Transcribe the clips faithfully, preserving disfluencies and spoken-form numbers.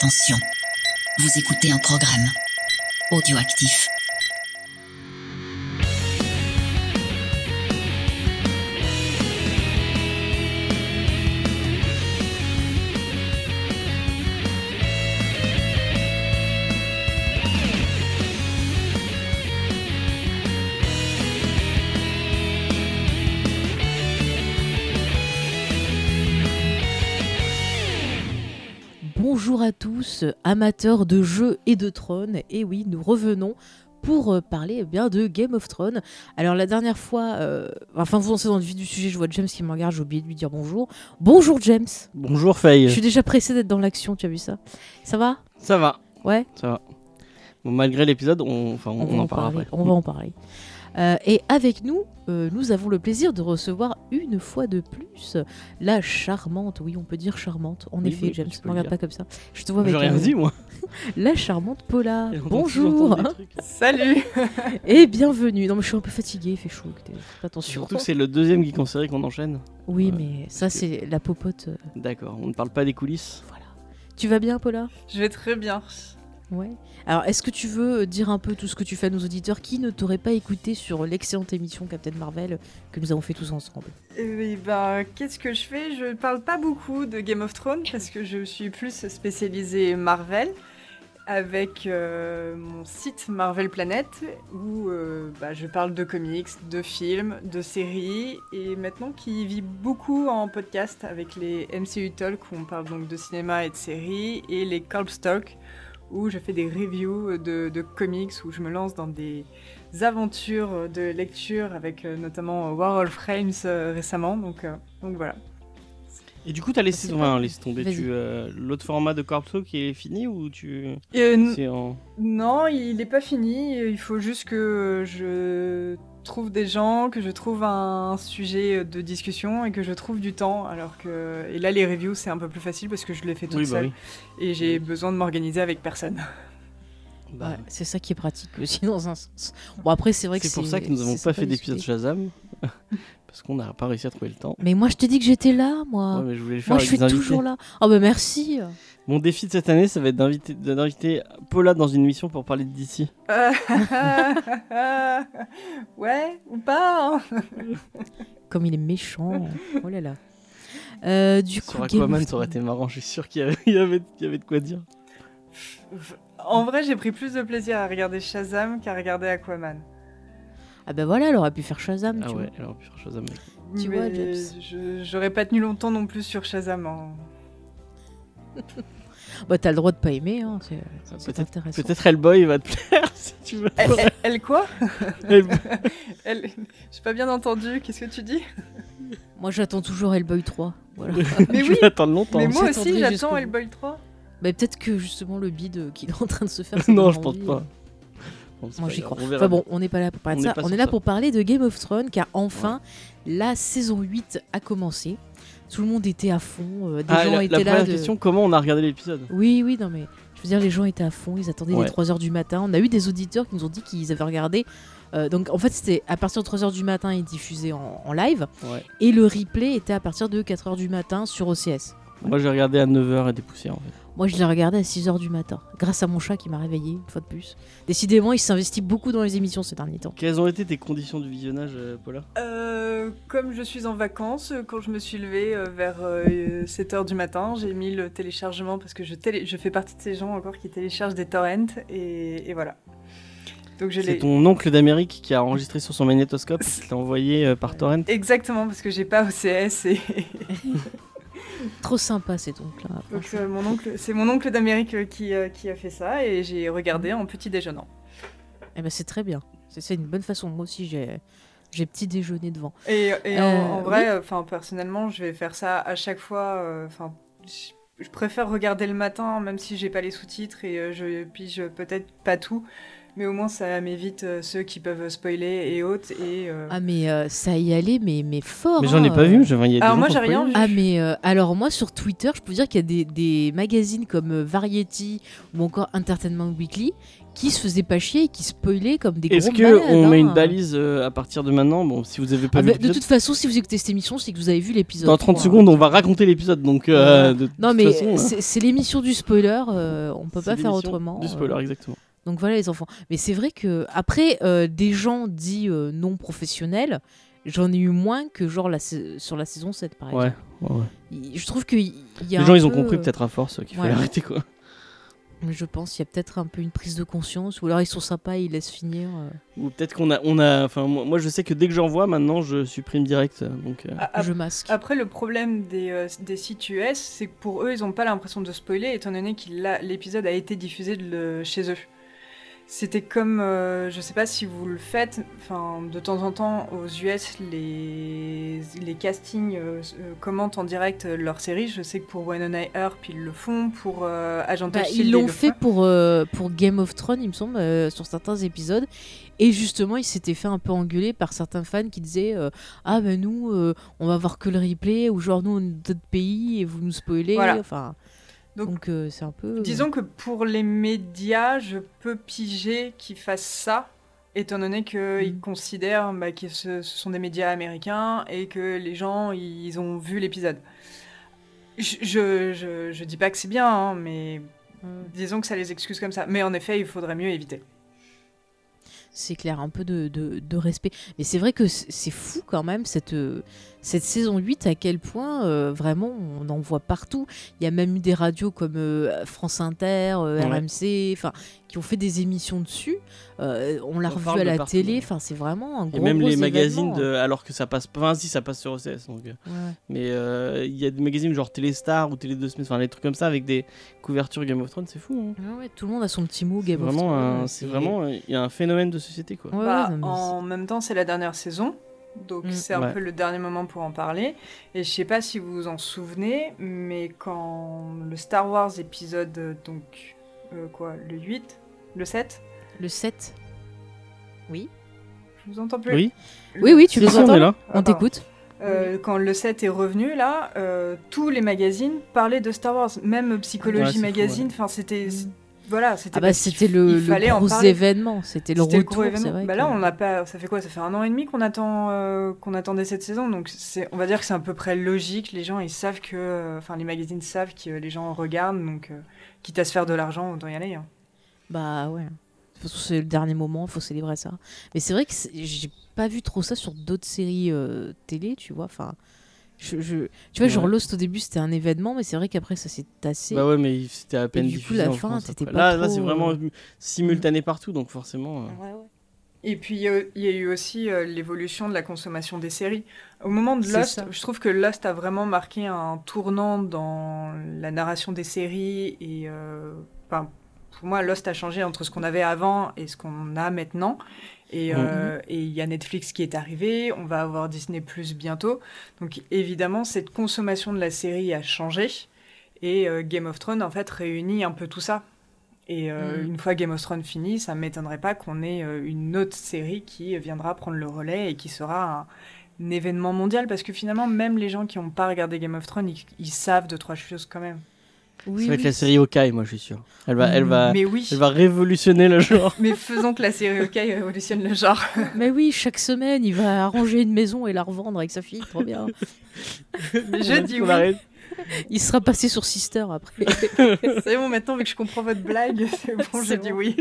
Attention, vous écoutez un programme audioactif. Bonjour à tous, amateurs de jeux et de trônes, et oui, nous revenons pour parler eh bien, de Game of Thrones. Alors la dernière fois, euh, enfin vous lancez dans le vif du sujet, je vois James qui me regarde, j'ai oublié de lui dire bonjour. Bonjour James. Bonjour Faye. Je suis déjà pressée d'être dans l'action, tu as vu ça? Ça va? Ça va. Ouais. Ça va. Bon, malgré l'épisode, on, enfin, on, on, on en, en parlera parler, après. On va en parler. Euh, et avec nous, euh, nous avons le plaisir de recevoir une fois de plus la charmante, oui on peut dire charmante, en oui, effet oui, James, ne regarde pas comme ça. Je te vois avec J'ai rien un... dit moi. La charmante Paula. Et on Bonjour. entend des trucs. Salut. Et bienvenue. Non mais je suis un peu fatiguée, il fait chaud, écoutez, faites attention. Surtout que c'est le deuxième Geek en série qu'on enchaîne. Oui Ouais, mais ça que- c'est la popote. euh, D'accord, on ne parle pas des coulisses. Voilà. Tu vas bien Paula? Je vais très bien. Ouais. Alors est-ce que tu veux dire un peu tout ce que tu fais à nos auditeurs qui ne t'auraient pas écouté sur l'excellente émission Captain Marvel que nous avons fait tous ensemble? Et oui, ben, qu'est-ce que je fais? Je parle pas beaucoup de Game of Thrones parce que je suis plus spécialisée Marvel avec euh, mon site Marvel Planet où euh, bah, je parle de comics, de films, de séries et maintenant qui vit beaucoup en podcast avec les M C U Talk où on parle donc de cinéma et de séries et les Corpse Talk où je fais des reviews de, de comics, où je me lance dans des aventures de lecture avec euh, notamment War of Frames euh, récemment, donc, euh, donc voilà. Et du coup, t'as laissé, C'est enfin, pas- laissé tomber. Vas-y. Tu, euh, l'autre format de Corp Talk est fini ou tu. Et, euh, n- C'est en... non, il n'est pas fini, il faut juste que je trouve des gens, que je trouve un sujet de discussion et que je trouve du temps, alors que... Et là, les reviews, c'est un peu plus facile parce que je les fais toute Oui, bah seule, oui. et j'ai besoin de m'organiser avec personne. Bah, Ouais, c'est ça qui est pratique aussi dans un sens. Bon après c'est vrai que c'est pour ça que nous n'avons c'est pas sympa fait de d'épisode discuter. Shazam. Parce qu'on n'a pas réussi à trouver le temps. Mais moi je t'ai dit que j'étais là moi. Ouais, mais je voulais le faire moi je avec suis des invités. toujours là. Oh bah merci. Mon défi de cette année, ça va être d'inviter, d'inviter Paula dans une émission pour parler de D C. Euh, ouais, ou pas hein. Comme il est méchant. Oh là là. Euh, du coup, Sur Game Aquaman, of ça aurait Thrones. été marrant. Je suis sûr qu'il y avait, il y avait, il y avait de quoi dire. En vrai, j'ai pris plus de plaisir à regarder Shazam qu'à regarder Aquaman. Ah bah voilà, elle aurait pu faire Shazam, Ah tu ouais, vois. alors on peut faire Shazam. mec. Tu Mais vois, James. je- J'aurais pas tenu longtemps non plus sur Shazam. hein. Bah t'as le droit de pas aimer, hein. C'est, c'est Peut-être, intéressant. peut-être Hellboy va te plaire si tu veux. Elle, elle- elle quoi Hellboy. Elle- J'ai pas bien entendu, qu'est-ce que tu dis? Moi j'attends toujours Hellboy trois. Voilà. Mais Je oui, vais attendre longtemps. Mais moi j'attendrai aussi, jusqu'au j'attends bout. Hellboy trois. Bah peut-être que justement le bid euh, qu'il est en train de se faire. ça non, donne je pense envie. pas. Bon, c'est Moi pas j'y grave, crois. on verra Enfin bon, bien. on n'est pas là pour parler On de n'est ça. pas On sur est là ça. pour parler de Game of Thrones car enfin la saison huit a commencé. Tout le monde était à fond. euh, des Ah, gens la, la étaient première là. De... question, comment on a regardé l'épisode? Oui, oui, non mais je veux dire, les gens étaient à fond. Ils attendaient Ouais. les trois heures du matin. On a eu des auditeurs qui nous ont dit qu'ils avaient regardé. euh, donc en fait, c'était à partir de trois heures du matin, ils diffusaient en, en live. Ouais. Et le replay était à partir de quatre heures du matin sur O C S. Moi j'ai regardé à neuf heures et des poussières en fait. Moi, je l'ai regardé à six heures du matin, grâce à mon chat qui m'a réveillé une fois de plus. Décidément, il s'investit beaucoup dans les émissions ces derniers temps. Quelles ont été tes conditions de visionnage, euh, Paula? Euh, comme je suis en vacances, euh, quand je me suis levée euh, vers euh, sept heures du matin, j'ai mis le téléchargement parce que je, télé- je fais partie de ces gens encore qui téléchargent des torrents et, et voilà. Donc je C'est l'ai... ton oncle d'Amérique qui a enregistré sur son magnétoscope et qui te l'a envoyé euh, par torrent. Exactement, parce que j'ai pas O C S et Trop sympa cet oncle-là. donc franchement. euh, mon oncle, c'est mon oncle d'Amérique euh, qui, euh, qui a fait ça et j'ai regardé en petit déjeunant. Eh ben, c'est très bien. C'est, c'est une bonne façon. Moi aussi, j'ai, j'ai petit déjeuner devant. Et, et Euh, en, en vrai, enfin personnellement, je vais faire ça à chaque fois. Enfin, je, je préfère regarder le matin, même si j'ai pas les sous-titres et euh, je pige peut-être pas tout, mais au moins ça m'évite euh, ceux qui peuvent spoiler et autres. Et euh, Ah, mais euh, ça y allait, mais, mais fort. Mais j'en ai hein, pas euh. vu, je- il y a des Alors gens moi, qui ont j'ai rien spoilé. vu. Ah, mais euh, alors, moi, sur Twitter, je peux dire qu'il y a des, des magazines comme euh, Variety ou encore Entertainment Weekly qui se faisaient pas chier et qui spoilaient comme des Est-ce gros que malades. on hein. met une balise euh, à partir de maintenant? Bon, si vous avez pas Ah vu bah, de l'épisode, toute façon, si vous écoutez cette émission, c'est que vous avez vu l'épisode. dans trente trois, secondes, hein. on va raconter l'épisode. Donc, euh, de Non toute mais façon, hein, c'est, c'est l'émission du spoiler, euh, on peut c'est pas faire l'émission autrement. Du spoiler, euh. exactement. Donc voilà les enfants. Mais c'est vrai que après euh, des gens dits euh, non professionnels, j'en ai eu moins que genre la sa- sur la saison sept par exemple. Ouais, ouais, ouais. Il- Je trouve que il y a Les un gens, ils ont peu, compris euh, peut-être à force qu'il ouais. fallait arrêter, quoi. Je pense qu'il y a peut-être un peu une prise de conscience ou alors ils sont sympas, ils laissent finir. euh. Ou peut-être qu'on a, on a, enfin, moi, moi, je sais que dès que j'en vois, maintenant, je supprime direct. Donc, euh, A- ap- Je masque. Après, le problème des, euh, des sites U S, c'est que pour eux, ils n'ont pas l'impression de spoiler, étant donné que l'épisode a été diffusé de le- chez eux. C'était comme, euh, je sais pas si vous le faites, enfin, de temps en temps aux U S, les, les castings euh, euh, commentent en direct euh, leur série. Je sais que pour Winona Earp, ils le font, pour euh, Agent Bah, of Shield, ils l'ont le fait font. pour, euh, pour Game of Thrones, il me semble, euh, sur certains épisodes. Et justement, il s'était fait un peu engueuler par certains fans qui disaient euh, ah ben nous, euh, on va voir que le replay, ou genre nous, on est d'autres pays et vous nous spoilez. Voilà. Enfin, Donc, donc euh, c'est un peu. Disons que pour les médias, je peux piger qu'ils fassent ça, étant donné qu'ils Mm. considèrent bah, que ce, ce sont des médias américains et que les gens, ils ont vu l'épisode. Je, je, je, je dis pas que c'est bien, hein, mais euh, disons que ça les excuse comme ça. Mais en effet, il faudrait mieux éviter. C'est clair, un peu de, de, de respect. Mais c'est vrai que c'est c'est fou quand même, cette, euh, cette saison huit, à quel point euh, vraiment on en voit partout. Il y a même eu des radios comme euh, France Inter, euh, Ouais. R M C, enfin, qui ont fait des émissions dessus. Euh, on l'a On revu parle à de la partout, télé, ouais. enfin, c'est vraiment un gros et même gros les magazines, événement. de, alors que ça passe pas, enfin si ça passe sur O C S. Donc, euh, Ouais. mais euh, il y a des magazines genre Téléstar ou Télé deux semaines, enfin les trucs comme ça avec des couvertures Game of Thrones, c'est fou. Hein. Ouais, ouais, tout le monde a son petit mot C'est Game of vraiment, Thrones, un- c'est vraiment, il y a un phénomène de société, quoi. Ouais, ouais, Bah, non, mais en même temps, c'est la dernière saison. Donc Mm. c'est un Ouais. peu le dernier moment pour en parler. Et je sais pas si vous vous en souvenez, mais quand le Star Wars épisode, euh, donc euh, quoi, le huit, le sept, c'est- le sept. Oui. je vous entends plus. Oui, Oui, oui, tu Si, les si, on entends est là. Ah, On pardon. t'écoute. Euh, Quand le sept est revenu, là, euh, tous les magazines parlaient de Star Wars, même Ouais, Psychologie c'est fou, Magazine. ouais. Enfin, c'était, Mm. c'est- voilà, c'était. Ah bah parce qu'il c'était f- le, il le fallait en gros parler. événement, c'était le C'était retour, gros c'est événement. vrai. Bah que- là, on n'a pas. Ça fait quoi? Ça fait un an et demi qu'on attend, euh, qu'on attendait cette saison. Donc, c'est, on va dire que c'est à peu près logique. Les gens, ils savent que, euh, enfin, les magazines savent que les gens regardent. Donc, euh, quitte à se faire de l'argent, autant y aller. Hein. Bah ouais. De toute façon, c'est le dernier moment, faut célébrer ça. Mais c'est vrai que c'est- j'ai pas vu trop ça sur d'autres séries euh, télé, tu vois. Enfin, je, je- tu vois, genre Ouais. Lost au début c'était un événement, mais c'est vrai qu'après ça s'est tassé. Bah ouais, mais il- c'était à peine du coup, diffusé la en fin, France, t'étais après. pas Là, là, trop, c'est vraiment euh, simultané partout, donc forcément. euh, Ouais, ouais. Et puis, il y a- il y a eu aussi euh, l'évolution de la consommation des séries. Au moment de C'est Lost, ça. je trouve que Lost a vraiment marqué un tournant dans la narration des séries. Et euh, enfin, pour moi, Lost a changé entre ce qu'on avait avant et ce qu'on a maintenant. Et euh, et il y a Netflix qui est arrivé, on va avoir Disney Plus bientôt. Donc évidemment, cette consommation de la série a changé. Et euh, Game of Thrones, en fait, réunit un peu tout ça. Et euh, Mm. une fois Game of Thrones fini, ça ne m'étonnerait pas qu'on ait euh, une autre série qui viendra prendre le relais et qui sera un, un événement mondial. Parce que finalement, même les gens qui n'ont pas regardé Game of Thrones, ils, ils savent deux, trois choses quand même. Oui, ça va être oui. la série Hawkeye, moi, je suis sûr. Elle va, elle va, Mais oui, elle va révolutionner le genre. mais faisons que la série Hawkeye révolutionne le genre. Mais oui, chaque semaine, il va arranger une maison et la revendre avec sa fille, trop bien. Mais je dis On oui. arrête. Il sera passé sur Sister après. C'est bon, maintenant, vu que je comprends votre blague, c'est bon, je C'est dis bon. oui.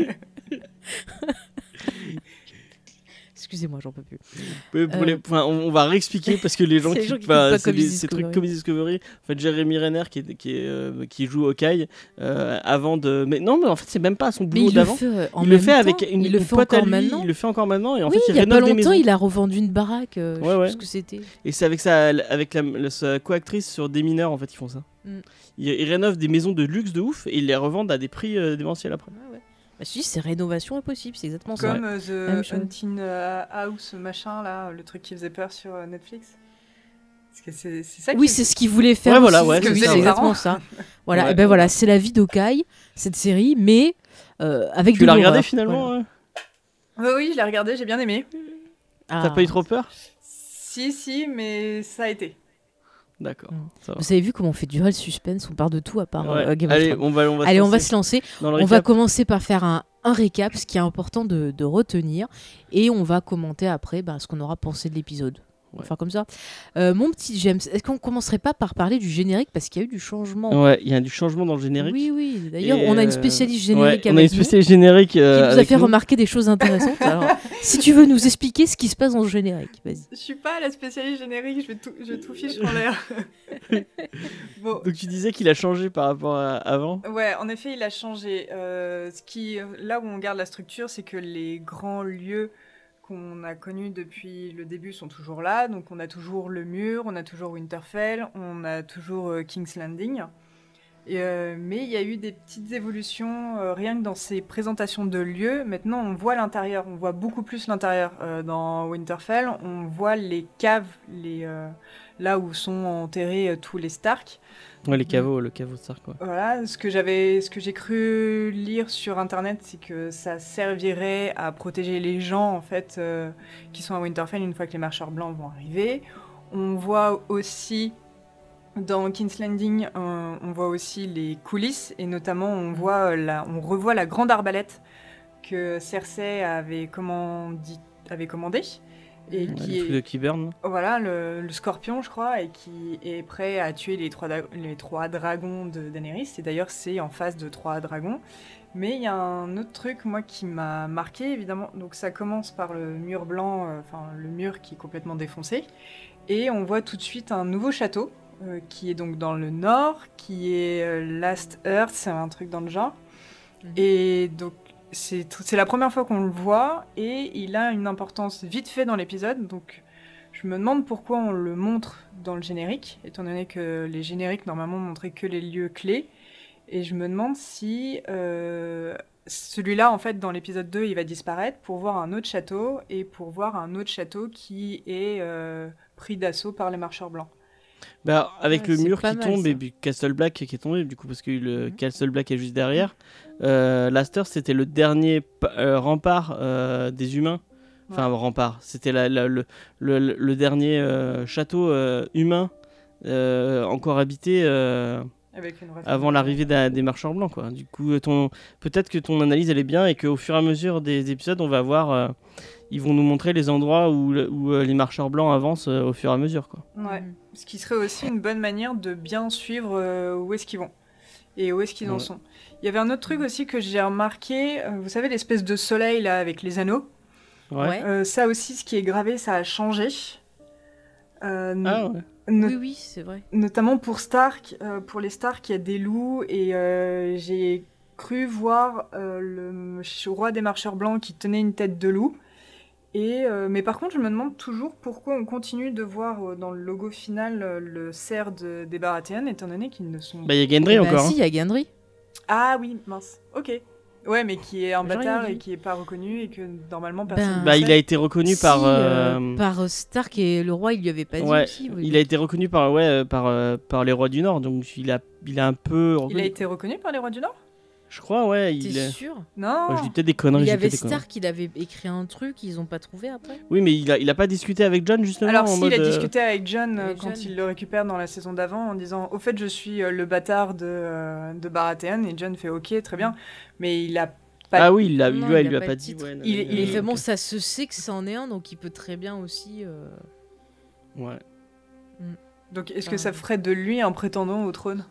Excusez-moi, j'en peux plus. Mais pour Euh, les- enfin, on, on va réexpliquer parce que les gens C'est les qui, gens qui enfin, écoutent pas c'est Comedy des- ces trucs Discovery. comme Discovery. En fait, Jeremy Renner qui, est, qui, est, euh, qui joue Hawkeye euh, avant de. Mais non, mais en fait, c'est même pas son Mais boulot il le d'avant. fait euh, en Il même le fait temps, avec une, il le une fait pote à encore lui. maintenant. Il le fait encore maintenant et en oui, fait, il, il y a pas rénove des longtemps, maisons. il a revendu une baraque. euh, je Ouais, sais ouais. plus ce que c'était. Et c'est avec sa, avec la, la- sa co-actrice sur Des mineurs en fait, ils font ça. Mm. Ils, ils rénovent des maisons de luxe de ouf et ils les revendent à des prix euh, démentiels après. Ouais, ouais. Bah, si, c'est rénovation impossible, c'est exactement ça. Comme euh, Même The chose. Haunting euh, House, machin, là, le truc qui faisait peur sur euh, Netflix. Parce que c'est c'est ça Oui, qui c'est ce qu'il voulait faire. Ouais, voilà, aussi, ouais, parce que c'est oui, ça, c'est ouais. exactement ça. Voilà, Ouais. et ben voilà, c'est la vie d'Hawkeye, cette série, mais euh, avec Tu de l'as regardé l'horreur. finalement Voilà. ouais Oui, oui, je l'ai regardé, j'ai bien aimé. Ah. T'as pas eu trop peur? Si, si, mais ça a été. D'accord. Mm. Ça va. Vous avez vu comment on fait durer le suspense, on part de tout à part Ouais. euh, Game of Allez, Thrones. on va, on va Allez, se on va lancer se lancer. dans le On va récap. commencer par faire un, un récap, ce qui est important de, de retenir, et on va commenter après bah, ce qu'on aura pensé de l'épisode. On va Ouais. faire comme ça. Euh, mon petit James, est-ce qu'on commencerait pas par parler du générique parce qu'il y a eu du changement? Ouais, il y a du changement dans le générique. Oui, oui. D'ailleurs, Et, on a une euh, spécialiste ouais, générique on a une avec nous spécialiste générique qui euh, nous a avec fait nous. remarquer des choses intéressantes. Alors, si tu veux nous expliquer ce qui se passe dans le générique, vas-y. Je suis pas la spécialiste générique, je vais tout, je tout fiche en l'air. Bon. Donc tu disais qu'il a changé par rapport à avant. Ouais, en effet, il a changé. Euh, ce qui, là où on garde la structure, c'est que les grands lieux qu'on a connus depuis le début sont toujours là. Donc on a toujours le mur, on a toujours Winterfell, on a toujours euh, King's Landing. Et, euh, mais il y a eu des petites évolutions euh, rien que dans ces présentations de lieux. Maintenant, on voit l'intérieur, on voit beaucoup plus l'intérieur. Euh, dans Winterfell, on voit les caves, les, euh, là où sont enterrés euh, tous les Stark. Ouais, les caveaux, le caveau Stark quoi. Voilà, ce que j'avais, ce que j'ai cru lire sur internet, c'est que ça servirait à protéger les gens en fait euh, qui sont à Winterfell une fois que les marcheurs blancs vont arriver. On voit aussi dans King's Landing, euh, on voit aussi les coulisses et notamment on voit la, on revoit la grande arbalète que Cersei avait commandé, avait commandé et Ouais, qui le est truc de Qyburn. voilà, le, le scorpion, je crois, et qui est prêt à tuer les trois, da- les trois dragons de Daenerys. Et d'ailleurs, c'est en face de trois dragons. Mais il y a un autre truc, moi, qui m'a marqué, évidemment. Donc, ça commence par le mur blanc, euh, enfin, le mur qui est complètement défoncé. Et on voit tout de suite un nouveau château, euh, qui est donc dans le nord, qui est euh, Last Earth, c'est un truc dans le genre. Mhm. Et donc, c'est, tr- c'est la première fois qu'on le voit, et il a une importance vite fait dans l'épisode. Donc, je me demande pourquoi on le montre dans le générique, étant donné que les génériques, normalement, montraient que les lieux clés. Et je me demande si euh, celui-là, en fait, dans l'épisode deux, il va disparaître pour voir un autre château, et pour voir un autre château qui est euh, pris d'assaut par les marcheurs blancs. Bah, avec Ouais, le c'est mur pas qui mal, tombe ça. et puis Castle Black qui est tombé, du coup, parce que le Mhm. Castle Black est juste derrière. Euh, Laster, c'était le dernier pa- euh, rempart euh, des humains. Enfin, Ouais. rempart. C'était la- la- le, le, le dernier euh, château euh, humain euh, encore habité euh, Avec une référence. avant l'arrivée d'un- des marcheurs blancs, quoi. Du coup, ton, peut-être que ton analyse, elle est bien et qu'au fur et à mesure des épisodes, on va voir... euh, ils vont nous montrer les endroits où, le- où euh, les marcheurs blancs avancent euh, au fur et à mesure, quoi. Ouais. Mhm. Ce qui serait aussi une bonne manière de bien suivre euh, où est-ce qu'ils vont et où est-ce qu'ils en Ouais. sont. Il y avait un autre truc aussi que j'ai remarqué, euh, vous savez l'espèce de soleil là avec les anneaux. Ouais. Ouais. Euh, ça aussi, ce qui est gravé, ça a changé. Euh, no- Ah ouais. no- Oui, oui, c'est vrai. Notamment pour Stark, euh, pour les Stark, il y a des loups et euh, j'ai cru voir euh, le ch- roi des marcheurs blancs qui tenait une tête de loup. Et, euh, mais par contre, je me demande toujours pourquoi on continue de voir euh, dans le logo final euh, le cerf de, des Baratheon, étant donné qu'ils ne sont Bah, il y a Gendry Bah, encore. si, hein. il y a Gendry. Ah oui, mince, ok. Ouais, mais qui est un J'ai bâtard rien dit. et qui est pas reconnu et que normalement Ben, personne ne Bah, sait. il a été reconnu Si, par. euh, euh, par euh, Stark et le roi, il lui avait pas dit ouais, aussi. oui. il a été reconnu par, ouais, euh, par, euh, par les rois du Nord, donc il a, il a un peu. Il reconnu. a été reconnu par les rois du Nord? Je crois, ouais. T'es Il est... sûr? Non. Ouais, je dis peut-être des conneries. Il y je dis avait peut-être des conneries. Stark, il avait écrit un truc, ils ont pas trouvé après. Oui, mais il a, il a pas discuté avec John justement. Alors en si, mode, il a euh, discuté avec John euh, Avec quand Jon. il le récupère dans la saison d'avant en disant « Au fait, je suis euh, le bâtard de, euh, de Baratheon » et John fait « Ok, très bien ». Mais il a pas... Ah oui, il a, Non, ouais, il il lui a a pas pas le dit. titre. Ouais, non, Il- mais, il Il euh, fait bon, ok. ça se sait que c'en est un, donc il peut très bien aussi. euh, Ouais. Donc est-ce que Ah. ça ferait de lui un prétendant au trône?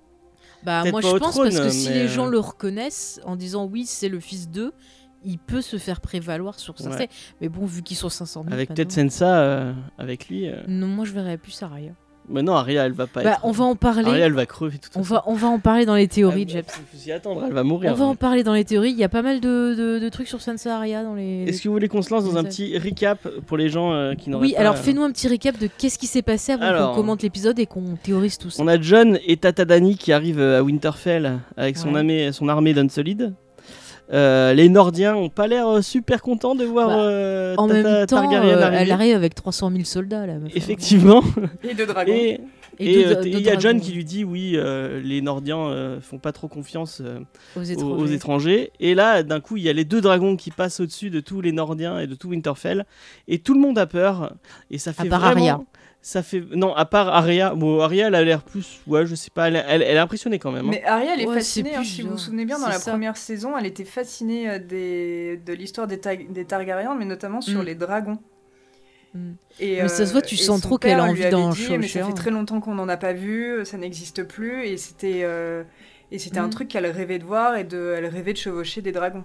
Bah Peut-être moi pas je au pense trône, parce que si mais, les gens euh, le reconnaissent en disant oui c'est le fils d'eux, il peut se faire prévaloir sur Cersei. Ouais. Mais bon vu qu'ils sont cinq cent mille. Avec maintenant- peut-être Sansa, euh, avec lui. euh, Non moi je verrais plus Arya. Mais non, Arya, elle va pas Bah être. on va en parler. Arya, elle va crever tout On va on va en parler dans les théories, Ah, Jeps. bah, faut s'y attendre, elle va mourir. On va en ouais. parler dans les théories. Il y a pas mal de, de, de trucs sur Sansa Arya dans les. Est-ce que vous voulez qu'on se lance dans un les- petit recap pour les gens euh, qui n'auraient Oui, pas... alors fais-nous un petit récap de qu'est-ce qui s'est passé avant Alors. qu'on commente l'épisode et qu'on théorise tout ça. On a John et Tata Dany qui arrivent euh, à Winterfell avec son, Ouais. armée, son armée d'Unsolid. Euh, les Nordiens ont pas l'air euh, super contents de voir Bah, euh, En Tata même temps, Targaryen euh, arriver. elle arrive avec trois cent mille soldats là. meuf. Effectivement. Et de dragons. Et Et et, deux- euh, deux et il y a John dragons qui lui dit oui, euh, les Nordiens euh, font pas trop confiance euh, aux aux, étrangers. aux étrangers. Et là, d'un coup, il y a les deux dragons qui passent au-dessus de tous les Nordiens et de tout Winterfell. Et tout le monde a peur. Et ça fait part vraiment... Arya. ça fait non à part Arya. Bon, Arya elle a l'air plus, ouais, je sais pas, elle, elle, elle est impressionnée quand même. Hein. Mais Arya, elle est Ouais, fascinée. c'est Hein, plus si genre- vous vous souvenez bien, dans c'est la ça. première saison, elle était fascinée euh, des... de l'histoire des, Ta- des Targaryens, mais notamment sur Mm. les dragons. Mm. Et, Mais ça se voit, tu et sens son trop qu'elle a père envie lui avait d'en dit, mais ça chevaucher fait un. très longtemps qu'on n'en a pas vu, ça n'existe plus, et c'était euh, et c'était un Mm. truc qu'elle rêvait de voir, et de, elle rêvait de chevaucher des dragons.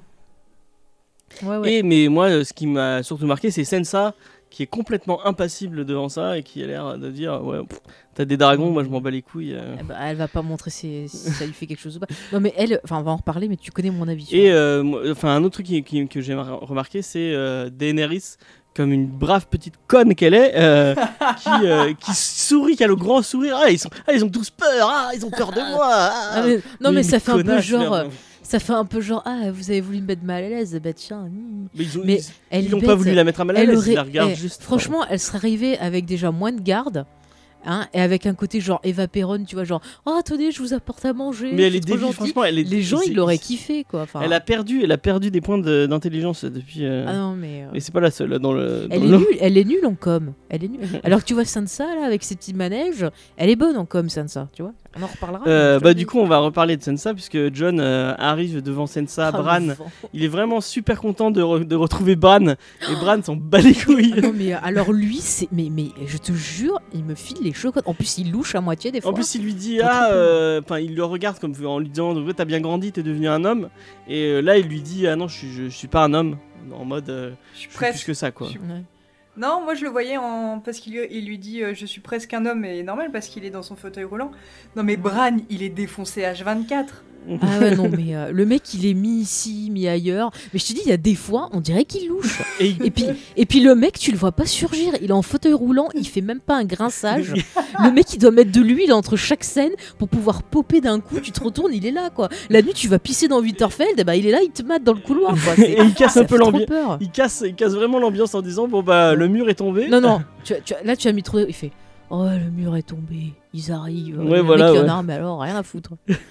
Ouais, ouais. Et mais moi, euh, ce qui m'a surtout marqué, c'est Sansa qui est complètement impassible devant ça et qui a l'air de dire ouais, pff, t'as des dragons, moi je m'en bats les couilles. euh. Eh ben, elle va pas montrer si, si ça lui fait quelque chose ou pas. Non, mais elle, enfin, on va en reparler, mais tu connais mon avis. sur Et elle. euh, moi- enfin un autre truc qui, qui- que j'ai mar- remarqué, c'est euh, Daenerys comme une brave petite conne qu'elle est, euh, qui, euh, qui sourit, qui a le grand sourire. Ah ils sont, ah, ils ont tous peur, ah ils ont peur de moi. ah. Ah, mais- non, mais, ça fait un peu connasse, genre. merde. euh, Ça fait un peu genre, ah, vous avez voulu me mettre mal à l'aise, bah tiens. hmm. Mais ils ont, mais ils- elle ils n'ont est pas bête. voulu la mettre à mal à Elle l'aise, aurait- ils la regardent eh, juste. Franchement, elle serait arrivée avec déjà moins de garde. Hein, et avec un côté genre Eva Perron, tu vois, genre, oh, attendez, je vous apporte à manger. Mais elle je est suis trop débile, gentille. franchement. Elle est, Les gens, c'est- ils l'auraient kiffé, quoi. Enfin, Elle a perdu, elle a perdu des points de- d'intelligence depuis. euh, Ah non, mais. euh, Mais c'est pas la seule dans le. Elle dans est, le- nulle, elle est nulle en com. Elle est nulle. Alors que tu vois Sansa, là, avec ses petits manèges, elle est bonne en com, Sansa, tu vois. On en reparlera. Euh, mais je te bah le du dis. coup on va reparler de Sansa puisque Jon euh, arrive devant Sansa, Ah, le Bran, vent. il est vraiment super content de, re- de retrouver Bran et Bran s'en bat les couilles. Ah non, mais euh, alors lui, c'est. Mais, mais je te jure, il me file les chocolats. En plus, il louche à moitié des fois. En plus il lui dit Pas ah trop euh, enfin il le regarde comme en lui disant ouais, t'as bien grandi, t'es devenu un homme et euh, là il lui dit ah non je suis je, je suis pas un homme en mode euh, Je suis je suis presque. plus que ça quoi. Je suis- Ouais. Non, moi je le voyais en parce qu'il lui, il lui dit euh, je suis presque un homme, et normal parce qu'il est dans son fauteuil roulant. Non mais Bran, il est défoncé H vingt-quatre. Ah ouais, non, mais euh, le mec, il est mis ici, mis ailleurs. Mais je te dis, il y a des fois, on dirait qu'il louche. Et il- Et puis, et puis le mec, tu le vois pas surgir. Il est en fauteuil roulant, il fait même pas un grinçage. Le mec, il doit mettre de l'huile entre chaque scène pour pouvoir popper d'un coup. Tu te retournes, il est là, quoi. La nuit, tu vas pisser dans Winterfell, eh ben, il est là, il te mate dans le couloir, quoi. C'est- et il casse ça un peu fait trop l'ambiance. peur. Il casse, il casse vraiment l'ambiance en disant bon bah le mur est tombé. Non, non, tu, as- tu as- là, tu as mis trop. Il fait oh, le mur est tombé, ils arrivent. Ouais, le voilà, mec, il y en ouais. a un, mais alors, rien à foutre.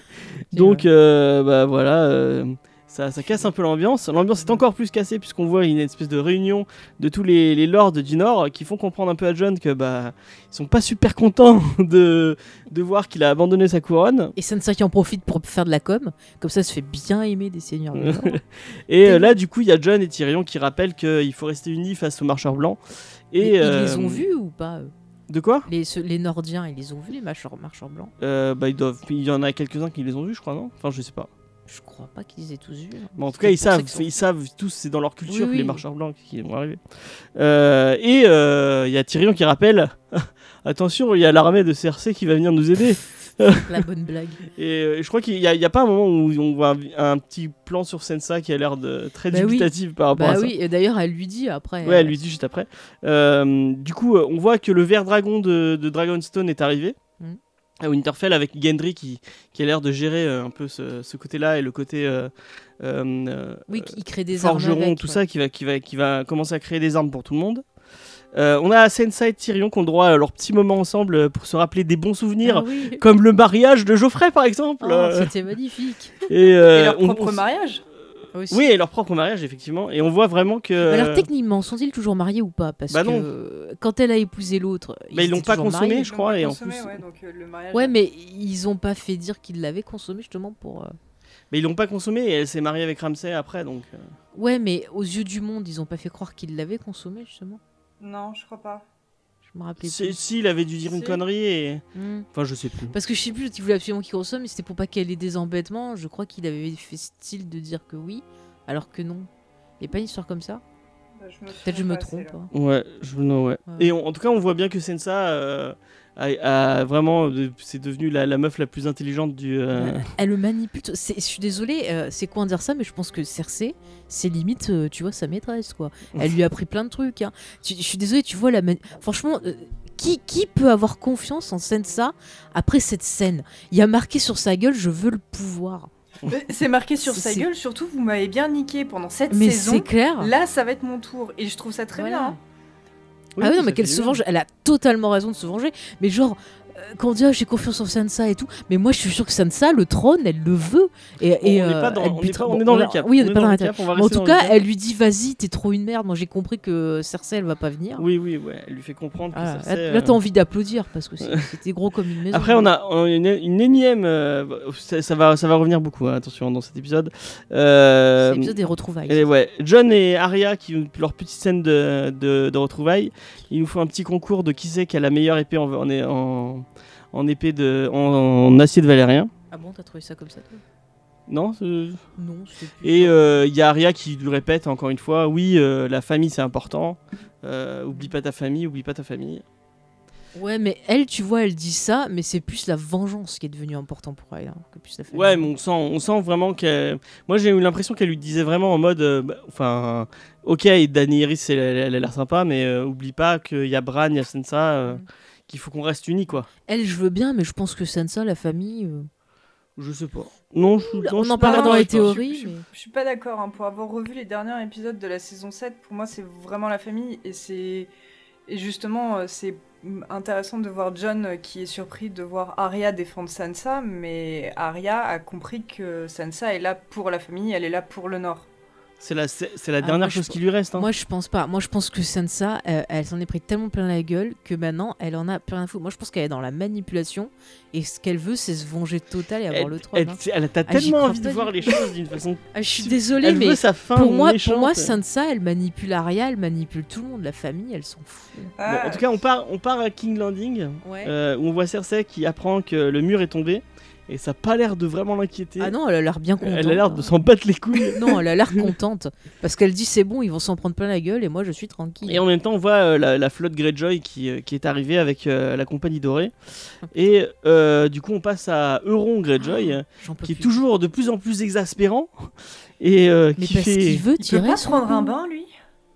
Donc euh, bah voilà, euh, ça, ça casse un peu l'ambiance. L'ambiance est encore plus cassée puisqu'on voit une espèce de réunion de tous les, les lords du Nord qui font comprendre un peu à Jon que bah ils sont pas super contents de, de voir qu'il a abandonné sa couronne. Et Sansa qui en profite pour faire de la com, comme ça, elle se fait bien aimer des seigneurs. du Nord. Et euh, là du coup il y a Jon et Tyrion qui rappellent qu'il faut rester unis face aux marcheurs blancs. Et Mais ils euh, les ont vus ou pas eux De quoi les, ceux- les Nordiens, ils les ont vus, les marcheurs, marcheurs blancs euh, Bah ils doivent. Il y en a quelques-uns qui les ont vus, je crois, non? Enfin je sais pas. Je crois pas qu'ils les aient tous vus. hein. Mais en tout C'est cas, ils pour ça savent, qu'ils sont- ils savent tous, c'est dans leur culture Oui, que les oui. marcheurs blancs qui vont arriver. Euh, et euh, il y a Tyrion qui rappelle attention, il y a l'armée de Cersei qui va venir nous aider. La bonne blague. Et euh, je crois qu'il n'y a, il y a pas un moment où on voit un, un petit plan sur Sansa qui a l'air de très Bah oui. dubitative par rapport Bah à ça. oui, et d'ailleurs, elle lui dit après. Ouais, elle lui dit juste après. Euh, du coup, euh, on voit que le ver dragon de, de Dragonstone est arrivé Mhm. à Winterfell avec Gendry qui, qui a l'air de gérer euh, un peu ce, ce côté-là et le côté euh, euh, euh, Oui, il crée des armes. forgeron, avec, tout ouais. ça, qui va, qui, va, qui va commencer à créer des armes pour tout le monde. Euh, on a Sansa et Tyrion qui ont le droit à leur petit moment ensemble euh, pour se rappeler des bons souvenirs, Ah oui. comme le mariage de Geoffrey par exemple. Oh, Euh, c'était magnifique. et, euh, Et leur on- propre on- mariage. Aussi. Oui, et leur propre mariage effectivement. Et on voit vraiment que. Alors techniquement, sont-ils toujours mariés ou pas Parce Bah que non. euh, quand elle a épousé l'autre, Bah, ils l'ont étaient pas toujours consommé, mariés. je crois, Ils et l'ont en consommé, plus- ouais, donc, euh, le mariage. Ouais, mais ils ont pas fait dire qu'ils l'avaient consommé justement pour. euh, Mais ils l'ont pas consommé et elle s'est mariée avec Ramsay après donc. euh. Ouais, mais aux yeux du monde, ils ont pas fait croire qu'ils l'avaient consommé justement. Non, je crois pas. Je me rappelais Si, plus. si, il avait dû dire une Si. connerie et. Hmm. Enfin, je sais plus. Parce que je sais plus, il voulait absolument qu'il consomme, mais c'était pour pas qu'elle ait des embêtements. Je crois qu'il avait fait style de dire que oui, alors que non. Il y a pas une histoire comme ça Bah, je me Peut-être je souviens me pas assez, trompe. là. hein. Ouais, je non, ouais. Ouais. Et on- en tout cas, on voit bien que Sansa euh, a, a vraiment. de- C'est devenu la, la meuf la plus intelligente du. euh, Elle le manipule. c'est- Je suis désolée, euh, c'est quoi dire ça, mais je pense que Cersei, c'est limite, euh, tu vois, sa maîtresse, quoi. Elle lui a appris plein de trucs. hein. Tu- Je suis désolée, tu vois, la mani- franchement, euh, qui, qui peut avoir confiance en Sansa après cette scène? Il y a marqué sur sa gueule, je veux le pouvoir. Mais C'est marqué sur C'est- sa c'est- gueule, surtout vous m'avez bien niqué pendant cette Mais saison. c'est clair. Là, ça va être mon tour. Et je trouve ça très Voilà. bien. hein. ah oui, non, ça mais fait qu'elle du se bien. venge, elle a totalement raison de se venger. Mais genre, quand on dit ah, j'ai confiance en Sansa et tout, mais moi je suis sûre que Sansa, le trône, elle le veut. Et, Bon, et, on n'est euh, pas dans, elle on est butera- pas- on bon, est dans on le a- cap. Oui, on n'est pas dans le le cap. cap. On va Mais en rester tout dans le cas, cap. elle lui dit vas-y, t'es trop une merde. Moi j'ai compris que Cersei elle va pas venir. Oui, oui, ouais. Elle lui fait comprendre que Voilà. Cersei, Là, là, euh, t'as envie d'applaudir parce que c'est- c'était gros comme une maison. Après, on a on a une, une énième. euh, ça, ça va, ça va revenir beaucoup. Hein, attention dans cet épisode. Euh, C'est l'épisode des retrouvailles. et ouais, Jon et Arya qui ont leur petite scène de, de, de retrouvailles. Ils nous font un petit concours de qui c'est qui a la meilleure épée en, en, en, en épée de en, en acier de Valérien. Ah bon, t'as trouvé ça comme ça toi Non. c'est- Non, c'était plus. Et genre- euh, il y a Arya qui lui répète encore une fois, oui, euh, la famille c'est important. Euh, oublie pas ta famille, oublie pas ta famille. Ouais, mais elle, tu vois, elle dit ça, mais c'est plus la vengeance qui est devenue important pour elle hein, que plus la famille. Ouais, mais on sent, on sent vraiment que. Moi, j'ai eu l'impression qu'elle lui disait vraiment en mode. euh, bah, Enfin, ok, Daenerys, elle, elle, elle a l'air sympa, mais euh, oublie pas qu'il y a Bran, il y a Sansa, euh, Mm. qu'il faut qu'on reste unis, quoi. Elle, je veux bien, mais je pense que Sansa, la famille. euh, Je sais pas. Non, je, Oula, non, on je en suis pas parlera d'accord dans les avec toi. théories. Je, je- mais- je suis pas d'accord. hein. Pour avoir revu les derniers épisodes de la saison sept, pour moi, c'est vraiment la famille. Et c'est et justement, euh, c'est intéressant de voir Jon euh, qui est surpris de voir Arya défendre Sansa, mais Arya a compris que Sansa est là pour la famille, elle est là pour le Nord. C'est la, c'est c'est la Ah, dernière moi, je- chose qui lui reste. Hein. Moi, je pense pas. Moi, je pense que Sansa, euh, elle s'en est pris tellement plein la gueule que maintenant, elle en a plus rien à foutre. Moi, je pense qu'elle est dans la manipulation et ce qu'elle veut, c'est se venger total et avoir elle, le trône. elle, hein. elle a t'as Ah, j'y tellement crois envie de pas voir du les choses d'une façon. Ah, je suis su- désolée, Elle mais veut sa fin pour moi, méchante. pour moi, Sansa, elle manipule Arya, elle manipule tout le monde, la famille, elle s'en fout. Bon, en tout cas, on part, on part à King Landing, Ouais. euh, où on voit Cersei qui apprend que le mur est tombé, et ça a pas l'air de vraiment l'inquiéter. Ah non, elle a l'air bien contente. Elle a l'air hein. de s'en battre les couilles. Non, elle a l'air contente parce qu'elle dit c'est bon, ils vont s'en prendre plein la gueule et moi je suis tranquille. Et en même temps, on voit euh, la, la flotte Greyjoy qui, euh, qui est arrivée avec euh, la compagnie dorée. Et euh, du coup, on passe à Euron Greyjoy, euh, J'en peux qui est plus. toujours de plus en plus exaspérant. Et euh, Mais qui parce fait. qu'il veut Il peut tirer pas son prendre un coup. bain, lui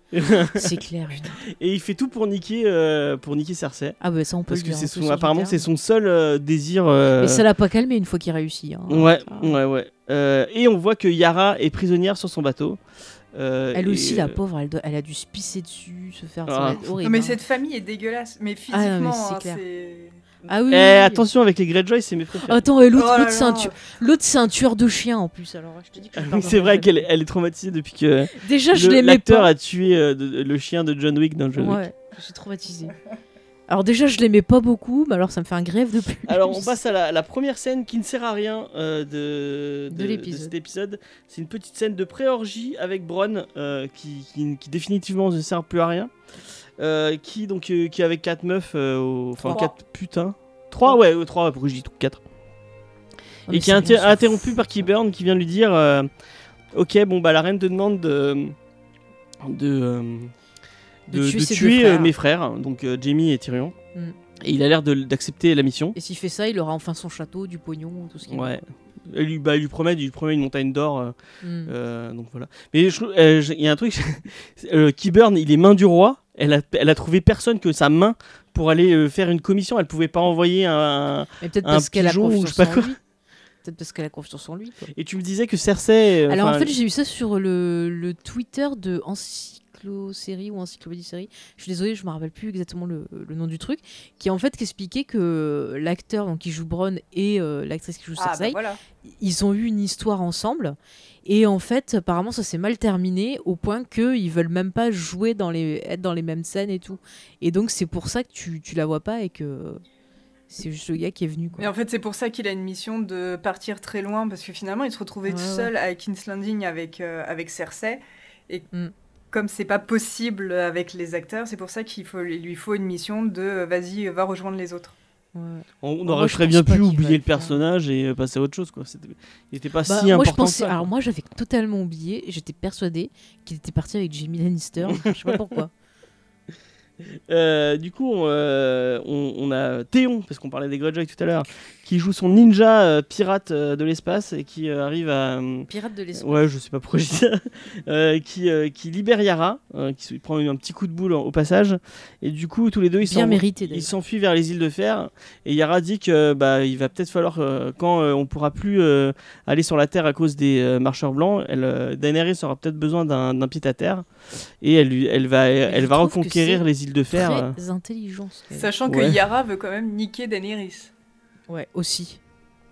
C'est clair. putain. Et il fait tout pour niquer, euh, pour niquer Cersei. Ah bah ça on peut Parce le que dire. c'est on son, peut le dire apparemment, du c'est terme. son seul euh, désir. euh, Et ça l'a pas calmé une fois qu'il réussit. hein. Ouais, Ça- ouais, ouais. Euh, et on voit que Yara est prisonnière sur son bateau. Euh, Elle et, aussi, euh, la pauvre, elle, doit- elle a dû se pisser dessus, se faire. ça Ah. va être horrible, Non, mais hein. cette famille est dégueulasse. Mais Ah, non, mais physiquement, c'est hein, clair. c'est. Ah oui. Eh, oui, oui. attention avec les Greyjoy, c'est mes préférés. Attends, et l'autre, Oh là l'autre, c'est un là. tueur- l'autre, c'est un tueur de chiens en plus. Alors, je te dis que je Ah parle oui, c'est vrai vraiment qu'elle jamais. elle est traumatisée depuis que Déjà, je le- l'aimais l'acteur pas. a tué euh, de- le chien de John Wick dans John Wick. Ouais, je suis traumatisée. Alors déjà, je l'aimais pas beaucoup, mais alors ça me fait un grève de plus. Alors on passe à la, la première scène qui ne sert à rien euh, de, De l'épisode. cet épisode. C'est une petite scène de pré-orgie avec Bronn euh, qui, qui, qui définitivement ne sert plus à rien. Euh, qui donc euh, qui est avec quatre meufs, euh, au- enfin Trois. quatre putains. Trois ouais, euh, trois, pourquoi je dis tout quatre. Non, mais Et qui est ça, inter- on s'en interrompu fout, par ça. Qyburn qui vient lui dire euh, ok bon bah la reine te demande de de, euh, De de- tuer de ses tuer deux euh, frères. mes frères, donc euh, Jaime et Tyrion. Mm. Et il a l'air de- d'accepter la mission. Et s'il fait ça, il aura enfin son château, du pognon, tout ce qu'il Ouais. Il lui, bah, il lui promet, il lui promet une montagne d'or. euh, veut. Mm. euh, donc voilà. Mais je trouve- euh, je- il y a un truc. euh, Qyburn, il est main du roi. Elle a, elle a trouvé personne que sa main pour aller euh, faire une commission. Elle pouvait pas envoyer un. Mais peut-être un parce qu'elle a pigeon ou confiance je sais pas en quoi. lui. Peut-être parce qu'elle a confiance en lui. Quoi. Et tu me disais que Cersei. euh, Alors en enfin, fait, j'ai eu ça sur le, le Twitter de Encyclo-série ou Encyclopédie-série. Je suis désolée, je me rappelle plus exactement le, le nom du truc. Qui en fait expliquait que l'acteur donc, qui joue Bronn et euh, l'actrice qui joue Ah, bah Cersei, voilà. ils ont eu une histoire ensemble. Et en fait, apparemment, ça s'est mal terminé au point qu'ils veulent même pas jouer dans les, être dans les mêmes scènes et tout. Et donc, c'est pour ça que tu, tu la vois pas et que c'est juste le gars qui est venu. Quoi. Mais en fait, c'est pour ça qu'il a une mission de partir très loin, parce que finalement, il se retrouvait Ouais, tout ouais. seul à King's Landing avec, euh, avec Cersei. Et Mm. comme c'est pas possible avec les acteurs, c'est pour ça qu'il faut, il lui faut une mission de euh, vas-y, va rejoindre les autres. Ouais. on, on Moi, aurait je très pense bien pas pu qu'il va oublier le le faire. personnage et euh, passer à autre chose. Quoi. C'était- Il n'était pas Bah, si moi, important je pensais, que ça. alors quoi. moi, j'avais totalement oublié. J'étais persuadée qu'il était parti avec Jamie Lannister. Je sais pas pourquoi. Euh, du coup, on, euh, on, on a Théon, parce qu'on parlait des Greyjoy tout à l'heure, qui joue son ninja euh, pirate euh, de l'espace et qui euh, arrive à. Euh, Pirate de l'espace. ouais, je sais pas pourquoi je dis ça. euh, qui, euh, qui libère Yara, euh, qui se prend un petit coup de boule au passage. Et du coup, tous les deux, ils, Bien s'en- mérité, ils d'ailleurs. s'enfuient vers les îles de fer. Et Yara dit que bah, il va peut-être falloir, euh, quand euh, on pourra plus euh, aller sur la Terre à cause des euh, marcheurs blancs, elle, euh, Daenerys aura peut-être besoin d'un, d'un pied à terre. Et elle, lui- elle va, elle je va trouve que reconquérir c'est les îles de fer. euh. Très intelligent. ce qu'elle- Sachant que Ouais. Yara veut quand même niquer Daenerys. Ouais, aussi.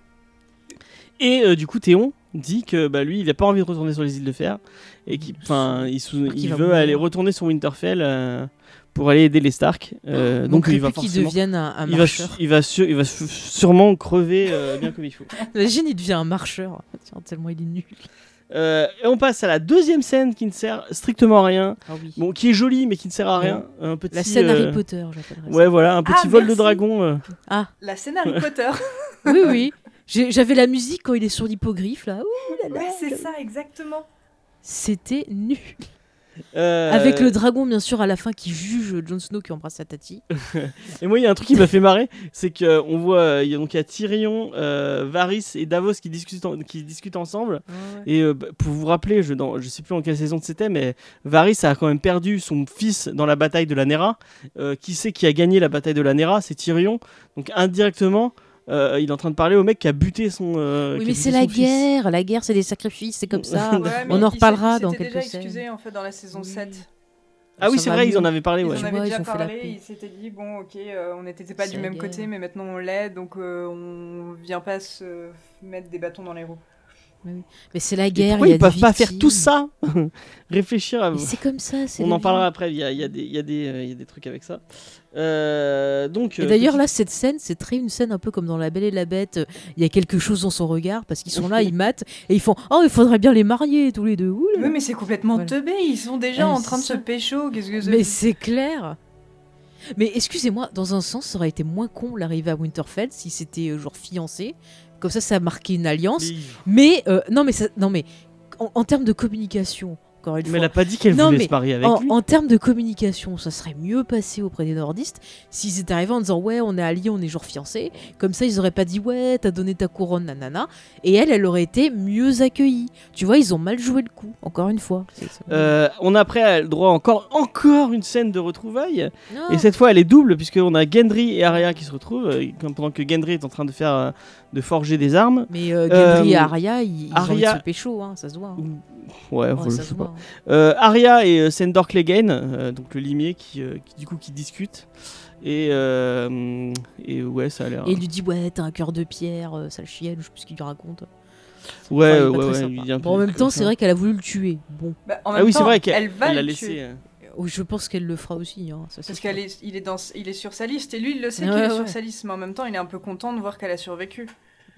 Et euh, du coup, Théon dit que bah, lui, il a pas envie de retourner sur les îles de fer et qu'il enfin, il, sou- qu'il il va veut mourir. aller retourner sur Winterfell euh, pour aller aider les Stark. Euh, Donc, donc il il va plus qu'il forcément, devienne un, un il va, marcheur. su- il va, su- il va su- sûrement crever euh, bien comme il faut. Imagine, il devient un marcheur. Tiens, tellement il est nul. Euh, et on passe à la deuxième scène qui ne sert strictement à rien, Ah oui. bon, qui est jolie mais qui ne sert à rien. Un petit, La scène euh, Harry Potter, j'appellerais Ouais, ça. voilà, un petit Ah, vol de merci. dragon. euh. Ah, La scène Harry Potter. oui, oui. J'ai- J'avais la musique quand il est sur l'hippogriffe, là. Ouh là là. Ouais, c'est ça, exactement. C'était nul. Euh, Avec le dragon, bien sûr, à la fin, qui juge Jon Snow qui embrasse sa tati. Et moi, il y a un truc qui m'a fait marrer, c'est qu'on voit, euh, il y a donc il y a Tyrion, euh, Varys et Davos qui discutent, en- qui discutent ensemble. Et euh, bah, pour vous rappeler, je, dans, je sais plus en quelle saison c'était, mais Varys a quand même perdu son fils dans la bataille de la Nera. Euh, qui c'est qui a gagné la bataille de la Nera? C'est Tyrion. Donc indirectement, euh, il est en train de parler au mec qui a buté son. euh, Oui, qui a mais buté c'est son la fils. guerre. La guerre, c'est des sacrifices, c'est comme ça. Ouais, mais On en il reparlera s'est- il dans s'était quelques déjà scènes. excusé en fait dans la saison Oui. sept. Ah oui, Ça c'est va vrai, ils mieux. en avaient parlé. Ils Ouais. en Tu avaient vois, déjà ils ont fait la parlé, paix. ils s'étaient dit bon ok, euh, on n'était pas C'est du la même guerre. côté, mais maintenant on l'est, donc euh, on vient pas se mettre des bâtons dans les roues. Mais c'est la Et guerre. pourquoi il y a ils peuvent des pas faire victimes. tout ça? Réfléchir à Mais c'est comme ça. c'est On la en vie. parlera après, il y a, il y a des, il y a des, euh, il y a des trucs avec ça. Euh, donc, Et euh, d'ailleurs, petit- là, cette scène, c'est très une scène un peu comme dans La Belle et la Bête. Il y a quelque chose dans son regard parce qu'ils sont là, ils matent et ils font oh, il faudrait bien les marier tous les deux. Ouh là là. Oui, mais c'est complètement Voilà. teubé, ils sont déjà Ah, en c'est train de ça. se pécho. Qu'est-ce que Mais c'est c'est clair. Mais excusez-moi, dans un sens, ça aurait été moins con l'arrivée à Winterfell si c'était euh, genre fiancé. Comme ça, ça a marqué une alliance. Mais, Mais euh, non, mais ça- non, mais en, en termes de communication, encore une mais fois. elle a pas dit qu'elle Non, voulait mais se marier avec En, lui. en termes de communication, ça serait mieux passé auprès des nordistes s'ils étaient arrivés en disant ouais, on est alliés, on est genre fiancés. Comme ça, ils auraient pas dit ouais, t'as donné ta couronne, nanana. Et elle, elle aurait été mieux accueillie. Tu vois, ils ont mal joué le coup. Encore une fois. C'est- c'est- Euh, on a après le droit encore, encore une scène de retrouvailles. Non. Et cette fois, elle est double puisqu'on a Gendry et Arya qui se retrouvent euh, comme pendant que Gendry est en train de faire, euh, de forger des armes. Mais euh, Gendry Euh, et Arya, ils, ils ont envie de Arya- se pécho, hein, ça se voit. hein. Ouais, Ouais, faut- ça je se sais voit, pas. hein. Euh, Arya et euh, Sandor Clegane, euh, donc le limier qui, euh, qui, du coup qui discutent. Et, euh, et ouais, ça a l'air. Et il lui dit ouais, t'as un cœur de pierre, euh, sale chienne, je sais plus ce qu'il lui raconte. Ouais, Enfin, il est ouais, pas très ouais. sympa. il dit un peu Bon, en des même trucs temps, comme c'est ça. vrai qu'elle a voulu le tuer. Bon, Bah, en Ah même oui, c'est temps, vrai qu'elle elle va elle l'a le laissé. tuer. euh. oui, je pense qu'elle le fera aussi. Hein, ça, c'est Parce sûr. qu'il est, il est, dans, il est sur sa liste, et lui il le sait Ouais, qu'il est ouais. sur sa liste, mais en même temps il est un peu content de voir qu'elle a survécu.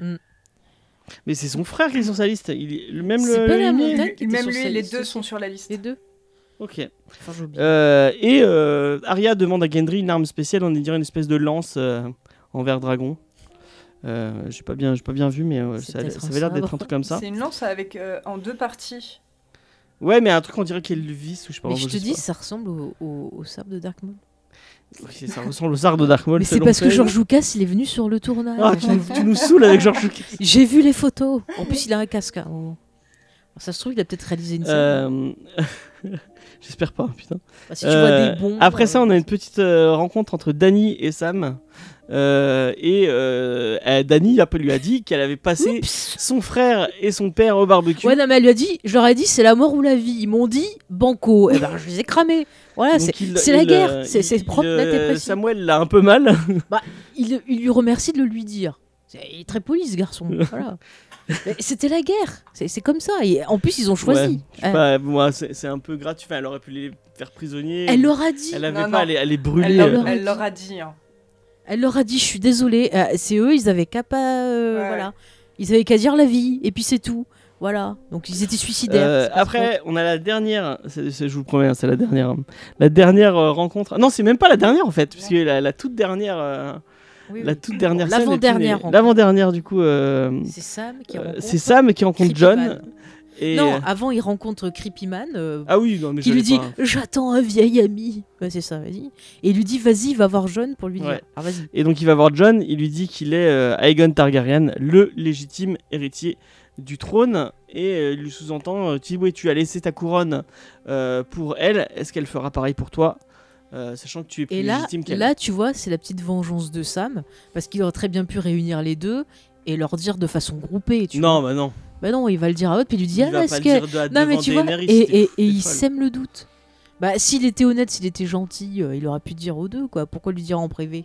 Mais c'est son frère qui est sur sa liste. Il est... le- Même C'est le, pas le la limier. montagne qui était Même sur lui, sa les liste deux aussi. sont sur la liste. Les deux. Ok. Enfin, j'ai oublié. Euh, et euh, Arya demande à Gendry une arme spéciale, on dirait une espèce de lance euh, en verre dragon. Euh, j'ai pas bien, j'ai pas bien vu, mais euh, C'est ça, peut-être ça un avait l'air d'être sabre. un truc comme ça. C'est une lance avec euh, en deux parties. Ouais, mais un truc on dirait qu'elle le visse ou je sais pas. Mais je te sais dis, pas. ça ressemble au, au, au sabre de Darkmoon. Oui, ça ressemble au Zard de Dark Maul. Mais c'est selon parce que Fred. George Lucas, il est venu sur le tournage. Ah, tu, nous, tu nous saoules avec George Lucas. J'ai vu les photos. En plus, il a un casque. hein. Alors, ça se trouve, il a peut-être réalisé une scène. Euh, J'espère pas, putain. Bah, si tu Euh, vois des bons. Après euh, ça, on a une petite euh, rencontre entre Dany et Sam. Euh, et euh, euh, Dany un peu lui a dit qu'elle avait passé Oups. son frère et son père au barbecue. Ouais, non, mais elle lui a dit, je leur ai dit, c'est la mort ou la vie. Ils m'ont dit, banco. Et ben, je les ai cramés. Voilà, Donc c'est il- c'est la il, guerre. euh, C'est c'est il- propre, net et euh, précis. Samuel l'a un peu mal. Il, il lui remercie de le lui dire. C'est- Il est très poli, ce garçon. Voilà. Mais c'était la guerre. C'est c'est comme ça. Et en plus, ils ont Ouais, choisi. je sais Euh, pas, moi, c'est c'est un peu gratuit. Enfin, elle aurait pu les faire prisonniers. Elle leur a dit. Elle avait Non, pas non. à les, à les brûler. Elle, euh. leur, leur- elle leur a dit. Hein. Elle leur a dit, je suis désolée. Euh, c'est eux, ils avaient qu'à pas. euh, Ouais. Voilà. Ils avaient qu'à dire la vie. Et puis c'est tout. Voilà. Donc ils étaient suicidaires. Euh, C'est pas après, on a la dernière, c'est- c'est- je vous promets, hein, c'est la dernière, la dernière euh, rencontre. Non, c'est même pas la dernière en fait, puisque la, la toute dernière, euh, vrai. Oui, la oui. toute dernière, scène est L'avant-dernière une- rencontre. l'avant-dernière du coup, euh, C'est Sam qui euh, rencontre. c'est Sam qui rencontre Creepyman. John Et, Non, euh, avant il rencontre Creepy Man. euh, Ah oui, non, mais qui je lui l'ai dit pas. j'attends un vieil ami. Ouais, c'est ça, vas-y. Et il lui dit vas-y, va voir John pour lui dire. Ouais. Alors vas-y. Et donc il va voir John, il lui dit qu'il est euh, Aegon Targaryen, le légitime héritier du trône, et euh, il lui sous-entend, euh, tu dis oui, tu as laissé ta couronne euh, pour elle, est-ce qu'elle fera pareil pour toi, Euh, sachant que tu es plus Et là, légitime qu'elle. là, tu vois, c'est la petite vengeance de Sam, parce qu'il aurait très bien pu réunir les deux et leur dire de façon groupée. Tu Non, vois. bah non. Bah non, il va le dire à l'autre, puis il lui dit Il ah, va est-ce pas que. le dire de, Non, mais devant tu vois, Daenerys, et, t'es- et, et t'es il folle. sème le doute. Bah, s'il était honnête, s'il était gentil, euh, il aurait pu dire aux deux, quoi. Pourquoi lui dire en privé?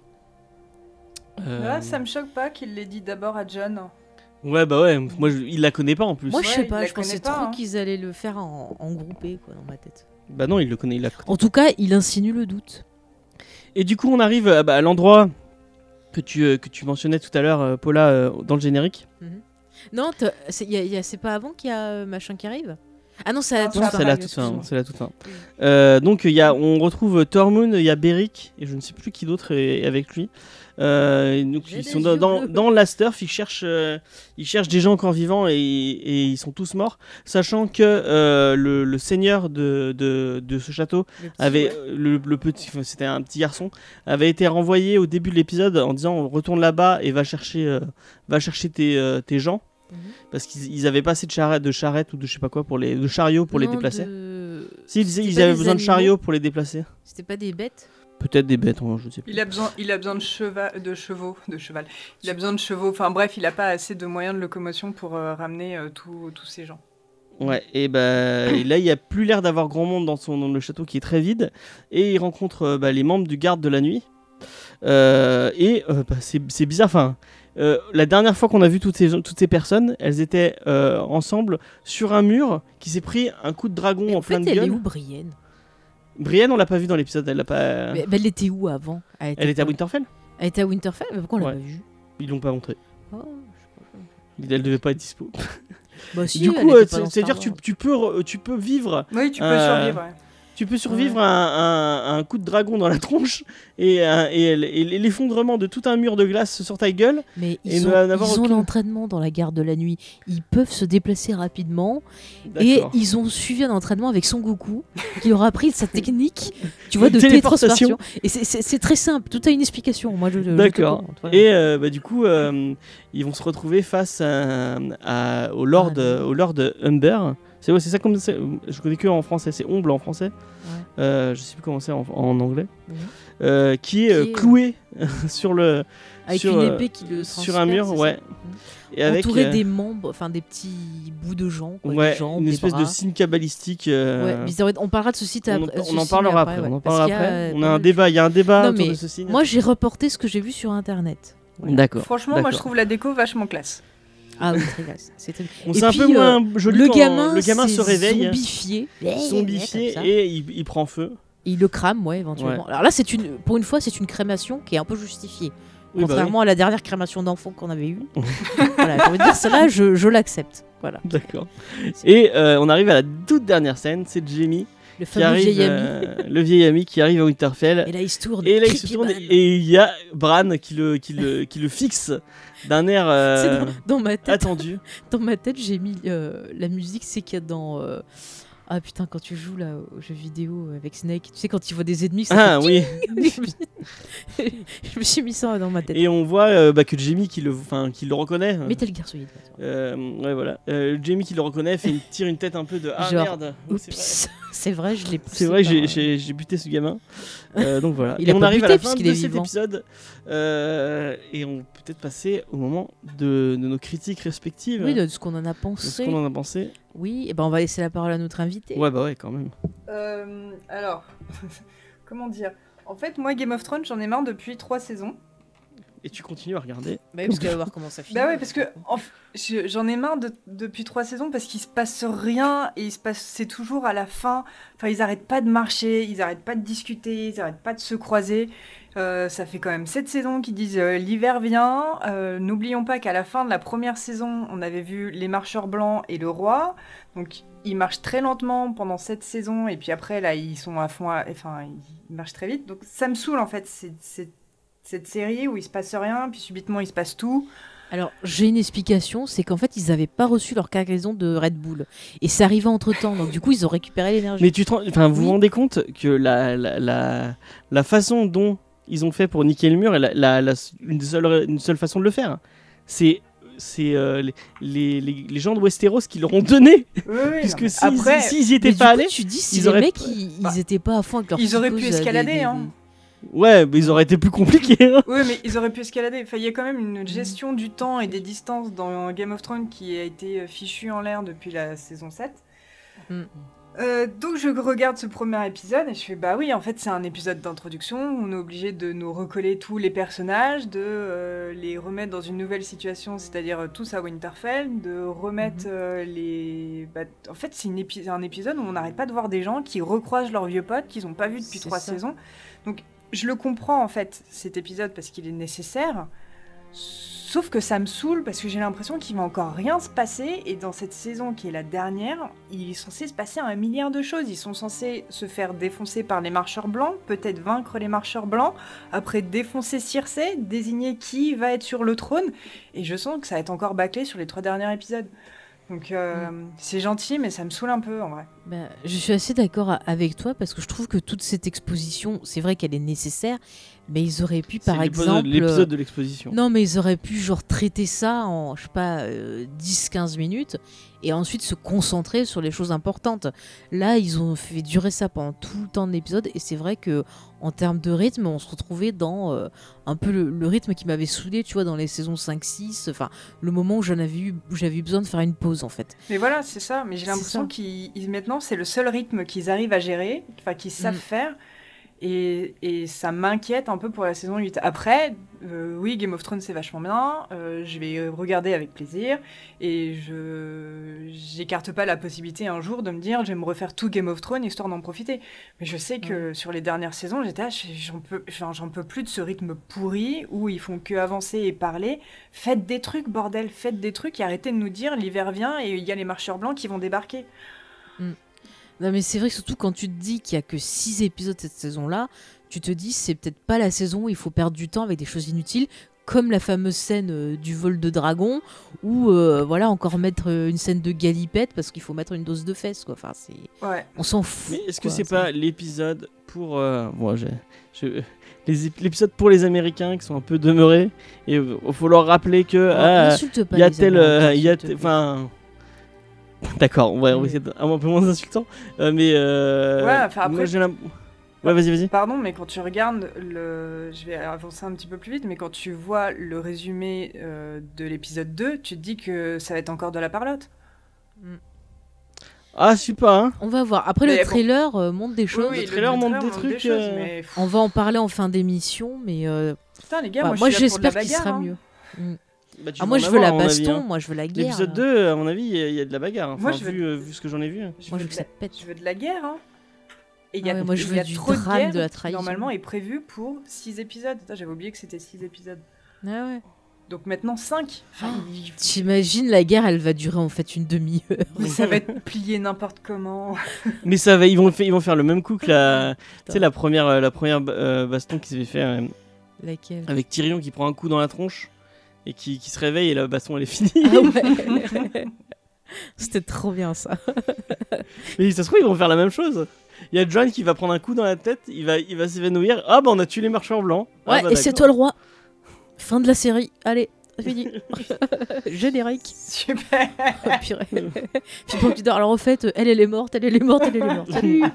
Euh, Là, ça me choque pas qu'il l'ait dit d'abord à John. Ouais, bah ouais, moi je- il la connaît pas en plus. Moi, je Ouais, sais il pas, la je pensais connaît pas, trop hein. qu'ils allaient le faire en, en groupé, quoi, dans ma tête. Bah non, il le connaît, il la connaît. En tout cas, il insinue le doute. Et du coup, on arrive euh, bah, à l'endroit que tu, euh, que tu mentionnais tout à l'heure, euh, Paula, euh, dans le générique. Non, t'as- c'est y a- y a- c'est pas avant qu'il y a euh, machin qui arrive? Ah non, c'est à la Non, toute Non, fin. c'est la pareil, toute fin. excuse-moi. C'est la toute fin. Oui. Euh, donc il y a, on retrouve Tormund, il y a Beric et je ne sais plus qui d'autre est avec lui. Euh, et donc, J'ai ils des sont dans, yeux dans, bleus. dans l'Asturf, ils cherchent, euh, ils cherchent des gens encore vivants et, et ils sont tous morts, sachant que euh, le, le seigneur de, de, de ce château Le petit, avait ouais. euh, le, le petit, enfin, c'était un petit garçon, avait été renvoyé au début de l'épisode en disant retourne là-bas et va chercher, euh, va chercher tes, euh, tes gens. Mhm. Parce qu'ils ils avaient pas assez de charrettes, de charrettes ou de je sais pas quoi pour les de chariots pour les Non, déplacer. de- Si ils disaient C'était ils pas avaient des besoin de animaux chariots pour les déplacer. C'était pas des bêtes? Peut-être des bêtes, hein, je sais pas. Il a besoin, il a besoin de, cheva- de chevaux, de cheval. Il a besoin de chevaux. Enfin bref, il a pas assez de moyens de locomotion pour euh, ramener euh, tous tous ces gens. Ouais, et bah et là il y a plus l'air d'avoir grand monde dans son dans le château qui est très vide et il rencontre euh, bah, les membres du garde de la nuit. Euh, et euh, bah, c'est c'est bizarre. Enfin, euh, la dernière fois qu'on a vu toutes ces toutes ces personnes, elles étaient euh, ensemble sur un mur qui s'est pris un coup de dragon Mais en en fait, pleine elle est gueule. où, Brienne? Brienne, on l'a pas vu dans l'épisode. Elle l'a pas. Mais, mais elle était où avant? Elle Elle était à pas- Winterfell. Elle était à Winterfell? Mais pourquoi on l'a Ouais. pas vue? Ils l'ont pas montré. Oh, Elle devait pas être dispo. bah si, du elle coup, était euh, pas c'est- dans c'est-à-dire Star tu, Wars. tu peux re- tu peux vivre Oui, tu peux Euh, survivre. ouais. tu peux survivre Ouais. à un, un- un coup de dragon dans la tronche et, un- et, l- et l'effondrement de tout un mur de glace sur ta gueule. Mais Et ils ne ont, n'avoir ils ont aucune- l'entraînement dans la garde de la nuit. Ils peuvent se déplacer rapidement. Et D'accord. ils ont suivi un entraînement avec Son Goku, qui leur a appris sa technique, tu vois, de Téléportation. téléportation. Et c'est- c'est c'est très simple, tout a une explication. Moi, je, je te D'accord. commente, voilà. Et euh, bah, du coup, euh, ils vont se retrouver face à, à- au Lord, Ah, non. euh, au Lord Humber. C'est ouais, c'est ça comme c'est- je connais que en français, c'est Omble en français. Ouais. Euh, je sais plus comment c'est en, en anglais. Mhm. Euh, qui est, euh, Qui est, euh, cloué sur le Avec sur, une euh, épée qui le sur un mur, transperce, c'est ouais. ça et avec Entouré euh, des membres, enfin des petits bouts de jambes, quoi, ouais, des jambes, une des espèce de bras. signe kabbalistique. euh, Ouais, bizarre. On parlera de ce site on, en- après. ce on en signe parlera après. ouais, on en parce parlera qu'il y a, après. euh, On pas a un mal de- débat. Il y a un débat Non, autour mais de ce signe. Moi, j'ai reporté ce que j'ai vu sur internet. Voilà. D'accord. Franchement, moi je d'accord. trouve la déco vachement classe. Ah oui, très classe. C'est très- Bon, Et c'est un puis, peu euh, moins joli le quand gamin, le gamin c'est se réveille, zombifié, zombifié comme ça. et il, il prend feu. Et il le crame, ouais, éventuellement. Alors là, c'est une, pour une fois, c'est une crémation qui est un peu justifiée. Oui, bah Contrairement à la dernière crémation d'enfant qu'on avait eue. Voilà, j'ai envie de dire, celle-là, je, je l'accepte. Voilà. oui. D'accord. Et euh, on arrive à la toute dernière scène, c'est Jamie Le qui fameux arrive, vieil ami. euh, le vieil ami qui arrive à Winterfell. Et là, il se tourne. Et là, il se Creepy tourne Man. et il y a Bran qui le, qui le, qui le fixe d'un air euh, C'est dans, dans ma tête, attendu. dans ma tête, j'ai mis euh, la musique, c'est qu'il y a dans. euh, Ah putain, quand tu joues là aux jeux vidéo avec Snake, tu sais, quand il voit des ennemis, ça Ah fait oui. je, me suis... je me suis mis ça dans ma tête. Et on voit euh, bah, que Jamie qui le, enfin, qui le reconnaît. Metal Gear Solid. Euh, ouais, voilà. Euh, Jamie qui le reconnaît fait une, tire une tête un peu de ah Genre, merde. Oui, c'est vrai. Oups, c'est vrai, je l'ai poussé. C'est vrai que j'ai- par- j'ai j'ai buté ce gamin. Euh, donc voilà. Il et a on pas arrive à buté la fin puisqu'il de est cet vivant. épisode. Euh, et on peut peut-être passer au moment de, de nos critiques respectives. Oui, de ce qu'on en a de ce pensé. qu'on en a pensé. Oui, et ben on va laisser la parole à notre invité. Ouais, bah ouais, quand même. Euh, alors, comment dire? En fait, moi, Game of Thrones, j'en ai marre depuis trois saisons. Et tu continues à regarder. Bah oui, parce qu'elle va voir comment ça finit. Bah ouais, parce que en f- je- j'en ai marre de- depuis trois saisons parce qu'il se passe rien et il se passe, c'est toujours à la fin. Enfin, ils arrêtent pas de marcher, ils arrêtent pas de discuter, ils arrêtent pas de se croiser. Euh, ça fait quand même sept saisons qui disent euh, l'hiver vient. Euh, N'oublions pas qu'à la fin de la première saison, on avait vu les marcheurs blancs et le roi. Donc ils marchent très lentement pendant sept saisons et puis après là ils sont à fond, à- enfin ils marchent très vite. Donc ça me saoule en fait. C'est c'est- cette série où il se passe rien, puis subitement il se passe tout. Alors, j'ai une explication, c'est qu'en fait, ils n'avaient pas reçu leur cargaison de Red Bull. Et c'est arrivé entre-temps, donc du coup, ils ont récupéré l'énergie. Mais tu te rends- enfin, vous Oui. vous rendez compte que la, la, la, la façon dont ils ont fait pour niquer le mur est la, la, la- une, seule, une seule façon de le faire. C'est, c'est euh, les, les, les, les gens de Westeros qui leur ont donné. Oui, oui, non, Puisque mais s'ils après, s'ils y Mais étaient du pas coup, allés, tu dis si ils les auraient mecs, pas- ils, ils bah, étaient pas à fond avec leur ils auraient pu psychose, euh, des- escalader, des- hein. ouais, mais ils auraient été plus compliqués. hein. Oui, mais ils auraient pu escalader. Enfin, il y a quand même une gestion du temps et des distances dans Game of Thrones qui a été euh, fichue en l'air depuis la saison sept. Mm. Euh, donc je regarde ce premier épisode et je fais bah oui, en fait c'est un épisode d'introduction, on est obligé de nous recoller tous les personnages, de euh, les remettre dans une nouvelle situation, c'est-à-dire euh, tous à Winterfell, de remettre Mhm. euh, les... Bah, en fait c'est une épi- un épisode où on n'arrête pas de voir des gens qui recroisent leurs vieux potes qu'ils n'ont pas vus depuis C'est trois ça. saisons. Donc je le comprends en fait cet épisode parce qu'il est nécessaire. Sauf que ça me saoule parce que j'ai l'impression qu'il va encore rien se passer et dans cette saison qui est la dernière, il est censé se passer un milliard de choses. Ils sont censés se faire défoncer par les marcheurs blancs, peut-être vaincre les marcheurs blancs, après défoncer Cersei, désigner qui va être sur le trône et je sens que ça va être encore bâclé sur les trois derniers épisodes. Donc euh, c'est gentil mais ça me saoule un peu en vrai. Bah, je suis assez d'accord a- avec toi parce que je trouve que toute cette exposition, c'est vrai qu'elle est nécessaire, mais ils auraient pu, par C'est l'épisode- exemple... l'épisode de l'exposition. Non, mais ils auraient pu genre traiter ça en, je sais pas, euh, dix quinze minutes et ensuite se concentrer sur les choses importantes. Là, ils ont fait durer ça pendant tout le temps de l'épisode et c'est vrai que en termes de rythme, on se retrouvait dans euh, un peu le, le rythme qui m'avait saoulé, tu vois, dans les saisons cinq six, enfin, le moment où j'en avais eu, où j'avais eu besoin de faire une pause en fait. Mais voilà, c'est ça. Mais j'ai C'est l'impression ça. qu'ils ils- maintenant c'est le seul rythme qu'ils arrivent à gérer, enfin qu'ils savent Mm. faire. Et, et ça m'inquiète un peu pour la saison huit. Après, euh, oui, Game of Thrones c'est vachement bien. euh, je vais regarder avec plaisir. Et je j'écarte pas la possibilité un jour de me dire je vais me refaire tout Game of Thrones histoire d'en profiter. Mais je sais que sur les dernières saisons, j'étais là, je- j'en peux, enfin, j'en peux plus de ce rythme pourri où ils font que avancer et parler. Faites des trucs, bordel, faites des trucs et arrêtez de nous dire l'hiver vient et il y a les marcheurs blancs qui vont débarquer. Non, mais c'est vrai que surtout quand tu te dis qu'il y a que six épisodes cette saison-là, tu te dis c'est peut-être pas la saison où il faut perdre du temps avec des choses inutiles, comme la fameuse scène euh, du vol de dragon, ou euh, voilà encore mettre euh, une scène de galipette parce qu'il faut mettre une dose de fesses quoi. Enfin, c'est, Ouais. on s'en fout. Mais est-ce que quoi, c'est pas l'épisode pour euh, bon, j'ai- je- les ép- l'épisode pour les Américains qui sont un peu demeurés et il faut leur rappeler que Oh, ah, n'insulte pas il y a les tel Américains, euh, il y a s'il te tel- plaît. enfin d'accord, on va, on va Oui. essayer d'être un peu moins insultant euh, mais euh, Ouais, enfin, après- moi, j'ai l'im- ouais, vas-y, vas-y. Pardon, mais quand tu regardes le... Je vais avancer un petit peu plus vite, mais quand tu vois le résumé euh, de l'épisode deux, tu te dis que ça va être encore de la parlotte. Ah, je sais pas hein. On va voir. Après, Mais le bon. trailer euh, montre des choses. le trailer montre des trucs, choses, euh, mais... pff, On va en parler en fin d'émission, mais euh, Putain, les gars, bah, moi, moi, je suis là pour de la j'espère qu'il bagarre, sera hein. mieux. Mm. Bah, tu Ah, vas moi, en je veux la avoir, à mon avis, baston, hein. moi, je veux la guerre. L'épisode là. deux, à mon avis, il y a- il y, a de la bagarre. hein. Moi, Enfin, je veux- vu, euh, vu ce que j'en ai vu. Je Moi, veux je veux de que ça la- pète. Je veux de la guerre, hein. Et il y a, Ah ouais, moi, je il veux y a du trop de drame, guerre de la qui, trahison. normalement, est prévu pour six épisodes. Putain, j'avais oublié que c'était six épisodes. Ah ouais. Donc maintenant cinq. Enfin, il- T'imagines, la guerre, elle va durer en fait une demi-heure. Mais ça va être plié n'importe comment. Mais ça va, ils vont, fa- ils vont faire le même coup que la, tu Putain. sais, la première, euh, la première euh, baston qui s'est fait euh, Laquelle avec Tyrion qui prend un coup dans la tronche et qui, qui se réveille et la baston elle est finie. Ah ouais. C'était trop bien ça. Mais ça se trouve ils vont faire la même chose. Il y a John qui va prendre un coup dans la tête, il va, il va s'évanouir. Ah bah on a tué les marchands blancs. Ah, Ouais, bah, et c'est d'accord. toi le roi. Fin de la série. Allez, c'est fini. Générique. Super. Oh, purée. Puis bon, tu dis, alors en fait, elle, elle est morte, elle, elle est morte, elle, elle est morte. Salut.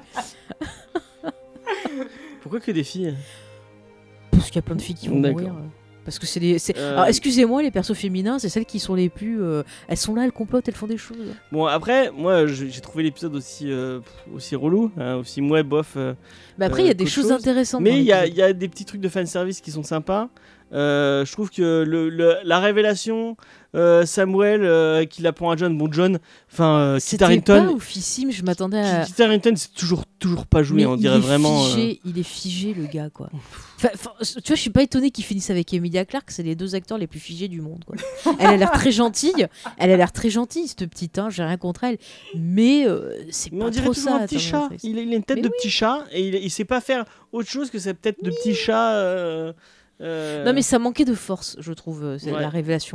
Pourquoi que des filles Parce qu'il y a plein de filles qui vont D'accord. mourir. Parce que c'est les. c'est- Euh, Alors excusez-moi, les persos féminins, c'est celles qui sont les plus. euh, Elles sont là, elles complotent, elles font des choses. Bon après, moi j'ai j'ai trouvé l'épisode aussi, euh, pff, aussi relou, hein, aussi mouais, bof. euh, Mais après, il y a Euh, des qu'autre choses chose. intéressantes. Mais dans il y a, l'épisode. il y a des petits trucs de fanservice qui sont sympas. Euh, je trouve que le, le- la révélation, euh, Samuel euh, qui l'apprend à John, bon John, enfin euh, Kit C'était Harington, pas oufissime, je m'attendais à. Kit Harington c'est toujours, toujours pas joué, Mais on il dirait est vraiment. euh, Figé, Il est figé, le gars, quoi. Enfin, enfin, tu vois, je suis pas étonnée qu'il finisse avec Emilia Clarke, c'est les deux acteurs les plus figés du monde, quoi. Elle a l'air très gentille, elle a l'air très gentille, cette petite, hein, j'ai rien contre elle. Mais euh, c'est Mais pas on dirait trop toujours ça. un petit Tom chat. Hanks. Il, a- il a une tête Mais de petit chat et il, il sait pas faire autre chose que cette tête de petit chat. euh, euh, Non, mais ça manquait de force, je trouve, euh, c'est Ouais. la révélation.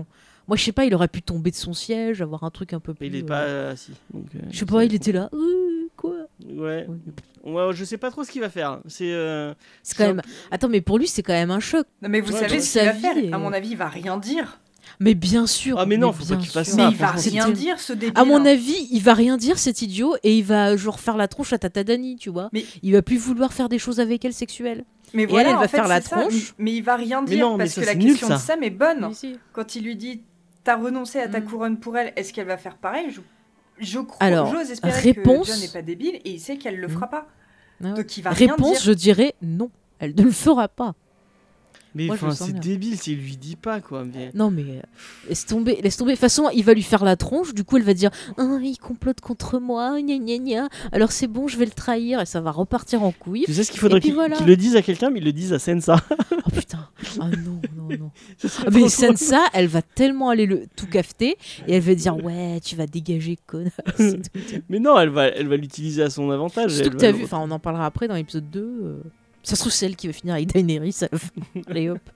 Moi, je sais pas, il aurait pu tomber de son siège, avoir un truc un peu plus. Mais il est euh, pas assis. Donc, euh, Je sais pas, il était là. Euh, quoi Ouais. Ouais. Ouais, je sais pas trop ce qu'il va faire. C'est. euh, C'est quand c'est même. Attends, mais pour lui, c'est quand même un choc. Non, mais vous Ouais, savez toute ce qu'il va sa faire. vie est- À mon avis, il va rien dire. Mais bien sûr. Ah, mais non, faut pas bien qu'il fasse sûr. ça. Mais il va franchement, rien c'était- dire, ce débile. À mon hein. avis, il va rien dire, cet idiot, et il va genre faire la tronche à Tata Dani, tu vois. Mais- Il va plus vouloir faire des choses avec elle sexuelles. Mais Et voilà, elle, elle en va fait, faire la c'est ça. tronche. Mais, mais il va rien Mais dire non, mais parce ça, que la c'est nul, question ça. de Sam est bonne. Mais si. Quand il lui dit t'as renoncé à ta Mm. couronne pour elle, est-ce qu'elle va faire pareil Je, je crois, Alors, j'ose espérer réponse- que John n'est pas débile et il sait qu'elle le Mm. fera pas. Ah ouais. Donc il va rien Réponse, dire. je dirais non. Elle ne le fera pas. Mais Moi, je enfin, le sens c'est bien. débile s'il lui dit pas, quoi. Mais... Non mais euh, laisse tomber, laisse tomber. De toute façon, il va lui faire la tronche. Du coup, elle va dire ah, il complote contre moi, gna gna gna. Alors c'est bon, je vais le trahir et ça va repartir en couille. Tu sais ce qu'il faudrait Et puis qu'il voilà. qu'il le dise à quelqu'un, mais il le dise à Sensa. Oh putain. Ah non non non. Ce serait Ah, mais trop Sansa, elle va tellement aller le tout cafeter et elle va dire ouais, tu vas dégager connasse. et tout. drôle. Mais non, elle va, elle va l'utiliser à son avantage. Surtout elle que va t'as le- vu, enfin on en parlera après dans l'épisode deux. euh, Ça se trouve c'est elle qui va finir avec Daenerys à la fin. Allez hop.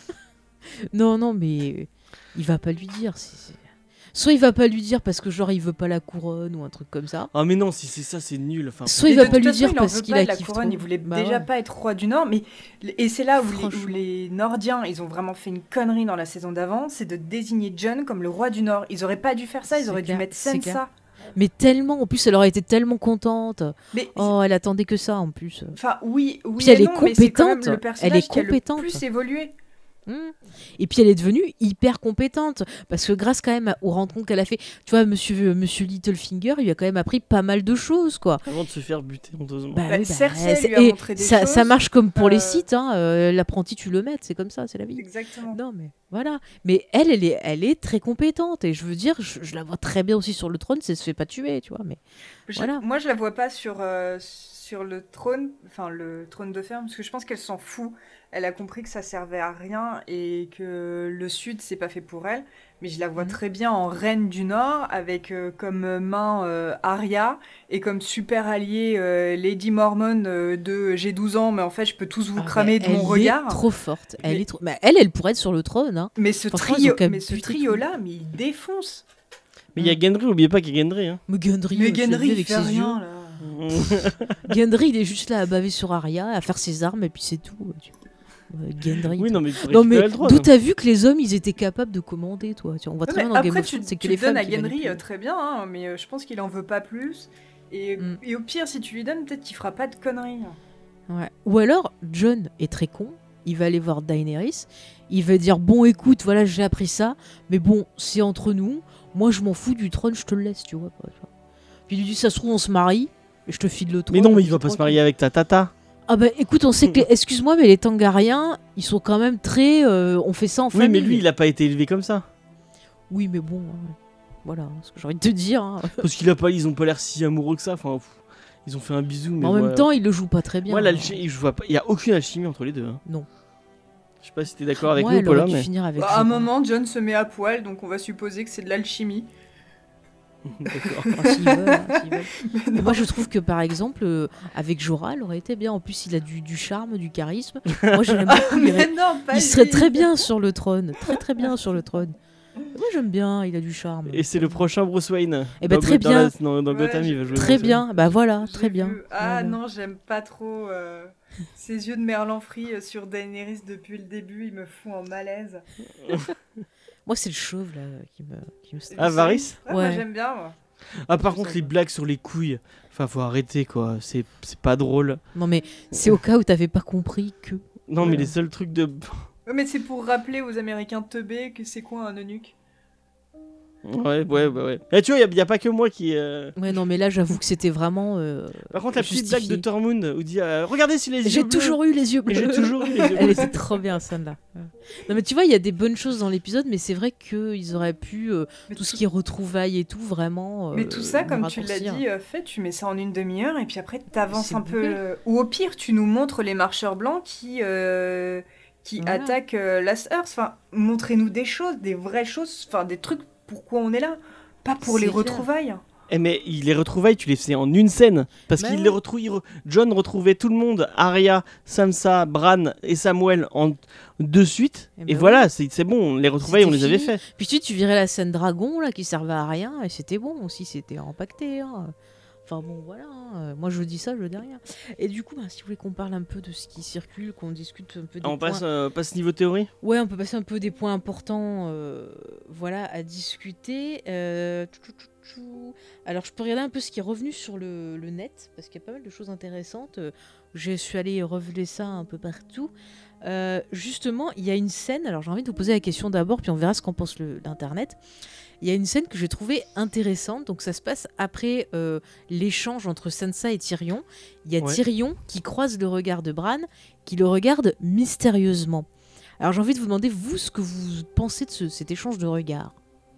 Non non mais il va pas lui dire. c'est- c'est- Soit il va pas lui dire parce que genre il veut pas la couronne ou un truc comme ça. Ah, mais non, si c'est ça, c'est nul. Enfin, Soit il Et va de pas toute lui façon, dire il en parce veut qu'il pas a de la kiffe couronne, trop. il voulait Bah déjà ouais. pas être roi du Nord, mais et c'est là où les, où Franchement. les Nordiens, ils ont vraiment fait une connerie dans la saison d'avant, c'est de désigner Jon comme le roi du Nord. Ils auraient pas dû faire ça, ils C'est auraient dû clair, mettre c'est clair. Sansa. Mais tellement, en plus elle aurait été tellement contente. Mais Oh elle attendait que ça en plus. enfin oui, oui Puis elle et est non, mais c'est quand même compétente. le personnage Elle est qui a le compétente. plus évolué. Hmm. Et puis elle est devenue hyper compétente parce que grâce quand même à- aux rencontres qu'elle a fait, tu vois, Monsieur Monsieur Littlefinger, il lui a quand même appris pas mal de choses quoi. avant de se faire buter honteusement. Bah Bah, oui, bah, Cersei c'est- lui a et montré des ça, choses, ça marche comme pour les euh, sites, hein, euh, l'apprenti tu le mets, c'est comme ça, c'est la vie. Exactement. Non mais voilà. Mais elle, elle est, elle est très compétente et je veux dire, je, je la vois très bien aussi sur le trône, c'est se fait pas tuer, tu vois. Mais Je- Voilà. Moi, je la vois pas sur, euh, sur le trône, enfin le trône de fer, parce que je pense qu'elle s'en fout. Elle a compris que ça servait à rien et que le Sud, c'est pas fait pour elle. Mais je la vois Mhm. très bien en reine du Nord, avec euh, comme main euh, Arya et comme super allié euh, Lady Mormon euh, de j'ai douze ans, mais en fait, je peux tous vous Ah, cramer mais de mon elle regard. est trop forte. Elle Mais- est trop. Bah, elle, elle pourrait être sur le trône. Hein. Mais ce Franchement, ils trio, ont qu'à mais ce buter trio-là, mais il défonce. Mais il y a Gendry, oubliez pas qu'il y a Gendry. Hein. Mais Gendry, Mais euh, tu l'as vu Gendry, il avec fait ses rien, yeux. là. Gendry, il est juste là à baver sur Arya, à faire ses armes et puis c'est tout. tu- Ouais, Gendry. Oui, toi. non, mais pour Non récupérer mais le trône. d'où t'as vu que les hommes ils étaient capables de commander toi tu vois, on voit Non, très mais bien dans Game après, of tu, Thrones c'est que tu les le donnes femmes à qui Gendry manipulent. euh, très bien, hein, mais euh, je pense qu'il en veut pas plus. Et, Mm. et au pire, si tu lui donnes, peut-être qu'il fera pas de conneries. Ouais. Ou alors Jon est très con, il va aller voir Daenerys, il va dire bon écoute voilà j'ai appris ça, mais bon c'est entre nous, moi je m'en fous du trône, je te le laisse tu vois. Pas, tu vois. Puis il lui dit ça se trouve on se marie et je te file le trône. Mais non, mais il tu va pas crois se que- marier avec ta tata. Ah bah écoute on sait que les- excuse-moi mais les Tangariens ils sont quand même très euh, on fait ça en Oui, famille. mais lui, il a pas été élevé comme ça. Oui mais bon hein, voilà ce que j'ai envie de te dire. Hein. Parce qu'il a pas, ils ont pas l'air si amoureux que ça. Enfin, pff, ils ont fait un bisou, mais en ouais. même temps il le joue pas très bien. moi, hein. l'alchimie, je vois pas. Il y a aucune alchimie entre les deux. hein. Non. Je sais pas si t'es d'accord avec Ouais, nous, elle aurait Paula, dû mais. finir avec Bah, à un Jorah. moment, John se met à poil, donc on va supposer que c'est de l'alchimie. D'accord. Ah, s'ils veulent, hein, s'ils veulent. Mais moi, je trouve que par exemple, euh, avec Jorah, elle aurait été bien. En plus, il a du, du charme, du charisme. Moi, j'aime beaucoup. Il, Mais irait- non, pas il serait lui. très bien sur le trône. Très, très bien sur le trône. Moi, j'aime bien. Il a du charme. Et c'est le prochain Bruce Wayne. Eh ben, Dans très Go- dans bien. la- Dans, dans Ouais, Gotham, il va jouer. Très Bruce Wayne. bien. Bah voilà, J'ai très bien. vu. Ah Voilà. non, j'aime pas trop euh, ses yeux de merlan frit euh, sur Daenerys depuis le début, il me fout en malaise. Moi, c'est le chauve là qui me, qui me Ah, Varys Ouais, moi Ouais. j'aime bien, moi. Ah, par Ça contre, va. les blagues sur les couilles. Enfin, faut arrêter quoi. C'est c'est pas drôle. Non, mais c'est au cas où t'avais pas compris que. Non, mais Ouais. les seuls trucs de. Ouais, mais c'est pour rappeler aux Américains teubés que c'est quoi un eunuque. Ouais, ouais, ouais. ouais. Et tu vois, il y, a pas que moi qui. euh, Ouais, non, mais là, j'avoue que c'était vraiment. euh, Par contre, la petite blague justifié. de Tormund où il dit euh, regardez si les yeux. J'ai bleus. toujours eu les yeux Mais bleus. J'ai toujours eu les yeux Elle bleus. était trop bien, celle-là. Ouais. Non, mais tu vois, il y a des bonnes choses dans l'épisode, mais c'est vrai qu'ils auraient pu, euh, Mais tout ce qui est retrouvailles et tout, vraiment. Mais euh, tout ça, le comme tu l'as raccourcir. dit, euh, fait, tu mets ça en une demi-heure et puis après t'avances C'est un peu. bouclé. euh, Ou au pire, tu nous montres les marcheurs blancs qui, euh, qui Voilà. attaquent euh, Last Earth. Enfin, montrez-nous des choses, des vraies choses, enfin des trucs pourquoi on est là. Pas pour C'est les clair. retrouvailles. Eh mais il les retrouvailles, tu les fais en une scène. Parce Bah qu'il ouais. les retrouve. il re- John retrouvait tout le monde, Arya, Sansa, Bran et Samuel en de suite. Eh Et bah voilà, c'est c'est bon, les retrouvailles, on C'était les avait fini. fait. Puis tu, tu virais la scène dragon là qui servait à rien et c'était bon aussi, c'était impacté. Hein. Enfin bon, voilà. hein. Moi je dis ça, je dis rien. Et du coup, bah, si vous voulez qu'on parle un peu de ce qui circule, qu'on discute un peu des On points. passe, euh, passe niveau théorie. Ouais, on peut passer un peu des points importants, euh, voilà, à discuter. Euh, tchou, tchou, tchou, tchou. Alors, je peux regarder un peu ce qui est revenu sur le, le net, parce qu'il y a pas mal de choses intéressantes. Euh, Je suis allée relever ça un peu partout. Euh, justement, il y a une scène. Alors, j'ai envie de vous poser la question d'abord, puis on verra ce qu'en pense le- l'internet. Il y a une scène que j'ai trouvée intéressante. Donc, ça se passe après euh, l'échange entre Sansa et Tyrion. Il y a Ouais. Tyrion qui croise le regard de Bran, qui le regarde mystérieusement. Alors j'ai envie de vous demander, vous, ce que vous pensez de ce- cet échange de regards.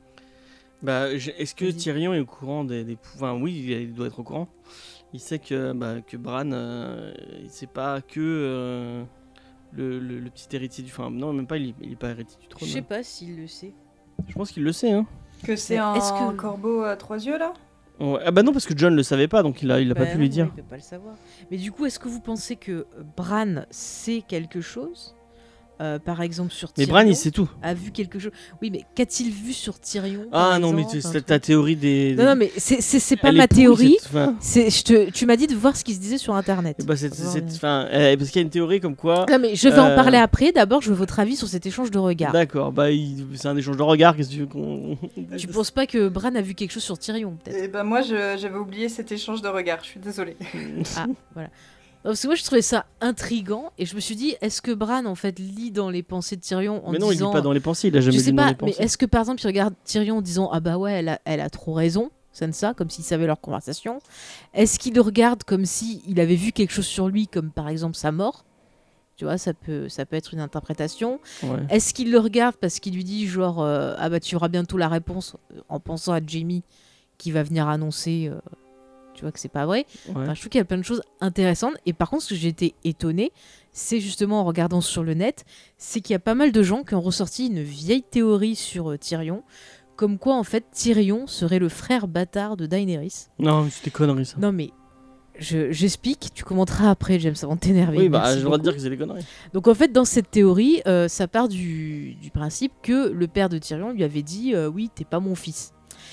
Bah, j'ai- est-ce que Vas-y. Tyrion est au courant des, des pouvoirs? Oui, il il doit être au courant. Il sait que, bah, que Bran, euh, il sait pas que euh, le, le- le petit héritier du. Enfin, non, même pas, il, est- il est pas héritier du Je trône. sais hein. pas s'il le sait. Je pense qu'il le sait, hein. Que c'est Mais un est-ce que- corbeau à trois yeux là? Ouais. Ah bah non, parce que John le savait pas, donc il a, il a pas Bah pu non, lui dire. Il peut pas le savoir. Mais du coup, est-ce que vous pensez que Bran sait quelque chose Euh, par exemple sur Mais Tyrion Bran, il sait tout. a vu quelque chose. Oui, mais qu'a-t-il vu sur Tyrion Ah par non, mais exemple, tu- un c'est truc ta théorie des. Non, non, mais c'est c'est- c'est pas Elle ma est pourrie, théorie. cette- enfin, C'est je te, tu m'as dit de voir ce qui se disait sur internet. eh bah, c'est- c'est- Voir, c'est- euh, enfin, euh, parce qu'il y a une théorie comme quoi. Non, mais je vais en Euh, parler après. D'abord, je veux votre avis sur cet échange de regards. D'accord, bah il- c'est un échange de regards. Qu'est-ce que tu veux qu'on. Tu penses pas que Bran a vu quelque chose sur Tyrion, peut-être? Et ben moi je- j'avais oublié cet échange de regards, je suis désolée. Ah, voilà. Parce que moi, je trouvais ça intriguant et je me suis dit, est-ce que Bran, en fait, lit dans les pensées de Tyrion en Mais non, il disant... lit pas dans les pensées, il a jamais Je sais lu dans pas, les mais pensées. est-ce que, par exemple, il regarde Tyrion en disant, ah bah ouais, elle a, elle a trop raison, Sansa, comme s'il savait leur conversation. Est-ce qu'il le regarde comme si il avait vu quelque chose sur lui, comme par exemple sa mort? Tu vois, ça peut, ça peut être une interprétation. Ouais. Est-ce qu'il le regarde parce qu'il lui dit, genre, euh, ah bah tu auras bientôt la réponse, euh, en pensant à Jaime qui va venir annoncer... euh, tu vois que c'est pas vrai. Ouais. Enfin, je trouve qu'il y a plein de choses intéressantes. Et par contre, ce que j'ai été étonnée, c'est justement en regardant sur le net, c'est qu'il y a pas mal de gens qui ont ressorti une vieille théorie sur euh, Tyrion, comme quoi en fait Tyrion serait le frère bâtard de Daenerys. Non, mais c'est des conneries ça. Non mais je- j'explique, tu commenteras après James avant de t'énerver. Oui, bah Merci j'ai le droit de beaucoup. dire que c'est des conneries. Donc en fait dans cette théorie, euh, ça part du, du principe que le père de Tyrion lui avait dit euh, oui t'es pas mon fils.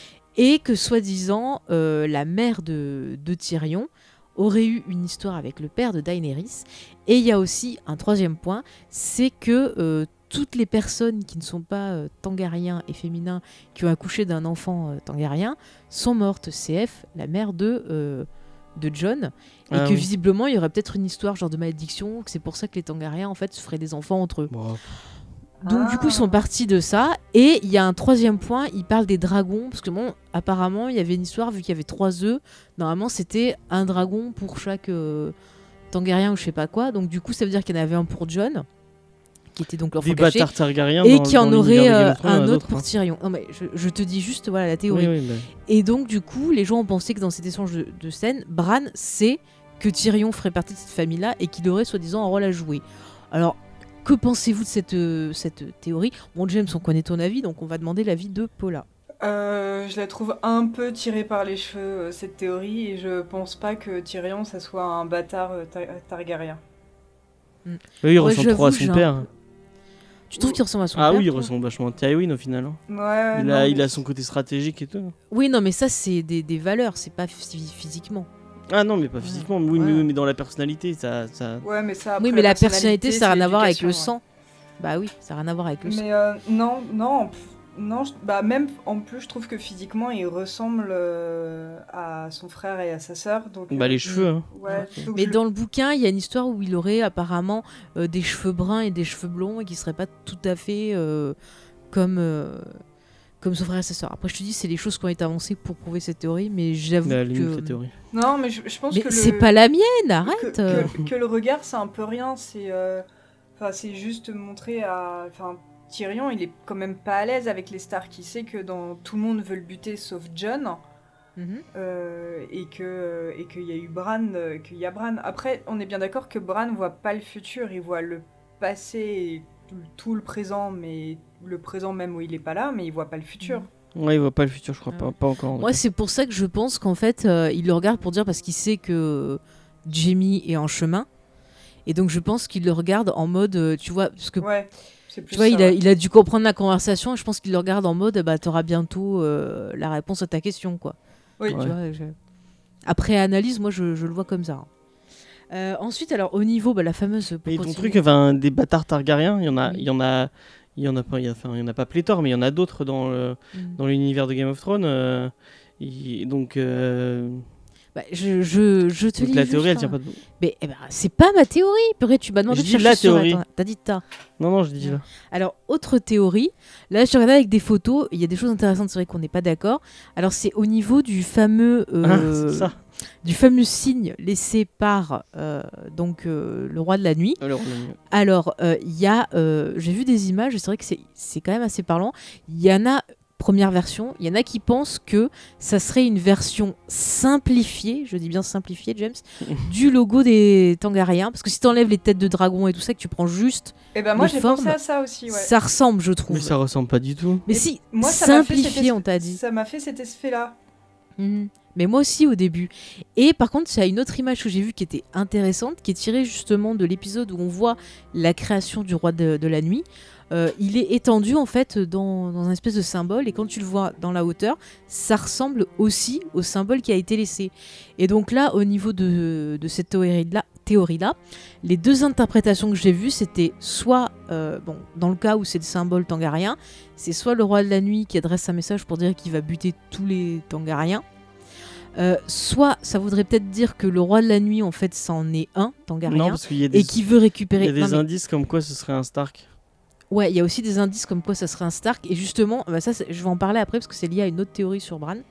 Et que soi-disant euh, la mère de, de Tyrion aurait eu une histoire avec le père de Daenerys. Et il y a aussi un troisième point, c'est que euh, toutes les personnes qui ne sont pas euh, tangariens et féminins qui ont accouché d'un enfant euh, tangarien sont mortes. C F, la mère de, euh, de Jon. Et Ah que oui. visiblement il y aurait peut-être une histoire genre de malédiction, que c'est pour ça que les tangariens en fait se feraient des enfants entre eux. Bon, Donc du coup ils sont partis de ça. Et il y a un troisième point, ils parlent des dragons. Parce que bon, apparemment il y avait une histoire, vu qu'il y avait trois œufs, normalement c'était un dragon pour chaque euh, Tangaryen ou je sais pas quoi. Donc du coup ça veut dire qu'il y en avait un pour Jon, qui était donc l'enfant des caché, bâtards Targaryens. et dans- qu'il y en dans aurait l'univers de Game euh, of Thrones, il y en un a autre d'autres, pour hein. Tyrion. Non mais je, je te dis juste voilà la théorie. Oui, oui, bah. Et donc du coup les gens ont pensé que dans cet échange de, de scènes, Bran sait que Tyrion ferait partie de cette famille-là et qu'il aurait soi-disant un rôle à jouer. Alors que pensez-vous de cette, euh, cette théorie? Bon, James, on connaît ton avis, donc on va demander l'avis de Paula. Euh, je la trouve un peu tirée par les cheveux, euh, cette théorie, et je pense pas que Tyrion, ça soit un bâtard euh, Tar- Targaryen. Oui, il Ouais, ressemble trop à j'avoue, son j'ai un père. Tu trouves qu'il ressemble à son Ah père, oui, il toi ressemble vachement à Tywin au final. hein. Ouais, Il, non, a, mais il a son côté stratégique et tout. Oui, non, mais ça, c'est des, des valeurs, c'est pas phy- physiquement. Ah non, mais pas physiquement. mais Oui, Ouais. mais, mais dans la personnalité, ça. ça... Ouais, mais ça. oui, après, mais la personnalité, ça n'a c'est rien à voir avec le l'éducation, sang. Bah oui, ça n'a rien à voir avec le ouais. sang. Mais euh, non, non, pff, non, je- bah même en plus, je trouve que physiquement, il ressemble euh, à son frère et à sa sœur. Donc, Bah euh, les cheveux. Hein. ouais. donc Mais je- dans le bouquin, il y a une histoire où il aurait apparemment euh, des cheveux bruns et des cheveux blonds et qui seraient pas tout à fait euh, comme, euh, comme son frère et sa sœur. Après, je te dis, c'est les choses qui ont été avancées pour prouver cette théorie, mais j'avoue Mais à la limite, que... la théorie. Non, mais je, je pense Mais que c'est le... pas la mienne, que, arrête euh. que- que le regard, c'est un peu rien. C'est, euh, enfin, c'est juste montrer à, enfin, Tyrion, il est quand même pas à l'aise avec les Stark. Il sait que dans tout le monde veut le buter sauf Jon. Mhm. Euh, et que et qu'il y a eu Bran, euh, qu'il y a Bran. Après, on est bien d'accord que Bran voit pas le futur, il voit le passé, et tout, tout le présent, mais le présent même où il est pas là, mais il voit pas le futur. Ouais, il voit pas le futur, je crois, Ah. pas, pas encore. Moi, c'est pour ça que je pense qu'en fait, euh, il le regarde pour dire parce qu'il sait que Jamie est en chemin. Et donc, je pense qu'il le regarde en mode, euh, tu vois, parce que Ouais, c'est plus tu vois, ça, il a, ouais. il a dû comprendre la conversation. Et je pense qu'il le regarde en mode, bah, t'auras bientôt euh, la réponse à ta question, quoi. Oui. Tu Ouais. vois, je- Après analyse, moi, je, je le vois comme ça. hein. Euh, ensuite, alors au niveau, bah, la fameuse. pour Et ton continuer- truc, enfin, des bâtards Targaryens, il y en a, Oui. il y en a, il y en a pas, il y a- enfin, il y en a pas pléthore, mais il y en a d'autres dans le, Mm. dans l'univers de Game of Thrones. euh, et donc, euh, Bah, je, je, je te donc lis la juste, théorie, elle hein. tient pas debout. Mais eh ben, c'est pas ma théorie. Purée, tu m'as demandé Je de dis chercher la sur théorie. Internet. T'as dit ta. Non, non, je dis là. Alors, autre théorie. Là, je regardais avec des photos. Il y a des choses intéressantes. C'est vrai qu'on n'est pas d'accord. Alors, c'est au niveau du fameux, euh, Ah, c'est ça. du fameux signe laissé par euh, donc euh, le roi de la nuit. Alors, on- Alors, euh, il y a, euh, j'ai vu des images. Et c'est vrai que c'est, c'est quand même assez parlant. Il y en a. Première version, il y en a qui pensent que ça serait une version simplifiée, je dis bien simplifiée, James, du logo des Tangaryens. Parce que si tu enlèves les têtes de dragon et tout ça, que tu prends juste, Et ben moi les j'ai formes, pensé à ça aussi, ouais. ça ressemble, je trouve. Mais ça ressemble pas du tout. Mais Et si, Moi, ça m'a fait cet simplifié, es- on t'a dit. Ça m'a fait cet effet-là. Mhm. Mais moi aussi au début. Et par contre, il y a une autre image que j'ai vue qui était intéressante, qui est tirée justement de l'épisode où on voit la création du roi de, de la nuit. Euh, il est étendu en fait dans, dans un espèce de symbole et quand tu le vois dans la hauteur, ça ressemble aussi au symbole qui a été laissé. Et donc là, au niveau de, de cette théorie-là, théorie-là, les deux interprétations que j'ai vues, c'était soit, euh, bon, dans le cas où c'est le symbole tangarien, c'est soit le roi de la nuit qui adresse un message pour dire qu'il va buter tous les Tangariens, euh, soit ça voudrait peut-être dire que le roi de la nuit en fait c'en est un Tangarien Non, parce qu'il y a des, et qui veut récupérer. il y a des Non, mais- indices comme quoi ce serait un Stark. Ouais, il y a aussi des indices comme quoi ça serait un Stark et justement, bah ça c'est- je vais en parler après parce que c'est lié à une autre théorie sur Bran.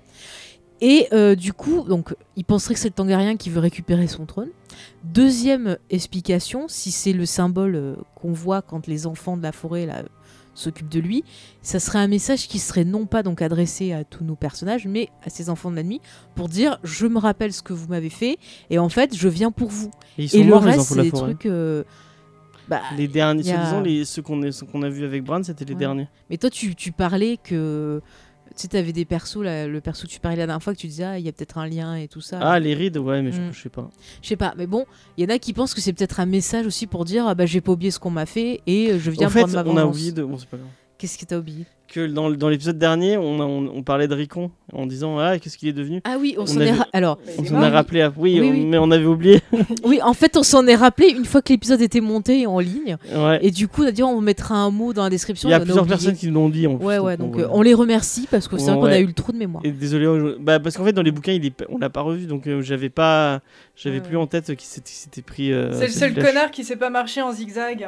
Et euh, du coup, donc, il penserait que c'est le Tangarien qui veut récupérer son trône. Deuxième explication, si c'est le symbole euh, qu'on voit quand les enfants de la forêt là, s'occupent de lui, ça serait un message qui serait non pas donc adressé à tous nos personnages, mais à ces enfants de la nuit, pour dire je me rappelle ce que vous m'avez fait et en fait je viens pour vous. Et ils sont Et le morts, les reste enfants c'est de la des forêt. trucs. euh, bah, Les derniers, y a- soi-disant, les, ceux qu'on est- ceux qu'on a vus avec Bran, c'était les Ouais. derniers. Mais toi, tu, tu parlais que. Tu sais, t'avais des persos, là, le perso que tu parlais la dernière fois, que tu disais, ah, il y a peut-être un lien et tout ça. Ah, les rides, ouais, mais je, Mm. je sais pas. Je sais pas, mais bon, il y en a qui pensent que c'est peut-être un message aussi pour dire, ah bah, j'ai pas oublié ce qu'on m'a fait et euh, je viens En fait, prendre ma on a vengeance. oublié de. Bon, c'est pas grave. Qu'est-ce que t'as oublié? Que dans, dans l'épisode dernier, on, a- on, on parlait de Rickon en disant ah qu'est-ce qu'il est devenu. Ah oui, on, On s'en est. avait- ra- Alors, Mais On il est s'en mort. a rappelé. à- Oui, Oui, on- oui. mais on avait oublié. oui, en fait, on s'en est rappelé une fois que l'épisode était monté en ligne. Ouais. Et du coup, on a dit, on mettra un mot dans la description. Il y a et on plusieurs oublié. personnes qui l'ont dit. En plus, Ouais, ouais, bon, donc voilà. euh, on les remercie parce que c'est vrai qu'on a Ouais. eu le trou de mémoire. Et désolé, euh, bah, parce qu'en fait dans les bouquins il est, on l'a pas revu donc euh, j'avais pas, j'avais Ouais, plus ouais. en tête qu'il s'était, qu'il s'était pris. euh, C'est le cette seul flèche. connard qui sait pas marcher en zigzag.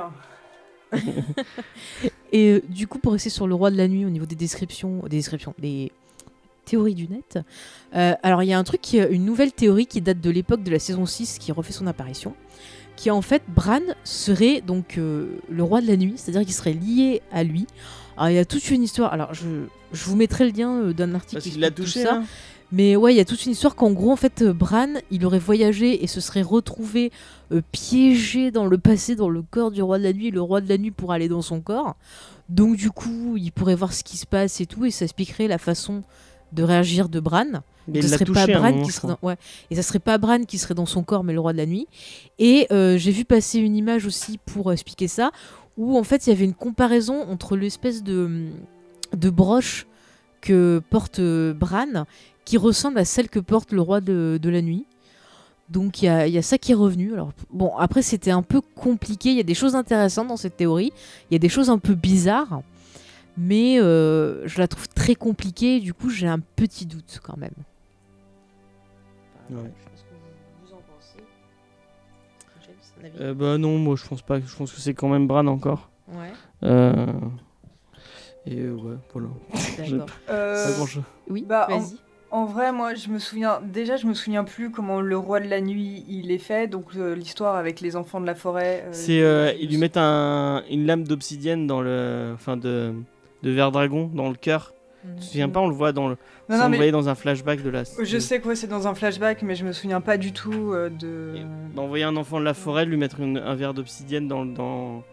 Et euh, du coup, pour rester sur le roi de la nuit au niveau des descriptions, des descriptions, des théories du net, euh, alors il y a un truc, qui, une nouvelle théorie qui date de l'époque de la saison six qui refait son apparition, qui en fait, Bran serait donc euh, le roi de la nuit, c'est-à-dire qu'il serait lié à lui. Alors il y a toute une histoire, alors je, je vous mettrai le lien euh, d'un article Parce qui qu'il l'a explique tout touché ça. là. Mais ouais, il y a toute une histoire qu'en gros, en fait, euh, Bran, il aurait voyagé et se serait retrouvé euh, piégé dans le passé, dans le corps du roi de la nuit, et le roi de la nuit pour aller dans son corps. Donc du coup, il pourrait voir ce qui se passe et tout, et ça expliquerait la façon de réagir de Bran. Mais Ce il l'a serait pas touché à un Bran moment, qui je serait crois. dans... ouais. Et ça serait pas Bran qui serait dans son corps, mais le roi de la nuit. Et euh, j'ai vu passer une image aussi pour expliquer ça, où en fait, il y avait une comparaison entre l'espèce de, de broche que porte euh, Bran, qui ressemble à celle que porte le roi de, de la nuit. Donc il y a, y a ça qui est revenu. Alors bon, après c'était un peu compliqué. Il y a des choses intéressantes dans cette théorie. Il y a des choses un peu bizarres, mais euh, je la trouve très compliquée. Du coup, j'ai un petit doute quand même. Ouais. Je pense que vous en pensez. James, un avis Euh, bah non, moi je pense pas. Je pense que c'est quand même Bran encore. Ouais, Euh... Et euh, ouais, voilà. d'accord. Euh, Pas grand chose. Oui, bah, en- vas-y. En vrai, moi, je me souviens. Déjà, je me souviens plus comment le roi de la nuit il est fait. Donc euh, l'histoire avec les enfants de la forêt. euh, C'est euh, je- ils lui mettent un, une lame d'obsidienne dans le, enfin de, de verre dragon dans le cœur. Mhm. Tu te souviens pas, on le voit dans le, Non, on non, le mais voyait dans un flashback de la. je sais quoi, c'est dans un flashback, mais je me souviens pas du tout euh, de. Et- Bah, envoyer un enfant de la forêt, lui mettre une- un verre d'obsidienne dans, dans,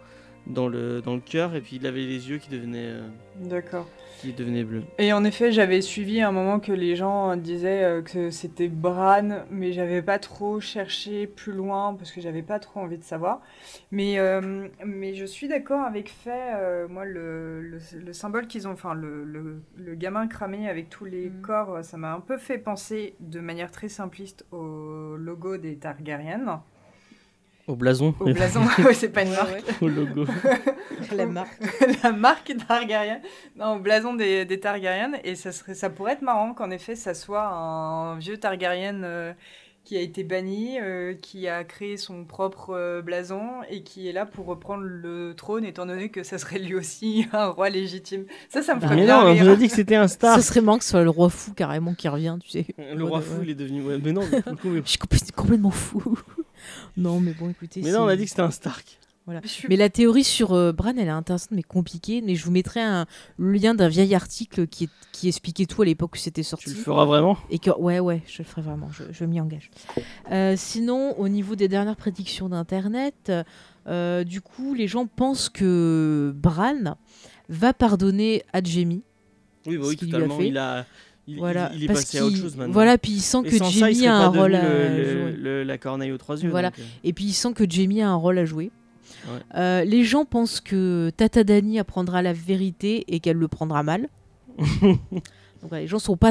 dans le dans le cœur, et puis il avait les yeux qui devenaient euh, D'accord. qui devenaient bleus. Et en effet, j'avais suivi un moment que les gens disaient euh, que c'était Bran, mais j'avais pas trop cherché plus loin parce que j'avais pas trop envie de savoir. Mais, euh, mais je suis d'accord avec Faye. Euh, moi, le, le, le symbole qu'ils ont, enfin, le, le, le gamin cramé avec tous les Mhm. corps, ça m'a un peu fait penser de manière très simpliste au logo des Targaryen. Au blason. Au blason, ouais, c'est pas une Ouais, marque. ouais. Au logo. La marque. La marque Targaryen, non, au blason des, des Targaryen, et ça, serait, ça pourrait être marrant qu'en effet ça soit un vieux Targaryen euh, qui a été banni, euh, qui a créé son propre euh, blason et qui est là pour reprendre le trône, étant donné que ça serait lui aussi un roi légitime. Ça, ça me ferait Mais bien non, on rire. vous a dit que c'était un star. Ça serait marrant que ce soit le roi fou carrément qui revient, tu sais. Le roi Ouais, fou, ouais. il est devenu. Ouais, mais non, mais, pour le coup, mais- Je suis complè- complètement fou. Non, mais bon, écoutez. mais non, on c'est- a dit que c'était un Stark. Voilà. Je suis- Mais la théorie sur euh, Bran, elle est intéressante mais compliquée. Mais je vous mettrai un, le lien d'un vieil article qui, est- qui expliquait tout à l'époque où c'était sorti. Tu le feras vraiment? Et que, ouais, ouais, je le ferai vraiment, je, je m'y engage. Euh, sinon, au niveau des dernières prédictions d'Internet, euh, du coup, les gens pensent que Bran va pardonner à Jaime. Oui, bah Ce oui, qu'il lui a totalement. fait. Il a. Il, Voilà, il- il est parce passé à autre qu'il- chose maintenant. Voilà, puis il sent Et que sans ça, il Jaime serait a pas un rôle devenu à le- jouer. le- le- la corneille aux trois yeux. Voilà. donc, euh. Et puis il sent que Jaime a un rôle à jouer. Ouais. Euh, les gens pensent que Tata Dany apprendra la vérité et qu'elle le prendra mal. Donc voilà, les gens sont pas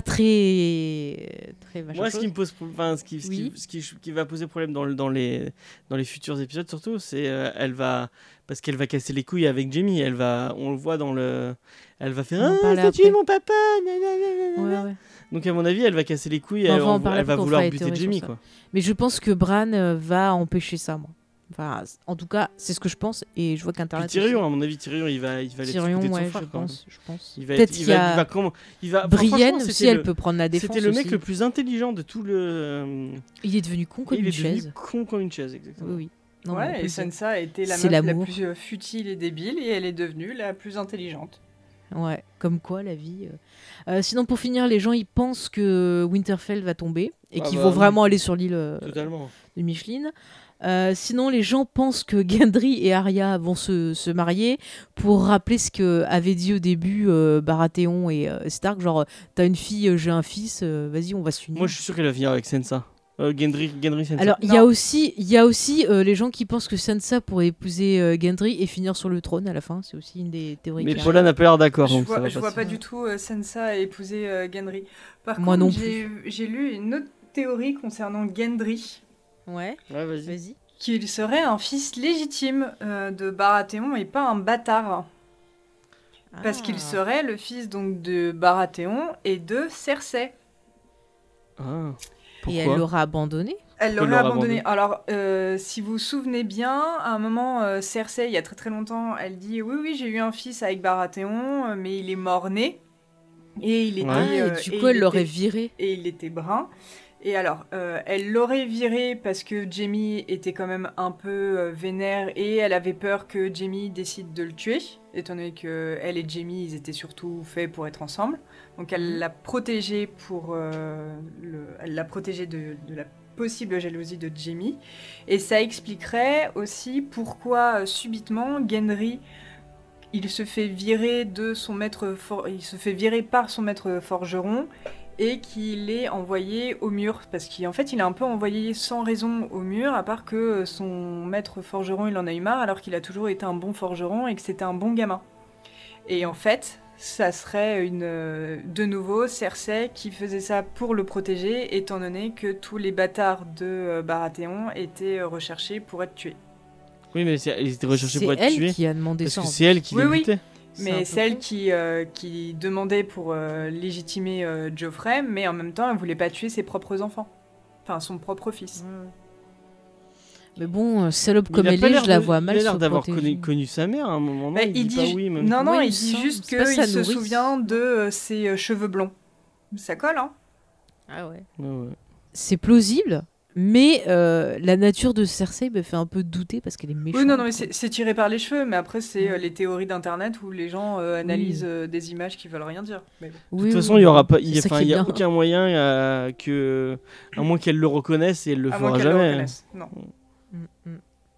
très très machin Moi, ce chose. qui me pose, enfin, ce qui, ce qui, Oui. ce qui, ce qui va poser problème dans, le- dans les, dans les futurs épisodes surtout, c'est euh, elle va, parce qu'elle va casser les couilles avec Jaime. Elle va, on le voit dans le, elle va faire On va en ah, parler t'as tué après. mon papa. nanana. Ouais, ouais. Donc à mon avis, elle va casser les couilles. On Elle, va en en- parler elle va après, on vouloir fera les buter théories sur Jaime, ça. quoi. Mais je pense que Bran euh, va empêcher ça, moi. Enfin, c- en tout cas, c'est ce que je pense et je vois Puis qu'Internet. Tyrion, à mon avis, Tyrion, il va, il va aller Tyrion, discuter de son ouais, frère, je quand même. pense, je pense. Il va, Peut-être être- qu'il il y va, a il va comment, il va. Brienne franchement, aussi, c'était elle le- peut prendre la défense. C'était le mec aussi. le plus intelligent de tout le. euh, Il est devenu con comme il une est devenu chaise. con comme une chaise, exactement. Oui, oui. Non, mais on peut Ouais, le et dire. Sansa a été la C'est meuf la l'amour. plus euh, futile et débile, et elle est devenue la plus intelligente. Ouais, comme quoi la vie. euh. Euh, sinon, pour finir, les gens ils pensent que Winterfell va tomber et Ah qu'ils bah vont oui. vraiment aller sur l'île euh, Totalement. de Micheline. Euh, sinon, les gens pensent que Gendry et Arya vont se, se marier pour rappeler ce que avait dit au début euh, Baratheon et euh, Stark, genre t'as une fille, euh, j'ai un fils, euh, vas-y, on va s'unir. Moi, je suis sûr qu'elle va finir avec Sansa. Euh, Gendry, Gendry Sansa. Alors, il y a Non. aussi, il y a aussi euh, les gens qui pensent que Sansa pourrait épouser euh, Gendry et finir sur le trône à la fin. C'est aussi une des théories. mais qui Paula n'a pas l'air d'accord, Je donc ça vois, va je pas vois se pas faire. du tout euh, Sansa épouser euh, Gendry. Par Moi contre, non j'ai j'ai lu une autre théorie concernant Gendry, Ouais, Ouais, vas-y. vas-y. qu'il serait un fils légitime euh, de Baratheon et pas un bâtard. Parce Ah. qu'il serait le fils donc de Baratheon et de Cersei. Ah. Et Pourquoi elle l'aura abandonné. Elle Pourquoi l'aurait l'aura abandonné. abandonné Alors, euh, si vous vous souvenez bien, à un moment, euh, Cersei, il y a très très longtemps, elle dit « Oui, oui, j'ai eu un fils avec Baratheon, euh, mais il est mort-né. » Et il était... Ah, et euh, du et coup, elle il l'aurait était- viré. et il était brun. Et alors, euh, elle l'aurait viré parce que Jaime était quand même un peu euh, vénère et elle avait peur que Jaime décide de le tuer, étant donné que elle et Jaime, ils étaient surtout faits pour être ensemble. Donc elle Mhm. l'a protégé pour euh, le, elle l'a protégé de, de la possible jalousie de Jaime. Et ça expliquerait aussi pourquoi euh, subitement Gendry il se fait virer de son maître for- il se fait virer par son maître forgeron et qu'il est envoyé au mur parce qu'en fait il est un peu envoyé sans raison au mur à part que son maître forgeron il en a eu marre alors qu'il a toujours été un bon forgeron et que c'était un bon gamin. Et en fait ça serait une euh, de nouveau Cersei qui faisait ça pour le protéger étant donné que tous les bâtards de euh, Baratheon étaient euh, recherchés pour être tués. Oui, mais c'est- ils étaient recherchés C'est pour être elle tués. qui a demandé Parce ça. que en c'est elle qui Oui, les oui. butait. C'est un Mais peu c'est elle con. qui, euh, qui demandait pour euh, légitimer euh, Geoffrey, mais en même temps, elle voulait pas tuer ses propres enfants. Enfin, son propre fils. Mais bon, euh, salope Mais comme il a elle pas est, l'air je la de- vois mal Il a l'air se d'avoir protéger. connu, connu sa mère à un moment. Bah, Non, il, il dit dit pas ju- oui, même. non, non, Oui, il il dit me juste semble. C'est pas qu'il sa se nourrice. souvient de euh, ses euh, cheveux blonds. Ça colle, hein. Ah ouais. Ouais, ouais. C'est plausible, mais euh, la nature de Cersei me fait un peu douter parce qu'elle est méchante. Oui, non, non, mais quoi. c'est c'est tiré par les cheveux, mais après, c'est euh, Ouais. les théories d'internet où les gens euh, analysent Oui. euh, des images qui veulent rien dire. Mais bon. Oui, De toute oui, façon, il y aura pas, il y a, c'est ça enfin, qui il est y a bien. aucun moyen euh, que, à moins qu'elle le reconnaisse et elle le À moins fera qu'elle le jamais. reconnaisse. Non. Mm, mm.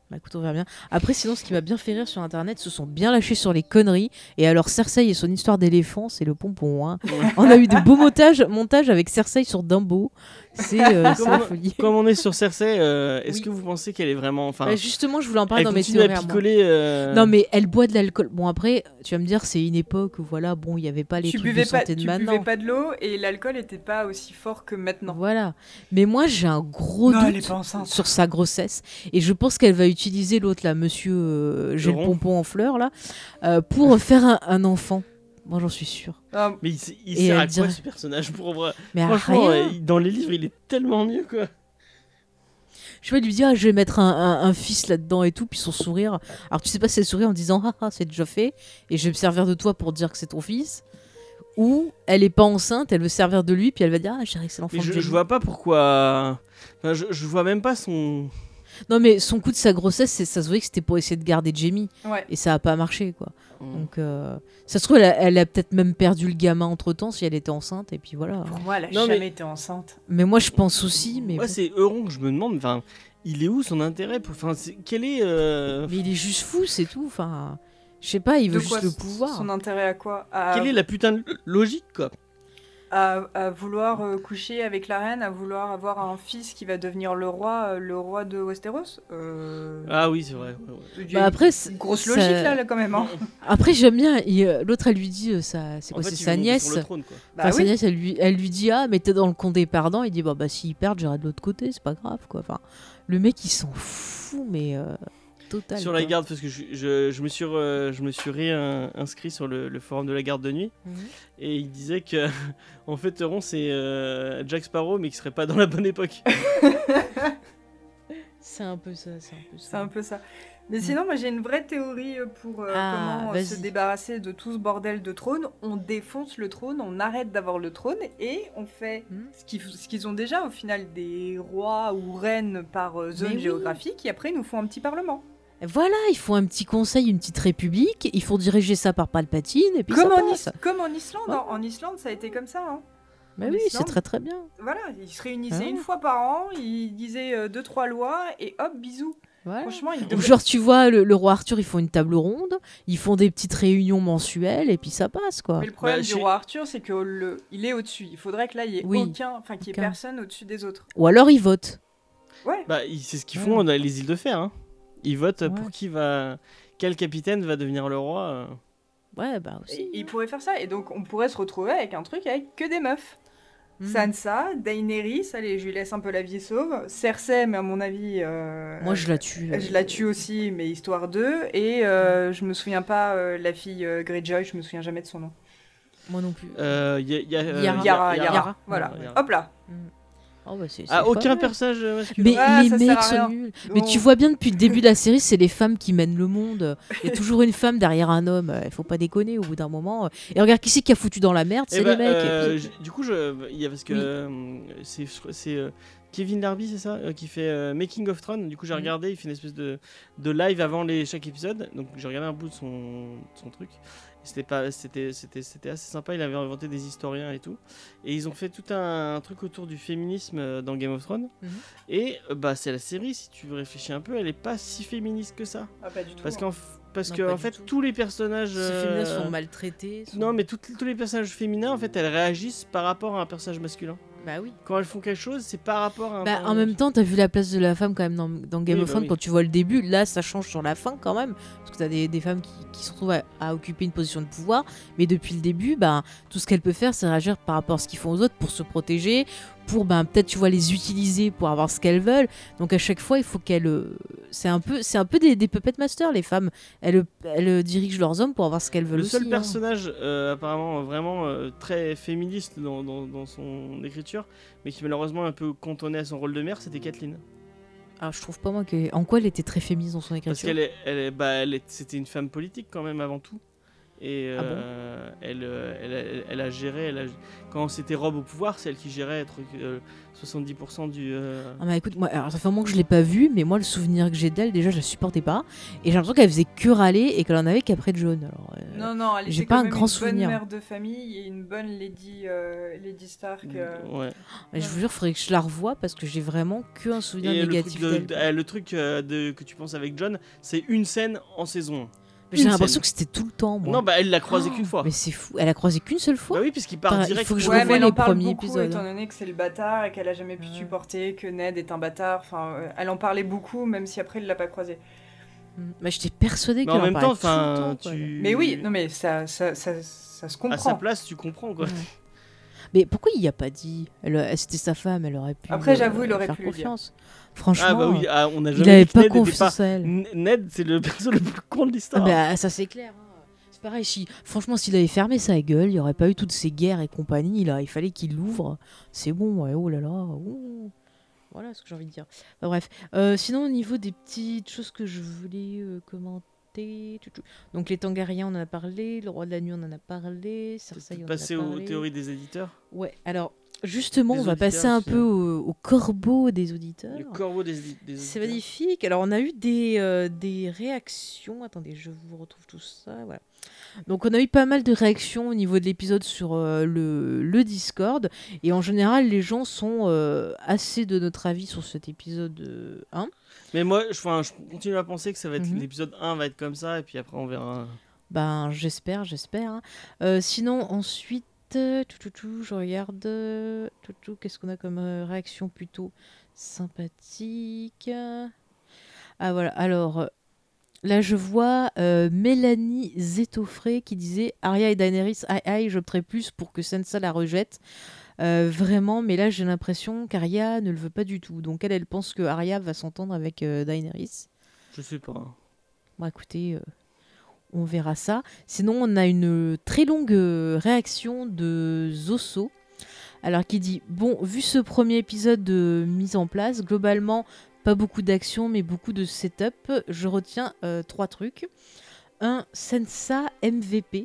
Bah écoute, on verra bien. Après, sinon, ce qui m'a bien fait rire sur internet, se sont bien lâchés sur les conneries. Et alors, Cersei et son histoire d'éléphant, c'est le pompon. Hein. On a eu de beaux montages, montages avec Cersei sur Dumbo. C'est euh, c'est la folie. Comme on est sur Cersei, euh, est-ce Oui. que vous pensez qu'elle est vraiment. Enfin, Bah, justement, je voulais en parler elle dans mes continue théories. à à moi. picoler. euh, Non, mais elle boit de l'alcool. Bon, après, tu vas me dire, c'est une époque où, voilà, bon, il n'y avait pas les Tu trucs buvais de pas, santé de tu maintenant. buvais pas de l'eau et l'alcool était pas aussi fort que maintenant. Voilà. Mais moi, j'ai un gros Non, elle doute est pas enceinte. sur sa grossesse. Et je pense qu'elle va utiliser l'autre, là, monsieur euh, j'ai le Laurent. pompon en fleurs, là, euh, pour faire un, un enfant. Moi, j'en suis sûre. Ah, Mais il, s- il Et sert elle à quoi dirait- ce personnage pour vrai Mais à Franchement, rien. euh, il- dans les livres, il est tellement mieux quoi. Je vais lui dire, ah, je vais mettre un, un- un fils là-dedans et tout, puis son sourire. Alors, tu sais pas si c'est le sourire en disant, ah, ah, c'est déjà fait, et je vais me servir de toi pour dire que c'est ton fils. Ou elle est pas enceinte, elle veut servir de lui, puis elle va dire, ah, chérie, c'est l'enfant Mais de je, Jamie. je vois pas pourquoi. Enfin, je, je vois même pas son. Non, mais son coup de sa grossesse, c'est- ça se voyait que c'était pour essayer de garder Jamie. ouais. Et ça a pas marché, quoi. Mm. Donc, euh, ça se trouve, elle a, elle a peut-être même perdu le gamin entre temps si elle était enceinte, et puis voilà. Pour moi, elle a Non, mais- jamais été enceinte. Mais moi, je pense aussi, mais, Moi, bon. c'est Euron que je me demande. Enfin, il est où son intérêt pour... Enfin, c'est- quel est. euh, mais il est juste fou, c'est tout. Enfin, je sais pas, il veut De quoi juste le pouvoir. Son intérêt à quoi à, Quelle est la putain de logique quoi à, à vouloir euh, coucher avec la reine, à vouloir avoir un fils qui va devenir le roi, euh, le roi de Westeros. Euh... Ah oui, c'est vrai. ouais, ouais. Il y a Bah après, une c'est- grosse ça- logique là, là, quand même. Hein. Après, j'aime bien. il- euh, L'autre, elle lui dit, euh, ça, c'est En quoi, fait, c'est il sa veut monter nièce. sur le trône, quoi. Bah Enfin, sa oui. nièce, elle lui, elle lui dit, ah, mais t'es dans le camp des perdants. Il dit, bah, bah s'ils perdent, j'irai de l'autre côté, c'est pas grave, quoi. Enfin, le mec, il s'en fout, mais euh, total. Sur quoi. la garde, parce que je, je, je me suis, re- je me suis réinscrit sur le, le forum de la garde de nuit, Mhm. et il disait que, en fait, Euron, c'est euh, Jack Sparrow, mais qui serait pas dans la bonne époque. C'est un peu ça, c'est un peu C'est ça. un peu ça. Mais Mm. sinon, moi j'ai une vraie théorie euh, pour euh, Ah, comment euh, vas-y. se débarrasser de tout ce bordel de trône. On défonce le trône, on arrête d'avoir le trône et on fait Mm. ce qu'ils ce qu'ils ont déjà au final, des rois ou reines par euh, zone Mais oui. géographique et après ils nous font un petit parlement. Voilà, il faut un petit conseil, une petite république. Il faut diriger ça par Palpatine, et puis Comme ça en, passe. Is- comme en Islande. Ouais. hein. En Islande, ça a été comme ça. hein. Mais en oui, c'est Islande. très très bien. Voilà, ils se réunissaient Ah. une fois par an, ils disaient euh, deux, trois lois et hop, bisous. Voilà. Franchement, ils Ou devraient- genre, tu vois, le, le roi Arthur, ils font une table ronde, ils font des petites réunions mensuelles, et puis ça passe, quoi. Mais le problème Bah, du chez- roi Arthur, c'est que le... il est au-dessus. Il faudrait que là, il y ait Oui. aucun, enfin qu'il y ait Aucun. personne au-dessus des autres. Ou alors, ils votent. Ouais. Bah, ils- c'est ce qu'ils Ouais. font dans les îles de fer. Hein. Ils votent Ouais. pour qui va. Quel capitaine va devenir le roi. euh. Ouais, bah aussi. Et, il pourrait faire ça. Et donc, on pourrait se retrouver avec un truc avec que des meufs. Mhm. Sansa, Daenerys, allez, je lui laisse un peu la vie sauve. Cersei, mais à mon avis. euh, Moi, je la tue. Je la tue aussi, mais histoire d'eux. Et euh, je me souviens pas, euh, la fille euh, Greyjoy, je me souviens jamais de son nom. Moi non plus. Euh, y a- y a, euh, Yara. Yara, Yara. Yara. Yara. Voilà. Ouais, Yara. Hop là. Oh, bah, c'est- Ah, c'est aucun pas mal. personnage euh, masculin. Mais Ah, les ça sert mecs à sont rien. nuls. Mais Non. tu vois bien depuis le début de la série, c'est les femmes qui mènent le monde. Il y a toujours une femme derrière un homme. Il faut pas déconner au bout d'un moment. Et regarde qui c'est qui a foutu dans la merde, Eh c'est bah, les mecs. euh, Et puis- j- du coup, je, il y a parce que Oui. euh, c'est, je crois- c'est euh, Kevin Larby, c'est ça, euh, qui fait euh, Making of Throne. Du coup, j'ai Mhm. regardé, il fait une espèce de, de live avant les, chaque épisode. Donc, j'ai regardé un bout de son, de son truc. C'était pas, c'était, c'était, c'était assez sympa. Il avait inventé des historiens et tout. Et ils ont fait tout un, un truc autour du féminisme euh, dans Game of Thrones. Mhm. Et euh, bah, c'est la série. Si tu réfléchis un peu, elle est pas si féministe que ça. Ah, pas du tout. Parce qu'en, f- parce Non, que pas en du fait, tout. tous les personnages. Ces féminins euh, sont maltraités. sont- non, mais toutes- tous les personnages féminins, en fait, elles réagissent par rapport à un personnage masculin. Bah oui. Quand elles font quelque chose, c'est par rapport à un Bah, en personnage. même temps, t'as vu la place de la femme quand même dans, dans Game Oui, of bah Thrones oui. quand tu vois le début. Là, ça change sur la fin quand même. Parce que t'as des, des femmes qui, qui se retrouvent à, à occuper une position de pouvoir. Mais depuis le début, bah, tout ce qu'elle peut faire, c'est réagir par rapport à ce qu'ils font aux autres pour se protéger. Pour ben, peut-être, tu vois, les utiliser pour avoir ce qu'elles veulent. Donc à chaque fois, il faut qu'elles. euh, C'est un peu, c'est un peu des, des puppet masters, les femmes. Elles, elles dirigent leurs hommes pour avoir ce qu'elles veulent Le aussi. seul hein. personnage euh, apparemment vraiment euh, très féministe dans, dans- dans son écriture, mais qui malheureusement est un peu cantonné à son rôle de mère, c'était Kathleen. Ah, je trouve pas moi que. En quoi elle était très féministe dans son Parce écriture. qu'elle est, elle est- bah, elle est- c'était une femme politique quand même avant tout. Et Ah euh, elle, euh, elle, elle, elle a géré, elle a, quand c'était Rob au pouvoir, c'est elle qui gérait être, euh, soixante-dix pour cent du... Euh... Ah bah écoute, moi, alors ça fait un moment que je l'ai pas vue, mais moi le souvenir que j'ai d'elle, déjà je la supportais pas. Et j'ai l'impression qu'elle faisait que râler et qu'elle en avait qu'après John. Alors, euh, Non, non, elle j'ai était pas quand un même grand une souvenir. bonne mère de famille et une bonne Lady, euh, Lady Stark. euh. Ouais. mais je vous jure, faudrait que je la revoie parce que j'ai vraiment que un souvenir Et le négatif truc, de, d'elle. de- euh, le truc euh, de, que tu penses avec John, c'est une scène en saison. Mais j'ai une l'impression scène. que c'était tout le temps, moi. Non, bah elle l'a croisé qu'une fois. Mais c'est fou, elle a croisé qu'une seule fois. Bah oui, puisqu'il part Enfin, il direct. faut que je Ouais, revoie mais elle les en parle premiers beaucoup épisodes. étant donné que c'est le bâtard et qu'elle a jamais pu Ouais. supporter que Ned est un bâtard. Enfin, euh, elle en parlait beaucoup, même si après il l'a pas croisé. Mm. Mais j'étais persuadée Mais qu'elle en en même parlait temps, tout le enfin, temps, quoi. tu. Mais oui, non mais ça, ça, ça, ça se À sa comprend. place, tu comprends quoi. Ouais. Mais pourquoi il y a pas dit elle, elle- C'était sa femme, elle aurait pu. Après, euh, j'avoue, il aurait faire pu le dire. confiance. Franchement, Ah bah oui, ah, on a il jamais avait vu que pas Ned était confiance à elle. N- Ned, c'est le perso le plus con de Ah l'histoire. bah, ça c'est clair. hein. C'est pareil, si, franchement, s'il avait fermé sa gueule, il n'y aurait pas eu toutes ces guerres et compagnie. Là, il fallait qu'il l'ouvre. C'est bon, ouais, oh là là. ouh. Voilà ce que j'ai envie de dire. Enfin, bref. Euh, sinon, au niveau des petites choses que je voulais euh, commenter. tchou, tchou. Donc, les Tangariens, on en a parlé. Le Roi de la Nuit, on en a parlé. Cersei, on en a Passer aux parlé. théories des éditeurs. Ouais, alors, justement, Des on va auditeurs passer un aussi, peu hein. au, au corbeau des auditeurs. Le corbeau des, des C'est auditeurs. magnifique. Alors, on a eu des, euh, des réactions. Attendez, je vous retrouve tout ça. Voilà. Donc, on a eu pas mal de réactions au niveau de l'épisode sur euh, le, le Discord. Et en général, les gens sont euh, assez de notre avis sur cet épisode euh, un. Mais moi, je, enfin, je continue à penser que ça va être Mhm. l'épisode un va être comme ça et puis après on verra. Ben, j'espère, j'espère. hein. Euh, sinon, ensuite, euh, tout, tout, tout, je regarde. euh, tout, tout, qu'est-ce qu'on a comme euh, réaction plutôt sympathique. Ah, voilà. Alors, euh, là, je vois euh, Mélanie Zétofré qui disait Arya et Daenerys, aïe aïe, j'opterais plus pour que Sansa la rejette. Euh, vraiment, mais là, j'ai l'impression qu'Arya ne le veut pas du tout. Donc, elle, elle pense que Arya va s'entendre avec euh, Daenerys. Je sais pas. Bon, écoutez, euh, on verra ça. Sinon, on a une très longue euh, réaction de Zoso. Alors, qui dit bon, vu ce premier épisode de mise en place, globalement, pas beaucoup d'action, mais beaucoup de setup. Je retiens euh, trois trucs. Un, Sansa M V P.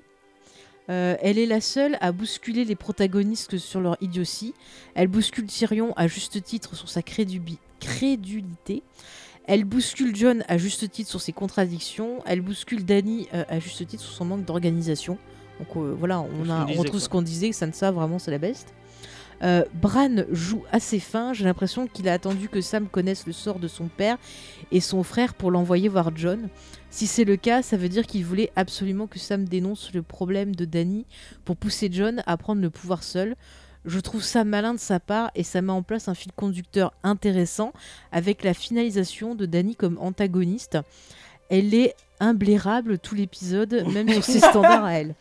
Euh, elle est la seule à bousculer les protagonistes sur leur idiotie. Elle bouscule Tyrion à juste titre sur sa crédubi- crédulité. Elle bouscule Jon à juste titre sur ses contradictions. Elle bouscule Dany euh, à juste titre sur son manque d'organisation. Donc euh, voilà, on, Ce a, qu'on on disait, retrouve quoi. ce qu'on disait, que Sansa vraiment c'est la best. Euh, Bran joue assez fin. J'ai l'impression qu'il a attendu que Sam connaisse le sort de son père et son frère pour l'envoyer voir Jon. Si c'est le cas, ça veut dire qu'il voulait absolument que Sam dénonce le problème de Dany pour pousser Jon à prendre le pouvoir seul. Je trouve ça malin de sa part et ça met en place un fil conducteur intéressant avec la finalisation de Dany comme antagoniste. Elle est imblairable tout l'épisode, même sur ses standards à elle.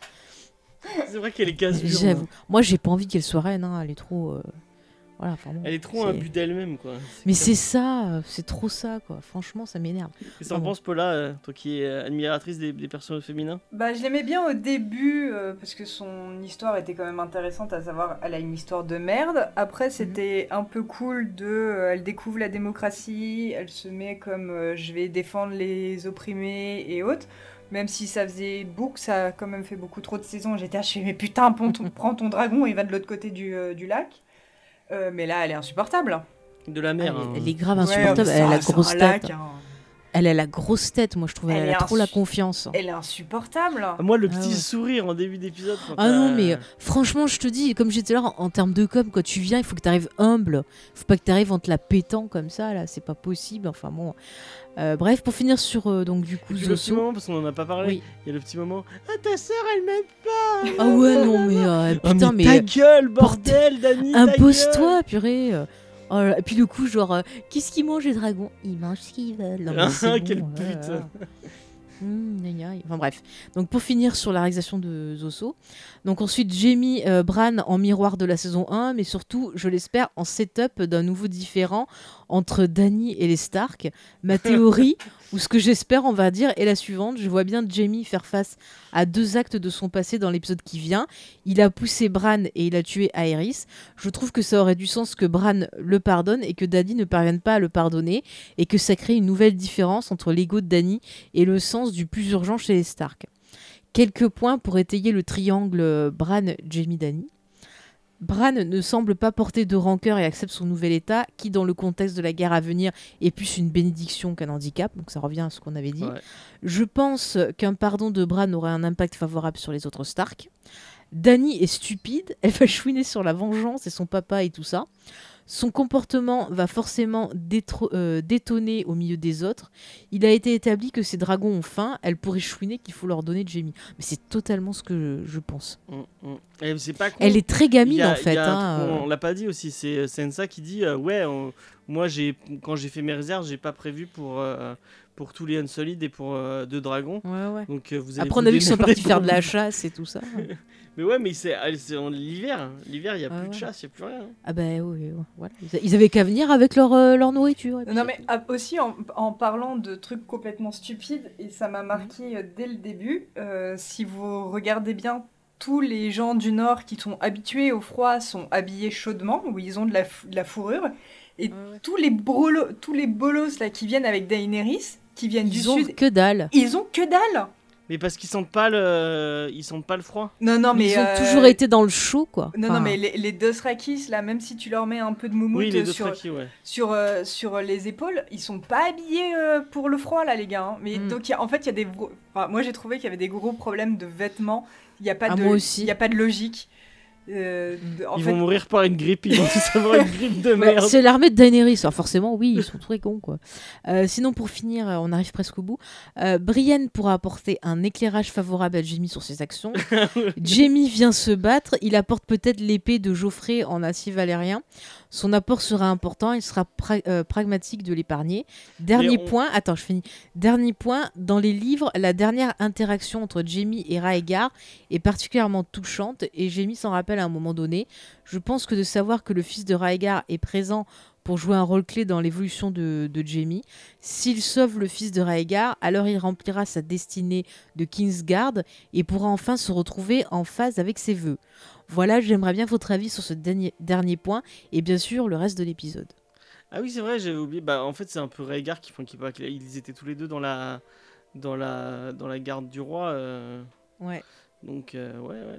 C'est vrai qu'elle est casse-dure. J'avoue. Moi, j'ai pas envie qu'elle soit reine, hein. Elle est trop... euh, Voilà, enfin bon, Elle est trop c'est- un but d'elle-même quoi. Mais comme- c'est ça, euh, c'est trop ça, quoi. Franchement, ça m'énerve. Qu'est-ce que t'en bon. penses, Paula, euh, toi qui es euh, admiratrice des, des personnages féminins? Bah, je l'aimais bien au début euh, parce que son histoire était quand même intéressante, à savoir elle a une histoire de merde. Après, c'était un peu cool de euh, elle découvre la démocratie, elle se met comme euh, je vais défendre les opprimés et autres. Même si ça faisait beaucoup, ça a quand même fait beaucoup trop de saisons. J'étais ah, je fais mais putain, prends ton, prends ton dragon et va de l'autre côté du, euh, du lac. Euh, mais là, elle est insupportable. De la mer. elle, hein. elle est grave Ouais, insupportable, c'est elle a la un- c'est grosse un tête. lac, hein. Elle a la grosse tête, moi je trouve, elle, Elle a est trop la insu- confiance. Elle est insupportable. Ah, moi, le Ah petit ouais. sourire en début d'épisode. quand Ah t'as- non, mais euh, franchement, je te dis, comme j'étais là, en, en termes de com, quand tu viens, il faut que tu arrives humble. Faut pas que tu arrives en te la pétant comme ça, là, c'est pas possible. Enfin bon. Euh, bref, pour finir sur euh, donc du coup Et puis le petit Zoso. moment, parce qu'on en a pas parlé, Oui. il y a le petit moment. Ah, ta sœur, elle m'aime pas. Ah ouais, non, mais euh, Ah, putain, mais mais. ta gueule, bordel, Dany. ta gueule. Impose-toi, purée. euh. Oh là là. Et puis le coup, genre, euh, qu'est-ce qu'ils mangent les dragons? Ils mangent ce qu'ils veulent. Non, mais c'est Ah, bon, quelle ouais, pute. ouais. Mmh, gna gna. Enfin bref. Donc pour finir sur la réalisation de Zoso. Donc ensuite, j'ai mis euh, Bran en miroir de la saison un, mais surtout, je l'espère, en setup d'un nouveau différent entre Dany et les Stark. Ma théorie, ou ce que j'espère, on va dire, est la suivante. Je vois bien Jaime faire face à deux actes de son passé dans l'épisode qui vient. Il a poussé Bran et il a tué Aerys. Je trouve que ça aurait du sens que Bran le pardonne et que Dany ne parvienne pas à le pardonner et que ça crée une nouvelle différence entre l'ego de Dany et le sens du plus urgent chez les Stark. Quelques points pour étayer le triangle Bran, Jaime, Dany. Bran ne semble pas porter de rancœur et accepte son nouvel état, qui dans le contexte de la guerre à venir est plus une bénédiction qu'un handicap, donc ça revient à ce qu'on avait dit. Ouais. Je pense qu'un pardon de Bran aurait un impact favorable sur les autres Stark. Dany est stupide, elle va chouiner sur la vengeance et son papa et tout ça. Son comportement va forcément détro- euh, détonner au milieu des autres. Il a été établi que ces dragons ont faim, elle pourrait chouiner qu'il faut leur donner de Jaime. Mais c'est totalement ce que je, je pense. Mm, mm. Et c'est pas con. Elle est très Il gamine y a- en fait. il y a un hein, truc, euh. on, on l'a pas dit aussi, c'est Sansa qui dit euh, ouais, on- moi j'ai quand j'ai fait mes réserves, j'ai pas prévu pour euh, pour tous les Unsolid et pour euh, deux dragons. Ouais, ouais. Donc euh, vous allez Après, on vous a vu qu'ils sont démerder partis faire de pour- la chasse et tout ça. Mais ouais, mais c'est c'est en l'hiver, l'hiver il y a Ah plus de ouais. chasse, il y a plus rien. Ah bah oui, oui, voilà. Ils a- Ils avaient qu'à venir avec leur, euh, leur nourriture. et puis Non c'est mais tout. ah, aussi en, en parlant de trucs complètement stupides, et ça m'a marqué euh, dès le début, euh, si vous regardez bien, tous les gens du Nord qui sont habitués au froid sont habillés chaudement, où ils ont de la, f- de la fourrure, et Ouais, ouais. tous les, brolo- tous les bolos là, qui viennent avec Daenerys, qui viennent du Ils ont Sud, que dalle. ils ont que dalle. Mais parce qu'ils sentent pas le ils sentent pas le froid. Non, non, mais... Mais ils ont euh, toujours été dans le chaud, quoi. Non, Enfin, non, mais les, les Dothraki, là, même si tu leur mets un peu de moumoute Oui, les deux sur, Dothraki, ouais. sur, euh, sur les épaules, ils sont pas habillés euh, pour le froid, là, les gars. hein. Mais Mm. donc, y a- en fait, il y a des... gros- enfin, moi, j'ai trouvé qu'il y avait des gros problèmes de vêtements. Il n'y a, pas Ah, de... moi aussi. il y a pas de logique. Euh, de- en Ils fait, vont mourir par une grippe, ils vont tous avoir une grippe de Ouais, merde. c'est l'armée de Daenerys. Alors forcément, oui, ils sont très cons, quoi. Euh, sinon, pour finir, euh, on arrive presque au bout. Euh, Brienne pourra apporter un éclairage favorable à Jaime sur ses actions. Jaime vient se battre. Il apporte peut-être l'épée de Geoffrey en acier valérien. Son apport sera important. Il sera pra- euh, pragmatique de l'épargner. Dernier on- point. Attends, je finis. Dernier point. Dans les livres, la dernière interaction entre Jaime et Raegar est particulièrement touchante et Jaime s'en rappelle à un moment donné. Je pense que de savoir que le fils de Raegar est présent pour jouer un rôle clé dans l'évolution de, de Jaime, s'il sauve le fils de Raegar, alors il remplira sa destinée de Kingsguard et pourra enfin se retrouver en phase avec ses vœux. Voilà, j'aimerais bien votre avis sur ce dernier, dernier point et bien sûr le reste de l'épisode. Ah oui, c'est vrai, j'avais oublié. Bah en fait, c'est un peu Rhaegar qui font qui ils étaient tous les deux dans la dans la dans la garde du roi euh, Ouais. donc euh, ouais ouais.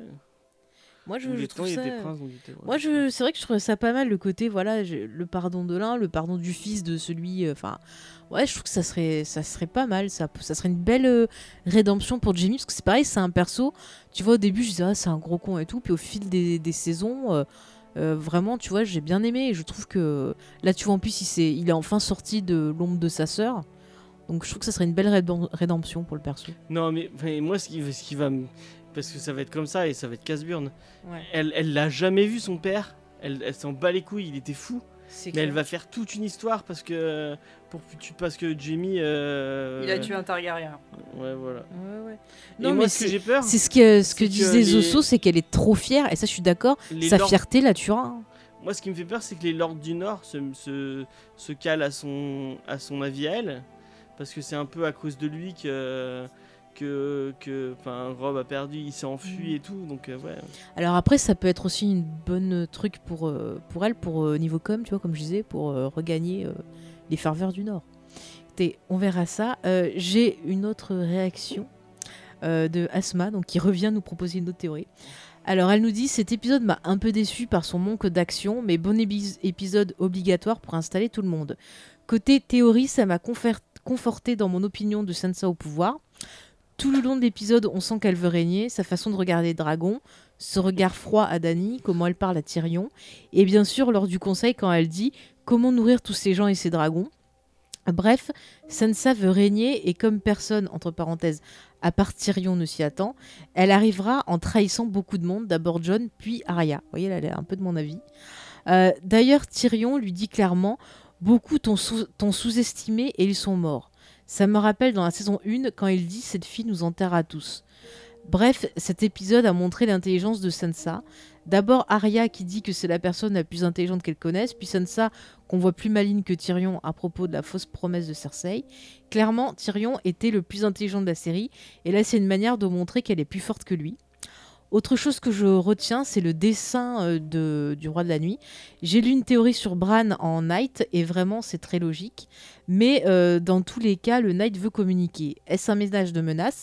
Moi je, Ou je les trouve trois, il ça... était prince, donc il était- ouais. Moi, je, c'est vrai que je trouve ça pas mal le côté, voilà, je- le pardon de l'un, le pardon du fils de celui. Enfin, ouais, je trouve que ça serait, ça serait pas mal. Ça, ça serait une belle euh, rédemption pour Jaime, parce que c'est pareil, c'est un perso. Tu vois, au début, je disais, ah, c'est un gros con et tout, puis au fil des, des saisons, euh, euh, vraiment, tu vois, j'ai bien aimé. Et je trouve que là, tu vois, en plus, il, s'est, il est enfin sorti de l'ombre de sa sœur. Donc, je trouve que ça serait une belle rédem- rédemption pour le perso. Non mais enfin, moi ce qui ce qui va me parce que ça va être comme ça et ça va être casse-burne. Ouais, Elle elle l'a jamais vu son père. Elle, elle s'en bat les couilles, il était fou. c'est Mais elle va faire toute une histoire parce que pour parce que Jaime euh, il a tué un Targaryen. Ouais voilà. Ouais, ouais. Et Non, moi mais ce que c'est, j'ai peur, c'est ce que, ce que c'est que disait les- Zoso, c'est qu'elle est trop fière, et ça, je suis d'accord. les Sa lords- fierté la tuera. hein. Moi ce qui me fait peur c'est que les lords du Nord se se, se calent à son à son avis à elle parce que c'est un peu à cause de lui que que que enfin Robb a perdu, il s'est enfui Mm. et tout donc euh, ouais. Alors après, ça peut être aussi une bonne truc pour, euh, pour elle, pour euh, niveau com, tu vois, comme je disais, pour euh, regagner euh, les ferveurs du Nord. Écoutez, on verra ça. Euh, j'ai une autre réaction euh, de Asma, donc qui revient nous proposer une autre théorie. Alors elle nous dit, cet épisode m'a un peu déçu par son manque d'action, mais bon ébi- épisode obligatoire pour installer tout le monde. Côté théorie, ça m'a confer- conforté dans mon opinion de Sansa au pouvoir. Tout le long de l'épisode, on sent qu'elle veut régner, sa façon de regarder les dragons, ce regard froid à Dany, comment elle parle à Tyrion, et bien sûr lors du conseil quand elle dit comment nourrir tous ces gens et ces dragons. Bref, Sansa veut régner et comme personne, entre parenthèses, à part Tyrion ne s'y attend, elle arrivera en trahissant beaucoup de monde, d'abord Jon, puis Arya. Vous voyez, elle a un peu de mon avis. Euh, d'ailleurs, Tyrion lui dit clairement « Beaucoup t'ont, sous- t'ont sous-estimé et ils sont morts ». Ça me rappelle dans la saison un quand il dit « Cette fille nous enterre à tous ». Bref, cet épisode a montré l'intelligence de Sansa. D'abord Arya qui dit que c'est la personne la plus intelligente qu'elle connaisse, puis Sansa qu'on voit plus maligne que Tyrion à propos de la fausse promesse de Cersei. Clairement, Tyrion était le plus intelligent de la série, et là c'est une manière de montrer qu'elle est plus forte que lui. Autre chose que je retiens, c'est le dessin euh, de, du Roi de la Nuit. J'ai lu une théorie sur Bran en Night, et vraiment c'est très logique. Mais euh, dans tous les cas, le Night veut communiquer. Est-ce un message de menace ?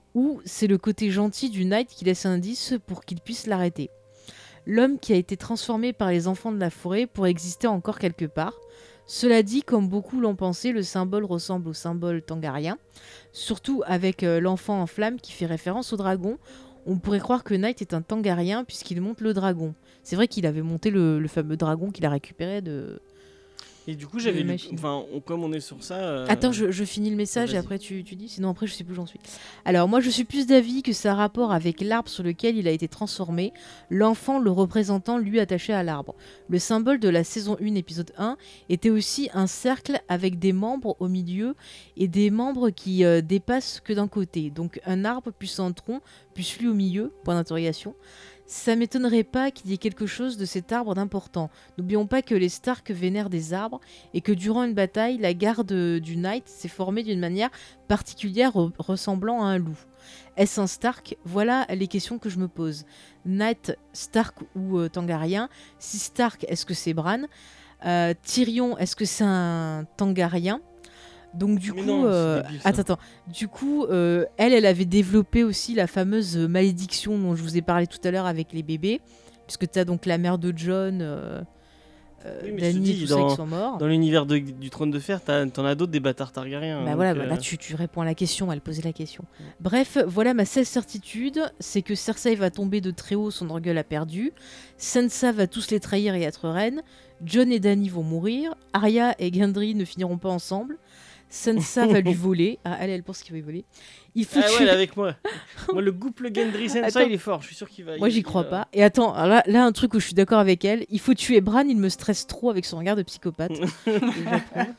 ou c'est le côté gentil du Knight qui laisse un indice pour qu'il puisse l'arrêter. L'homme qui a été transformé par les enfants de la forêt pourrait exister encore quelque part. Cela dit, comme beaucoup l'ont pensé, le symbole ressemble au symbole tangarien, surtout avec euh, l'enfant en flamme qui fait référence au dragon. On pourrait croire que Knight est un tangarien puisqu'il monte le dragon. C'est vrai qu'il avait monté le, le fameux dragon qu'il a récupéré de... Et du coup, j'avais Une lu, machine. enfin, on- comme on est sur ça. euh, Attends, je, je finis le message et vas-y. après tu, tu dis, sinon après je sais plus où j'en suis. Alors moi je suis plus d'avis que ça a rapport avec l'arbre sur lequel il a été transformé, l'enfant le représentant lui attaché à l'arbre. Le symbole de la saison un épisode un était aussi un cercle avec des membres au milieu et des membres qui euh, dépassent que d'un côté. Donc un arbre plus un tronc plus lui au milieu, point d'interrogation. Ça m'étonnerait pas qu'il y ait quelque chose de cet arbre d'important. N'oublions pas que les Stark vénèrent des arbres et que durant une bataille, la garde du Knight s'est formée d'une manière particulière re- ressemblant à un loup. Est-ce un Stark ? Voilà les questions que je me pose. Knight, Stark ou euh, Tangarien ? Si Stark, est-ce que c'est Bran ? Euh, Tyrion, est-ce que c'est un Tangarien ? Donc du Mais coup, non, c'est euh, débile, ça. attends, attends. Du coup, euh, elle, elle avait développé aussi la fameuse malédiction dont je vous ai parlé tout à l'heure avec les bébés, puisque tu as donc la mère de John, euh, euh, Oui, mais je te Dany et dis, tout ça dans- qui sont morts. Dans l'univers de- du trône de fer, t'as- t'en as d'autres des bâtards Targaryens. Bah donc, voilà, euh, bah là tu, tu réponds à la question, elle posait la question. Bref, voilà ma seule certitude, c'est que Cersei va tomber de très haut, son orgueil a perdu. Sansa va tous les trahir et être reine. John et Dany vont mourir. Arya et Gendry ne finiront pas ensemble. Sansa va lui voler. Ah, elle, elle pense qu'il va lui voler. Il faut Ah ouais, tuer... elle est avec moi. Moi, le couple Gendry Sansa, Attends. il est fort. Je suis sûr qu'il va. Moi, il- j'y il crois va- pas. Et attends, alors là, là, un truc où je suis d'accord avec elle, il faut tuer Bran, il me stresse trop avec son regard de psychopathe. Et j'approuve.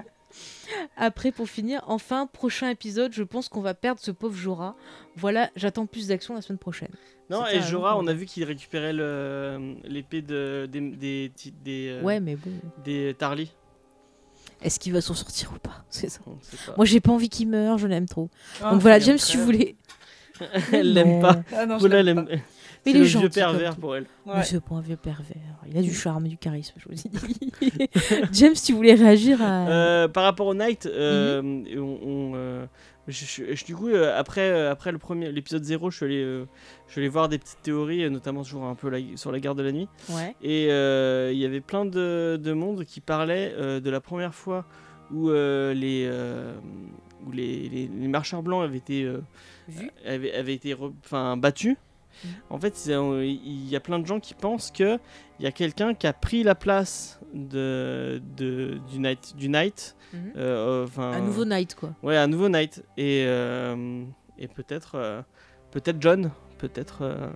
Après, pour finir, enfin, prochain épisode, je pense qu'on va perdre ce pauvre Jorah. Voilà, j'attends plus d'action la semaine prochaine. Non, C'était et un Jorah, long on a combat. vu qu'il récupérait le- l'épée de, des, des, des, des, euh, Ouais, mais bon, des Tarly. est-ce qu'il va s'en sortir ou pas? C'est ça. On sait pas. Moi, j'ai pas envie qu'il meure, je l'aime trop. Ah, Donc voilà, c'est James, bien, tu très- voulais. Elle l'aime pas. Ah non, je Voilà, elle l'aime aime. pas. Mais C'est il est le vieux gentil pervers comme tout. pour elle. Mais Ouais. c'est pas un vieux pervers. Il a du charme, du charisme, je vous dis. James, tu voulais réagir à. Euh, par rapport au Night, euh, Mhm. et on, on, euh, je- je- je- du coup, euh, après, euh, après le premier, l'épisode zéro, je suis allé, euh, je suis allé voir des petites théories, euh, notamment sur un peu la, sur la garde de la nuit. Ouais. Et euh, il y avait plein de, de monde qui parlait euh, de la première fois où euh, les, euh, où les, les, les marcheurs blancs avaient été, euh, Vu. avaient, avaient été re- enfin, battus. Mhm. En fait, c'est- euh, il y a plein de gens qui pensent qu'il y a quelqu'un qui a pris la place de, de, du Knight. Du Knight Mhm. euh, enfin, Un nouveau Knight, quoi. Ouais, un nouveau Knight. Et, euh, et peut-être euh, peut-être John, peut-être euh,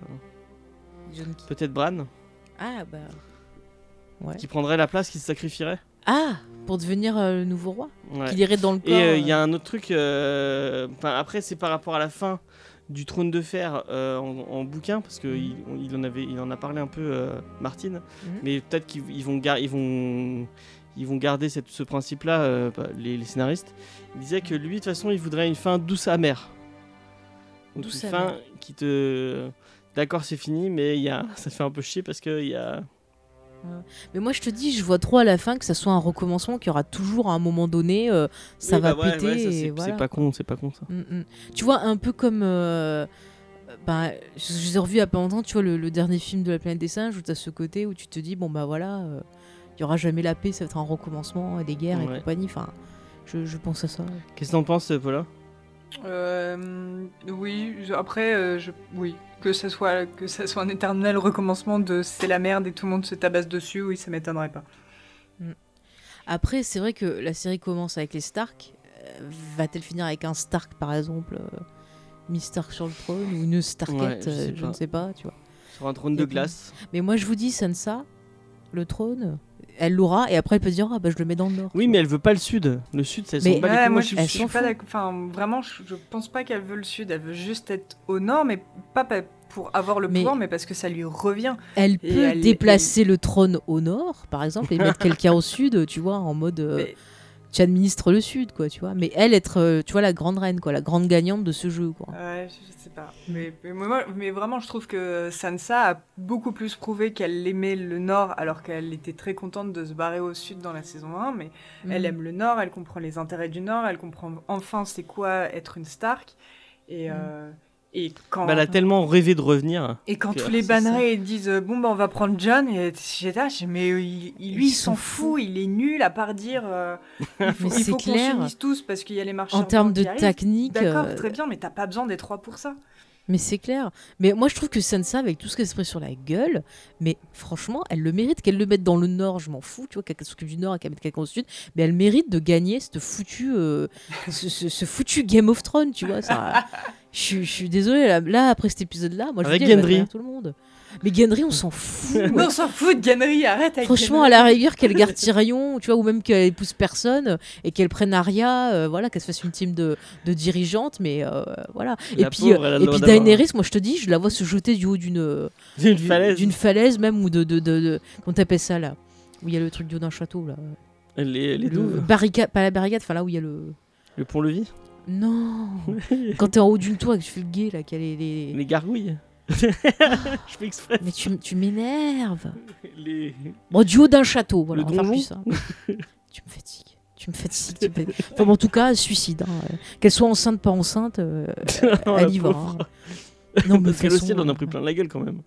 John Key. peut-être Bran, Ah, bah. Ouais. qui prendrait la place, qui se sacrifierait. Ah, pour devenir euh, le nouveau roi. Ouais. Qu'il irait dans le corps. Et euh, il y euh, a un autre truc, euh, enfin, après c'est par rapport à la fin du Trône de Fer euh, en, en bouquin, parce qu'il il, il en avait, il en a parlé un peu euh, Martine, Mhm. mais peut-être qu'ils ils vont, gar- ils vont, ils vont garder cette- ce principe-là, euh, bah, les, les scénaristes. Il disait que lui, de toute façon, il voudrait une fin douce amère. Donc Douce une amère. fin qui te... D'accord, c'est fini, mais il y a... ça te fait un peu chier parce qu'il y a... Mais moi, je te dis, je vois trop à la fin que ça soit un recommencement, qu'il y aura toujours à un moment donné, euh, ça Oui, va bah ouais, péter. ouais, ça, et c'est voilà, c'est pas quoi. con, c'est pas con ça. Mm, mm. Tu vois, un peu comme. Euh, ben, je je les ai revus il y a pas longtemps, tu vois, le, le dernier film de la planète des singes, où tu as ce côté où tu te dis, bon bah voilà, euh, il y aura jamais la paix, ça va être un recommencement, et des guerres Ouais. et compagnie. Enfin, je, je pense à ça. Qu'est-ce que t'en penses, Paula? Euh, oui, je- après, euh, je, oui, que ça soit que ça soit un éternel recommencement de c'est la merde et tout le monde se tabasse dessus, oui, ça m'étonnerait pas. Après, c'est vrai que la série commence avec les Stark. Euh, va-t-elle finir avec un Stark, par exemple, euh, Miss Stark sur le trône, ou une Starkette, Ouais, je euh, sais je pas. ne sais pas, tu vois. Sur un trône Y de a pas- glace. Mais moi, je vous dis, Sansa, le trône, elle l'aura, et après, elle peut dire, ah bah je le mets dans le nord. Oui, mais elle veut pas le sud. Le sud, ça Mais- s'en bat les Ouais, couilles. moi, je je, suis- elle je s'en suis pas fout. d'accord. Enfin, vraiment, je, je pense pas qu'elle veut le sud. Elle veut juste être au nord, mais pas pa- pour avoir le Mais- pouvoir, mais parce que ça lui revient. Elle Et peut elle- déplacer le trône au nord, par exemple, et mettre quelqu'un au sud, tu vois, en mode euh, Mais- tu administres le sud, quoi, tu vois. Mais elle être, euh, tu vois, la grande reine, quoi, la grande gagnante de ce jeu, quoi. Ouais, je, je sais pas. Mais, mais, moi- mais vraiment, je trouve que Sansa a beaucoup plus prouvé qu'elle aimait le nord, alors qu'elle était très contente de se barrer au sud dans la saison un. Mais elle Mm. aime le nord, elle comprend les intérêts du nord, elle comprend enfin c'est quoi être une Stark. Et, Mm. euh, et quand, Bah, elle a tellement rêvé de revenir. et quand que- tous les c'est ça. bannerets ils disent euh, bon bah on va prendre John, et j'étais là, j'ai- mais euh, il, il- lui Ils il s'en sont fout, il est nul à part dire euh, il faut, Mais il c'est faut qu'on clair. s'unisse tous parce qu'il y a les marcheurs En termes de blancs qui arrivent. technique, D'accord, euh, très bien, mais t'as pas besoin des trois pour ça. mais c'est clair. Mais moi, je trouve que Sansa, avec tout ce qu'elle se pris sur la gueule, mais franchement, elle le mérite. Qu'elle le mette dans le Nord, je m'en fous, tu vois, qu'elle s'occupe du Nord et qu'elle mette quelqu'un au Sud, mais elle mérite de gagner cette foutue, euh, ce, ce- ce foutu Game of Thrones, tu vois. Ça, je, suis- je suis désolée, là, là, après cet épisode-là, moi, je Avec vous dis, elle va Gendry. trahir tout le monde. Mais Gendry, on s'en fout. Mais ouais. on s'en fout de Gannery, arrête avec Franchement, à Gannery. la rigueur, qu'elle garde Tyrion, tu vois, ou même qu'elle épouse personne et qu'elle prenne Arya, euh, voilà, qu'elle se fasse une team de, de dirigeantes, mais euh, voilà. La et puis, pauvre, elle a euh, le et droit puis d'avoir- Daenerys, moi je te dis, je la vois se jeter du haut d'une D'une d'une- falaise. d'une falaise même, ou de, de, de, de- comment t'appelles ça là, où il y a le truc du haut d'un château là. Les, les Le douves. barricade, pas la barricade, enfin là où il y a le. Le pont-levis. Non. Quand t'es en haut d'une tour et que tu fais le gay là, qu'il y a les. les- Les gargouilles. Je fais exprès. Mais tu, tu m'énerves. Les... Bon, du haut d'un château, voilà. Le on va faire donjon plus ça. Tu me fatigues. Tu me fatigues. Tu me fatigues. Enfin, bon, en tout cas, suicide. hein. Euh, Qu'elle soit enceinte, pas enceinte, euh, Oh, la elle y va. pauvre. hein. Non, mais de Parce toute qu'elle aussi, façon, elle en a euh, pris plein la gueule quand même.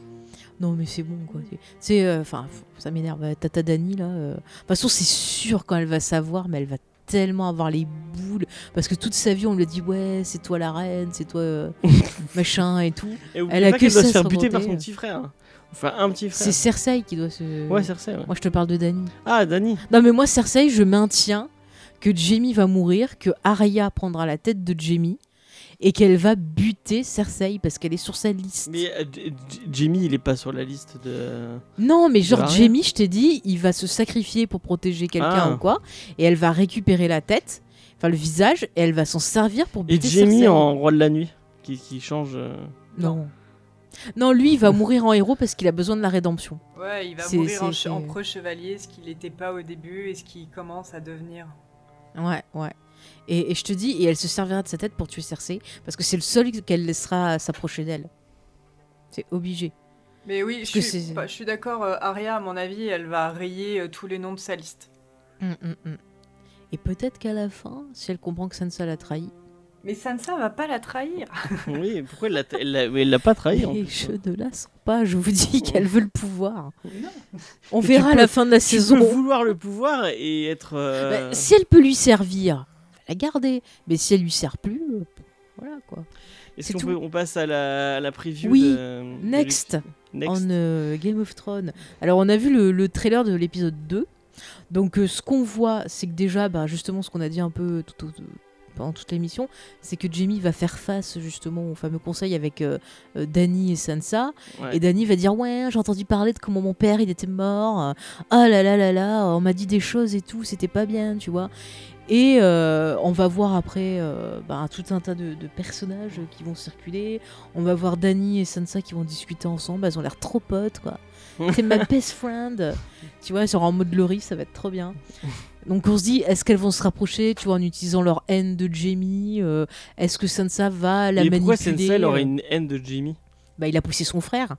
Non, mais c'est bon, quoi. Tu sais, enfin, ça m'énerve. Euh, Tata Dani, là. euh, De toute façon, c'est sûr quand elle va savoir, mais elle va tellement avoir les boules. Parce que toute sa vie, on lui a dit, ouais, c'est toi la reine, c'est toi euh, machin et tout. Et Elle a pas que qu'elle doit ça se faire à buter par raconter. son petit frère. Enfin, un petit frère. C'est Cersei qui doit se. Ouais, Cersei, ouais. Moi, je te parle de Dani. Ah, Dany. Non, mais moi, Cersei, je maintiens que Jaime va mourir, que Arya prendra la tête de Jaime et qu'elle va buter Cersei parce qu'elle est sur sa liste. Mais euh, J- J- Jamie, il est pas sur la liste de. Non, mais genre, Arya Jaime, je t'ai dit, il va se sacrifier pour protéger quelqu'un Ah. ou quoi, et elle va récupérer la tête, enfin le visage, et elle va s'en servir pour Et buter Jamie Cersei. en roi de la nuit, qui, qui change. euh, Non. Non, lui, il va mourir en héros parce qu'il a besoin de la rédemption. Ouais, il va C'est- mourir en, c'est- che- en c'est- preux chevalier, ce qu'il n'était pas au début et ce qu'il commence à devenir. Ouais, ouais. Et, et je te dis, et elle se servira de sa tête pour tuer Cersei, parce que c'est le seul qu'elle laissera s'approcher d'elle. C'est obligé. Mais oui, Parce je que suis, c'est- pas- je suis d'accord, euh, Arya, à mon avis, elle va rayer euh, tous les noms de sa liste. Hum, hum, hum. Et peut-être qu'à la fin, si elle comprend que Sansa l'a trahi, Mais Sansa va pas la trahir. Oui, pourquoi elle l'a, elle l'a, mais elle l'a pas trahi en et plus. je ne la sens pas, je vous dis qu'elle veut le pouvoir. Non. On Mais verra tu à peux- la fin de la Tu saison. peux vouloir le pouvoir et être. euh, Bah, si elle peut lui servir, la garder. Mais si elle lui sert plus, euh, voilà quoi. Est-ce c'est qu'on tout. peut, on passe à la, à la preview Oui, de, de next. l'ex- Next. En euh, Game of Thrones. Alors on a vu le, le trailer de l'épisode deux. Donc euh, ce qu'on voit, c'est que déjà, bah, justement, ce qu'on a dit un peu tout au- pendant toute l'émission, c'est que Jaime va faire face justement au fameux conseil avec euh, euh, Dany et Sansa. Ouais. Et Dany va dire, ouais, j'ai entendu parler de comment mon père il était mort. Ah là là là là, on m'a dit des choses et tout, c'était pas bien, tu vois. Et euh, on va voir après euh, bah, tout un tas de, de personnages qui vont circuler. On va voir Dany et Sansa qui vont discuter ensemble. Elles ont l'air trop potes, quoi. C'est ma best friend. Tu vois, elles sont en mode Laurie, ça va être trop bien. Donc on se dit, est-ce qu'elles vont se rapprocher, tu vois, en utilisant leur haine de Jaime euh, Est-ce que Sansa va la Et pourquoi manipuler Sansa elle aurait euh, une haine de Jamie? Bah, il a poussé son frère.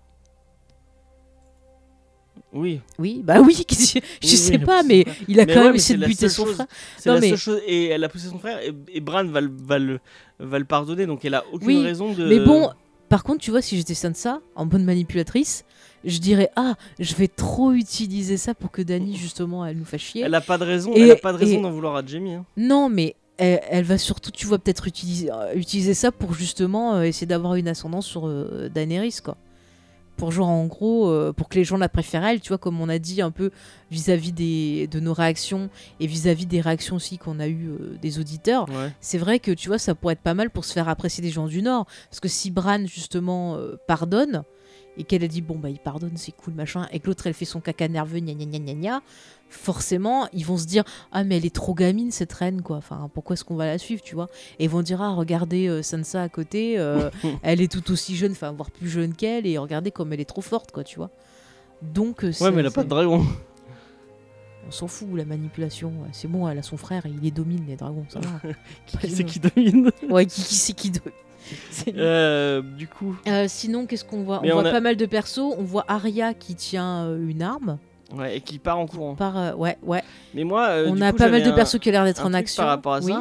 Oui. Oui, bah oui, je Oui, sais oui, il a pas, poussé mais son frère. il a Mais quand ouais, même mais essayé c'est de la buter seule son chose- frère. C'est Non, la mais- seule chose. Et elle a poussé son frère et, et Bran va, le- va, le, va le pardonner, donc elle a aucune Oui, raison de. Mais bon, par contre, tu vois, si j'étais Sansa, en bonne manipulatrice, je dirais, ah, je vais trop utiliser ça pour que Dany, justement, elle nous fasse chier. Elle a pas de raison. Et- elle a pas de raison et- d'en vouloir à Jamie. Hein. Non, mais elle, elle va surtout, tu vois, peut-être utiliser, euh, utiliser ça pour justement euh, essayer d'avoir une ascendance sur euh, Daenerys, quoi. Pour genre, en gros, euh, pour que les gens la préfèrent elle, tu vois, comme on a dit un peu vis-à-vis des, de nos réactions et vis-à-vis des réactions aussi qu'on a eues euh, des auditeurs. Ouais. C'est vrai que, tu vois, ça pourrait être pas mal pour se faire apprécier des gens du Nord. Parce que si Bran, justement, euh, pardonne, et qu'elle a dit, bon, bah, il pardonne, c'est cool, machin, et que l'autre, elle fait son caca nerveux, gna gna gna gna gna, forcément, ils vont se dire, ah, mais elle est trop gamine, cette reine, quoi. Enfin, pourquoi est-ce qu'on va la suivre, tu vois? Et ils vont dire, ah, regardez euh, Sansa à côté, euh, elle est tout aussi jeune, enfin, voire plus jeune qu'elle, et regardez comme elle est trop forte, quoi, tu vois. Donc, euh, Ouais, c'est- mais elle a pas c'est- de dragon. on s'en fout, la manipulation. Ouais, c'est bon, elle a son frère, et il les domine, les dragons, ça va. Qui c'est qui domine? Ouais, qui, qui c'est qui domine? C'est- Euh, du coup. Euh, sinon, qu'est-ce qu'on voit? Mais On on voit a- pas mal de persos. On voit Arya qui tient euh, une arme. Ouais, et qui part en courant. Par, euh, ouais, ouais. Mais moi. euh, on du a coup, pas mal j'avais de un- persos qui ont l'air d'être un en truc action. Par rapport à Oui. ça.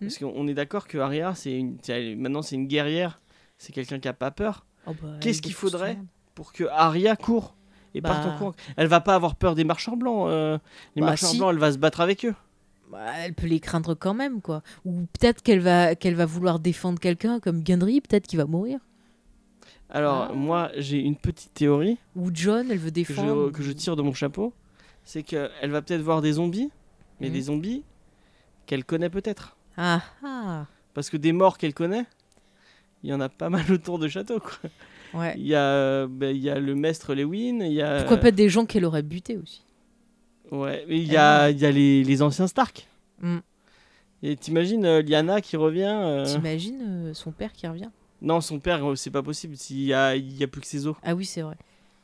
Parce qu'on est d'accord que Arya, c'est une... c'est- maintenant c'est une guerrière, c'est quelqu'un qui a pas peur. Oh, bah, Qu'est-ce elle qu'il défonce faudrait tout le monde. Pour que Arya court et Bah. parte en courant. Elle va pas avoir peur des marchands blancs. euh, Les Bah, marchands si. blancs, elle va se battre avec eux. Bah, elle peut les craindre quand même, quoi. Ou peut-être qu'elle va, qu'elle va vouloir défendre quelqu'un comme Gendry, peut-être qu'il va mourir. Alors, Ah. moi, j'ai une petite théorie Ou John, elle veut que défendre. je, que je tire de mon chapeau. C'est qu'elle va peut-être voir des zombies, mais Mhm. des zombies qu'elle connaît peut-être. Ah ah. Parce que des morts qu'elle connaît, il y en a pas mal autour de château, quoi. Ouais. Il y a, euh, bah, il y a le maître Lewin, il y a... Pourquoi pas des gens qu'elle aurait butés aussi. Ouais, mais il y a, il y a les, les anciens Stark. Mm. Et t'imagines euh, Lyanna qui revient euh, T'imagines euh, son père qui revient. Non, son père, euh, c'est pas possible s'il y a, il y a plus que ses os. Ah oui, c'est vrai.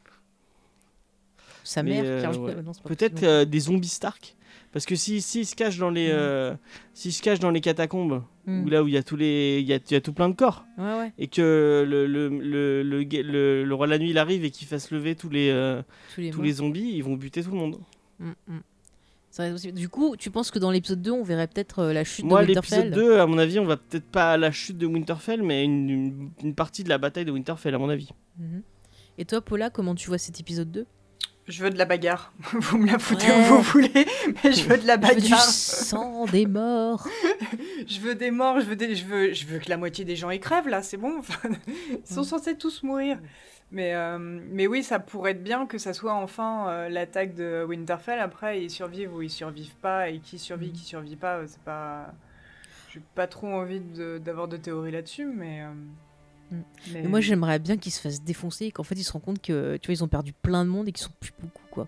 Sa Mais, mère euh, qui revient. ouais. Non, c'est pas Peut-être possible. euh, des zombies Stark. Parce que si, si se cache dans les, Mm. euh, s'il se cache dans les catacombes, Mm. où là où il y a tous les, il y a, il y a tout plein de corps, Ouais, ouais. et que le le, le, le, gue- le- le roi de la nuit il arrive et qu'il fasse lever tous les, euh, Tous les tous morts. les zombies, ils vont buter tout le monde. Mm, mm. Ça va être possible. Du coup, tu penses que dans l'épisode deux, on verrait peut-être euh, la chute Moi, de Winterfell. l'épisode deux, à mon avis, on va peut-être pas à la chute de Winterfell, mais une, une, une partie de la bataille de Winterfell, à mon avis. Mhm. Et toi, Paula, comment tu vois cet épisode deux? Je veux de la bagarre. Vous me la foutez Ouais. où vous voulez, mais je veux de la Je veux du bagarre. sang, des morts. Je veux des morts, je veux, des... je, veux... je veux que la moitié des gens y crèvent, là, c'est bon. Enfin, ils sont Mm. censés tous mourir. Mais, euh, mais oui, ça pourrait être bien que ça soit enfin euh, l'attaque de Winterfell. Après, ils survivent ou ils survivent pas. Et qui survit, Mm. qui survit pas, euh, c'est pas... J'ai pas trop envie de- d'avoir de théories là-dessus, mais... euh, Mm. mais- Mais moi, j'aimerais bien qu'ils se fassent défoncer et qu'en fait, ils se rendent compte que, tu vois, ils ont perdu plein de monde et qu'ils sont plus beaucoup, quoi.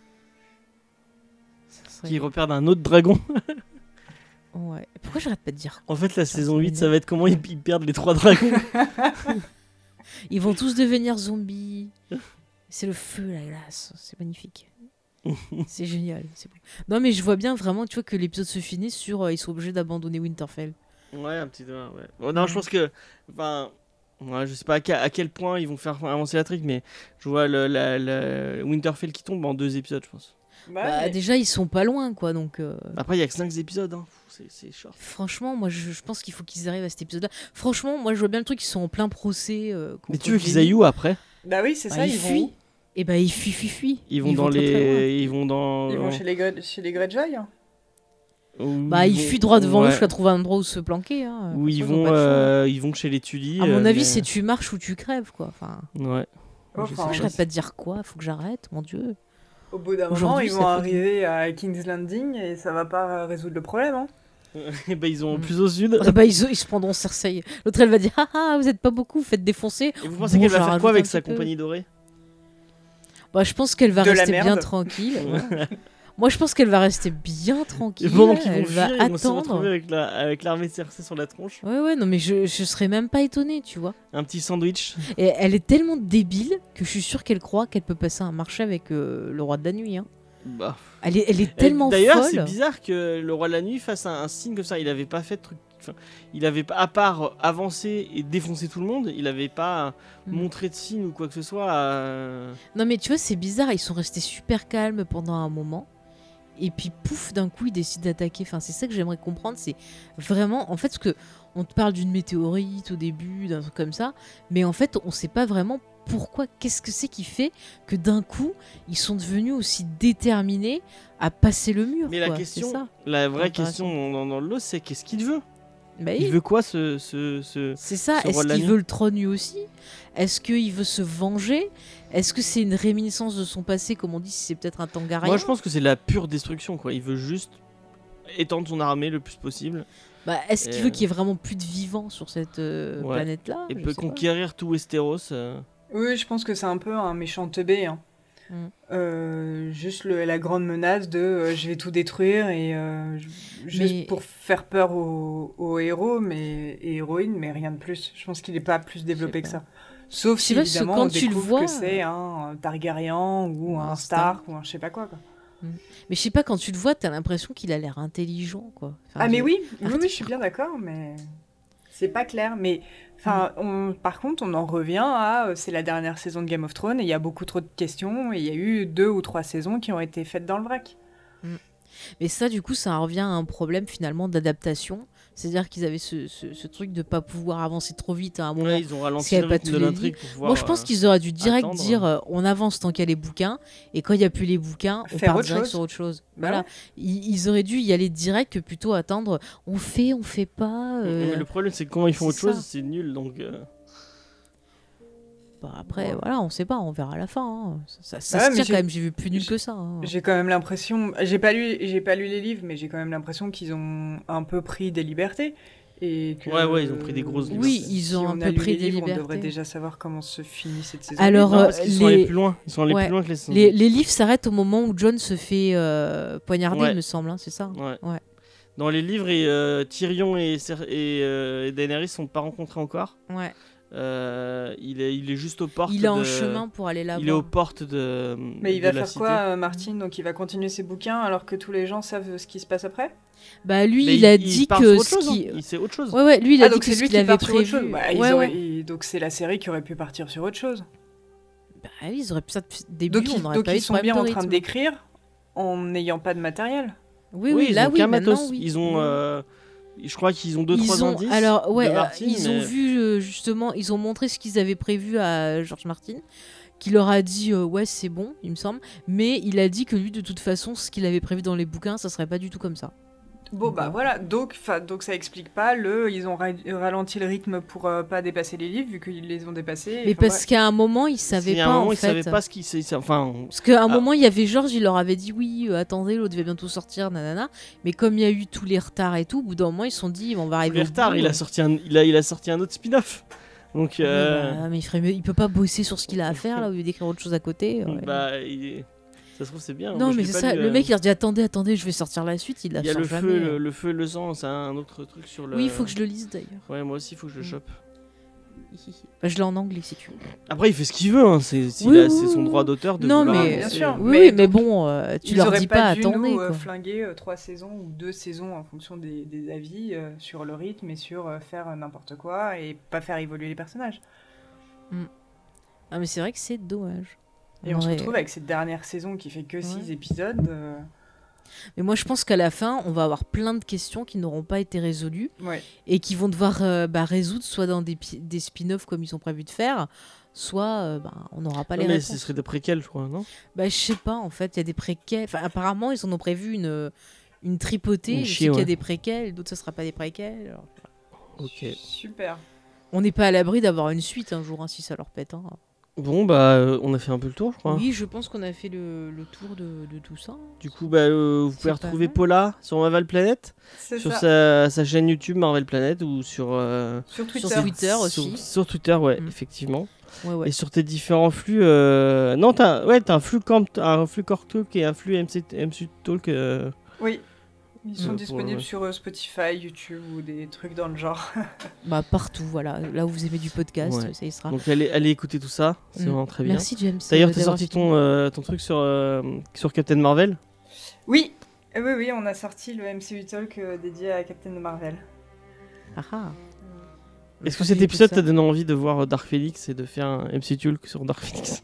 Ça serait- Qui repèrent un autre dragon. Ouais. Pourquoi j'arrête pas de dire En fait, la Ça, saison ça huit, ça m'énerve. va être comment ils, ils perdent les trois dragons. Ils vont tous devenir zombies. C'est le feu, la glace. C'est magnifique. C'est génial. C'est beau. Non, mais je vois bien vraiment, tu vois, que l'épisode se finit sur euh, ils sont obligés d'abandonner Winterfell. Ouais, un petit peu, ouais. Bon, non, je pense que... Enfin... Ouais, je sais pas à quel, à quel point ils vont faire avancer la trick, mais je vois le, la, la Winterfell qui tombe en deux épisodes, je pense. Bah, Bah, mais- déjà, ils sont pas loin, quoi. Donc, euh, Après, il y a que cinq épisodes, hein. c'est, c'est short. franchement, moi, je, je pense qu'il faut qu'ils arrivent à cet épisode-là. Franchement, moi, je vois bien le truc, ils sont en plein procès. euh, Mais contre tu veux qu'ils Jaime. aillent où après? Bah oui, c'est Bah, ça, ils ils vont fuient. où Et bah, ils fuient, fuient, fuient. Ils vont dans très, très loin. les... Ils vont dans... Ils vont chez les, Gre- chez les Greyjoy, hein. Où Bah, ils vont- fuient droit devant eux ouais. jusqu'à trouver un endroit où se planquer. Hein. Où De ils toute façon, vont, ont pas de choix. euh, ils vont chez les Tully. À mon euh, avis, mais- c'est tu marches ou tu crèves, quoi. Enfin, Ouais. Oh, Je sais enfin, pas. je n'arrête pas de dire quoi, faut que j'arrête, mon dieu. Au bout d'un moment, Aujourd'hui, ils ça vont fait du- arriver à King's Landing et ça va pas résoudre le problème, hein. Et bah, ils ont Mm. plus au sud. Ah bah, ils, ils se prendront Cersei. L'autre, elle va dire ah ah, vous êtes pas beaucoup, vous faites défoncer. Et vous pensez Bon, qu'elle va j'en faire rajoute quoi un avec petit sa peu. compagnie dorée? Bah, je pense qu'elle va De la rester bien merde. tranquille. ouais. Moi, je pense qu'elle va rester bien Et tranquille. pendant qu'ils elle vont va fuir, ils vont se attendre. retrouver avec, la, avec l'armée de Cersei sur la tronche. Ouais, ouais, non, mais je, je serais même pas étonnée, tu vois. Un petit sandwich. Et elle est tellement débile que je suis sûre qu'elle croit qu'elle peut passer un marché avec euh, le roi de la nuit. Hein. Bah. Elle est, elle est Et tellement D'ailleurs, c'est folle. bizarre que le roi de la nuit fasse un, un signe comme ça. Il avait pas fait de truc. Enfin, il avait pas, à part avancer et défoncer tout le monde, il avait pas Mm. montré de signe ou quoi que ce soit. à- Non, mais tu vois, c'est bizarre. Ils sont restés super calmes pendant un moment. Et puis, pouf, d'un coup, ils décident d'attaquer. Enfin, c'est ça que j'aimerais comprendre. C'est vraiment. En fait, parce que on te parle d'une météorite au début, d'un truc comme ça. Mais en fait, on sait pas vraiment pourquoi. Qu'est-ce que c'est qui fait que d'un coup, ils sont devenus aussi déterminés à passer le mur. Mais la quoi, question, c'est ça. la vraie Intéressant. question dans, dans le lot, c'est qu'est-ce qu'il veut? Bah Il oui. veut quoi ce, ce, ce... C'est ça. ce Est-ce roi de la qu'il nuit. veut le trône lui aussi? Est-ce qu'il veut se venger? Est-ce que c'est une réminiscence de son passé, comme on dit, si c'est peut-être un Tangaryen? Moi, je pense que c'est de la pure destruction, quoi. Il veut juste étendre son armée le plus possible Bah, est-ce qu'il Et, veut euh, qu'il y ait vraiment plus de vivants sur cette euh, Ouais. planète-là? et Je peut sais pas. conquérir tout Westeros. euh. Oui, je pense que c'est un peu un méchant teubé, hein. Mm. Euh, juste le- la grande menace de euh, je vais tout détruire et euh, ju- juste Mais- pour faire peur aux, aux héros mais, et héroïnes, mais rien de plus. Je pense qu'il n'est pas plus développé que pas. ça. Sauf Je si sais pas, parce que évidemment quand on tu le découvre vois- que c'est un Targaryen ou Ou un un Stark ou un je sais pas quoi. quoi. Mais je sais pas, quand tu le vois, t'as l'impression qu'il a l'air intelligent, quoi. Enfin, Ah mais je- oui, oui, Arrête. oui, je suis bien d'accord, mais c'est pas clair. Mais enfin, on- par contre, on en revient à euh, c'est la dernière saison de Game of Thrones et il y a beaucoup trop de questions et il y a eu deux ou trois saisons qui ont été faites dans le vrac. Mais ça, du coup, ça revient à un problème finalement d'adaptation. C'est-à-dire qu'ils avaient ce, ce, ce truc de pas pouvoir avancer trop vite à un moment. Ouais, ils ont ralenti qu'il y le avait pas rythme de tous les l'intrigue pour pouvoir. Moi, je pense euh, qu'ils auraient dû direct attendre. dire euh, on avance tant qu'il y a les bouquins, et quand il n'y a plus les bouquins, on Faire part autre direct chose. sur autre chose. Bah Voilà. ouais. Ils, ils auraient dû y aller direct que plutôt attendre on fait, on fait pas. euh, Mais le problème, c'est que quand ils font autre c'est ça. chose, c'est nul. Donc. euh, bah, après, Ouais. voilà, on sait pas, on verra à la fin. hein. Ça, ça Ouais, se mais tient j'ai- quand même, j'ai vu plus nul j'ai- que ça. hein. J'ai quand même l'impression, j'ai pas lu, j'ai pas lu les livres, mais j'ai quand même l'impression qu'ils ont un peu pris des libertés et que. Ouais, ouais, ils ont pris des grosses Oui, libertés. ils ont si un on peu a lu pris les des livres, libertés. On devrait déjà savoir comment se finit cette saison. Alors, Non, euh, parce qu'ils sont allés les- plus loin. Ils sont allés Ouais. plus loin que les saisons. Les, les livres s'arrêtent au moment où John se fait euh, poignarder, Ouais. il me semble, hein, c'est ça. Ouais. Ouais. Dans les livres, et, euh, Tyrion et, Cer- et, euh, et Daenerys sont pas rencontrés encore. Ouais. Euh, il, est, il est juste aux portes. Il est en de- chemin pour aller là-bas. Il est aux portes de. Mais il de va la faire cité. quoi, euh, Martin? Donc il va continuer ses bouquins alors que tous les gens savent ce qui se passe après? Bah lui, Mais il a dit part que sur autre ce chose, qui... hein. Il sait autre chose. Ouais, ouais, lui, il a Ah, dit donc que c'est ce lui qu'il qui avait part sur autre prévu... chose. Bah, ils ouais, auraient- ouais. ils- Donc c'est la série qui aurait pu partir sur autre chose. Bah oui, ils auraient pu ça depuis le début, Donc, ils, on n'aurait donc pas eu ils de sont problème bien de en train de rythme. d'écrire en n'ayant pas de matériel. Oui, Oui, oui, ils là, ont oui, qu'un maintenant, matos. oui. Ils ont. euh, Je crois qu'ils ont deux Ils trois ont- indices. Alors, ouais, de euh, Martin, ils ont mais- vu, euh, justement, ils ont montré ce qu'ils avaient prévu à George Martin, qui leur a dit, euh, ouais, c'est bon, il me semble, mais il a dit que lui, de toute façon, ce qu'il avait prévu dans les bouquins, ça serait pas du tout comme ça. Bon bah voilà, donc, 'fin, donc ça explique pas le... Ils ont ra- ralenti le rythme pour euh, pas dépasser les livres vu qu'ils les ont dépassés. Mais Enfin, parce qu'à un moment, ils Il savaient y a pas, un moment, en ils fait. savaient pas ce qu'ils. c'est- c'est- Enfin. Parce qu'à un Ah. moment, il y avait George, il leur avait dit oui, euh, attendez, l'autre va bientôt sortir, nanana. Mais comme il y a eu tous les retards et tout, au bout d'un moment, ils se sont dit, on va arriver. Les au retards, bout, il euh. a sorti un, il a, il a sorti un autre spin-off. Donc. Ouais, euh, bah, mais il, ferait mieux- il peut pas bosser sur ce qu'il a à faire là, au lieu d'écrire autre chose à côté. ouais. Bah, il- ça se trouve, c'est bien. non, Moi, je mais l'ai c'est pas ça. lu, Le euh, mec, il leur dit attendez, attendez, je vais sortir la suite. Il la Il y a sort le jamais. feu, le, le feu et le sang, c'est un autre truc sur le. Oui, il faut que je le lise d'ailleurs. Ouais, moi aussi, il faut que je le Mm. chope. Bah, je l'ai en anglais si tu veux. Après, il fait ce qu'il veut, hein. c'est s'il Oui, a- oui, c'est son oui. droit d'auteur de Non, vouloir mais- avancer. Bien sûr. Oui, Mais oui, mais donc, bon, euh, tu ils leur auraient dis pas, pas dû attendez. nous euh, quoi. flinguer euh, trois saisons ou deux saisons en fonction des, des avis euh, sur le rythme et sur euh, faire euh, n'importe quoi et pas faire évoluer les personnages. Ah, mais c'est vrai que c'est dommage. Et on se Ouais. retrouve avec cette dernière saison qui fait que six Ouais. épisodes. euh, Mais moi, je pense qu'à la fin, on va avoir plein de questions qui n'auront pas été résolues Ouais. et qui vont devoir euh, bah, résoudre soit dans des, pi- des spin-offs comme ils ont prévu de faire, soit euh, bah, on n'aura pas Non, les mais réponses. ce serait des préquels, je crois, non Bah, je sais pas, en fait, il y a des préquels. Enfin, apparemment, ils en ont prévu une, une tripotée. Une Je sais chier, qu'il y a ouais. des préquels, d'autres, ça sera pas des préquels. Alors, Ok. Super. on n'est pas à l'abri d'avoir une suite un jour, hein, si ça leur pète. hein. Bon, bah, euh, on a fait un peu le tour, je crois. Oui, je pense qu'on a fait le, le tour de, de tout ça. Du coup, bah, euh, vous C'est pouvez pas retrouver mal. Paula sur Marvel Planet, C'est sur ça. sa, sa chaîne YouTube Marvel Planet ou sur. euh, Sur Twitter. Sur Twitter sur- aussi. Sur Twitter, ouais, Mm. effectivement. Ouais, ouais. Et sur tes différents flux. euh, Non, t'as ouais, t'as un flux Camp, un flux Core Talk et un flux M C, M C Talk. euh, Oui. Ils sont pour disponibles le- sur euh, Spotify, YouTube ou des trucs dans le genre. Bah, partout, voilà. Là où vous aimez du podcast, Ouais. ça y sera. Donc, allez, allez écouter tout ça, c'est Mm. vraiment très bien. Merci, James. D'ailleurs, euh, t'as d'avoir sorti fini. ton, euh, ton truc sur, euh, sur Captain Marvel. Oui. Eh oui, oui, on a sorti le M C U Talk euh, dédié à Captain Marvel. Ah ah. Est-ce que J'ai cet écouté épisode ça. t'a donné envie de voir Dark Phoenix et de faire un M C Talk sur Dark Phoenix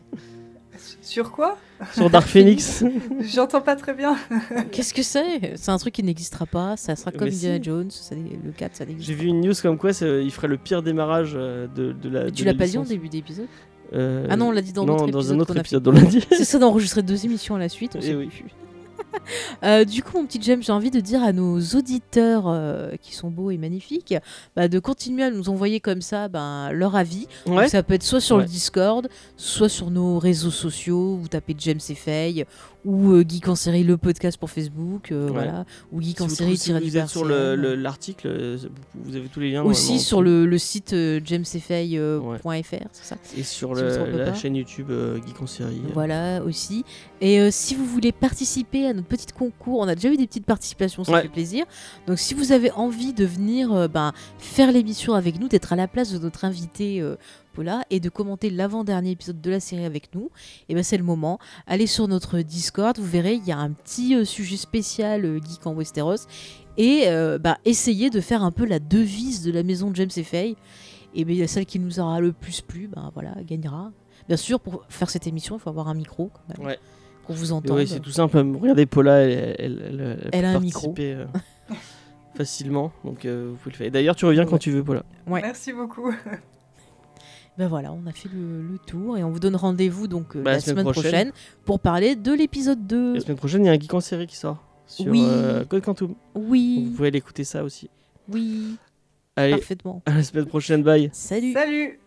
Sur quoi? Sur Dark Phoenix J'entends pas très bien. Qu'est-ce que c'est? C'est un truc qui n'existera pas. Ça sera comme Mais Indiana si. Jones. ça- le quatre, ça n'existe J'ai pas. vu une news comme quoi c'est- il ferait le pire démarrage euh, de, de la. Mais de tu la l'as pas dit en licence. début d'épisode? Euh, Ah non, on l'a dit dans non, l'autre dans épisode un autre qu'on a épisode, fait. on l'a dit. C'est ça d'enregistrer deux émissions à la suite. on Eh sait oui. plus. Euh, du coup, mon petit James, j'ai envie de dire à nos auditeurs euh, qui sont beaux et magnifiques bah, de continuer à nous envoyer comme ça ben, leur avis. Donc, Ouais. ça peut être soit sur Ouais. le Discord, soit sur nos réseaux sociaux. Vous tapez James et Faye ou euh, Geek en série, le podcast pour Facebook, euh, Ouais. voilà, ou Geek Si en vous, série. trouvez- si vous êtes sur le- R C M. le- l'article, euh, vous avez tous les liens. Aussi normalement, sur le, le site euh, james et faye point f r, c'est ça? Et sur si le- vous trompez la pas. chaîne YouTube euh, Geek en série. Voilà aussi. Et euh, si vous voulez participer à notre petit concours, on a déjà eu des petites participations, ça Ouais. fait plaisir. Donc si vous avez envie de venir euh, ben, faire l'émission avec nous, d'être à la place de notre invité euh, Paula et de commenter l'avant-dernier épisode de la série avec nous, et ben c'est le moment. Allez sur notre Discord, vous verrez, il y a un petit euh, sujet spécial euh, Geek en Westeros. Et euh, bah, essayez de faire un peu la devise de la maison de James et Faye. Et bien celle qui nous aura le plus plu, ben voilà, gagnera. Bien sûr, pour faire cette émission, il faut avoir un micro quand même. Ouais. qu'on vous Et entende. ouais, c'est tout simple. Regardez, Paula, elle, elle, elle, elle Elle peut a un micro. participer, euh, facilement. Donc euh, vous pouvez le faire. Et d'ailleurs, tu reviens Ouais. quand tu veux, Paula. Ouais. Merci beaucoup. Ben voilà, on a fait le, le tour et on vous donne rendez-vous donc euh, Bah, la semaine, prochaine. prochaine. pour parler de l'épisode deux. La semaine prochaine, il y a un geek en série qui sort sur Oui. euh, Code Quantum. Donc, Oui, vous pouvez aller écouter ça aussi. oui, Allez, parfaitement. à la semaine prochaine. Bye. Salut. Salut.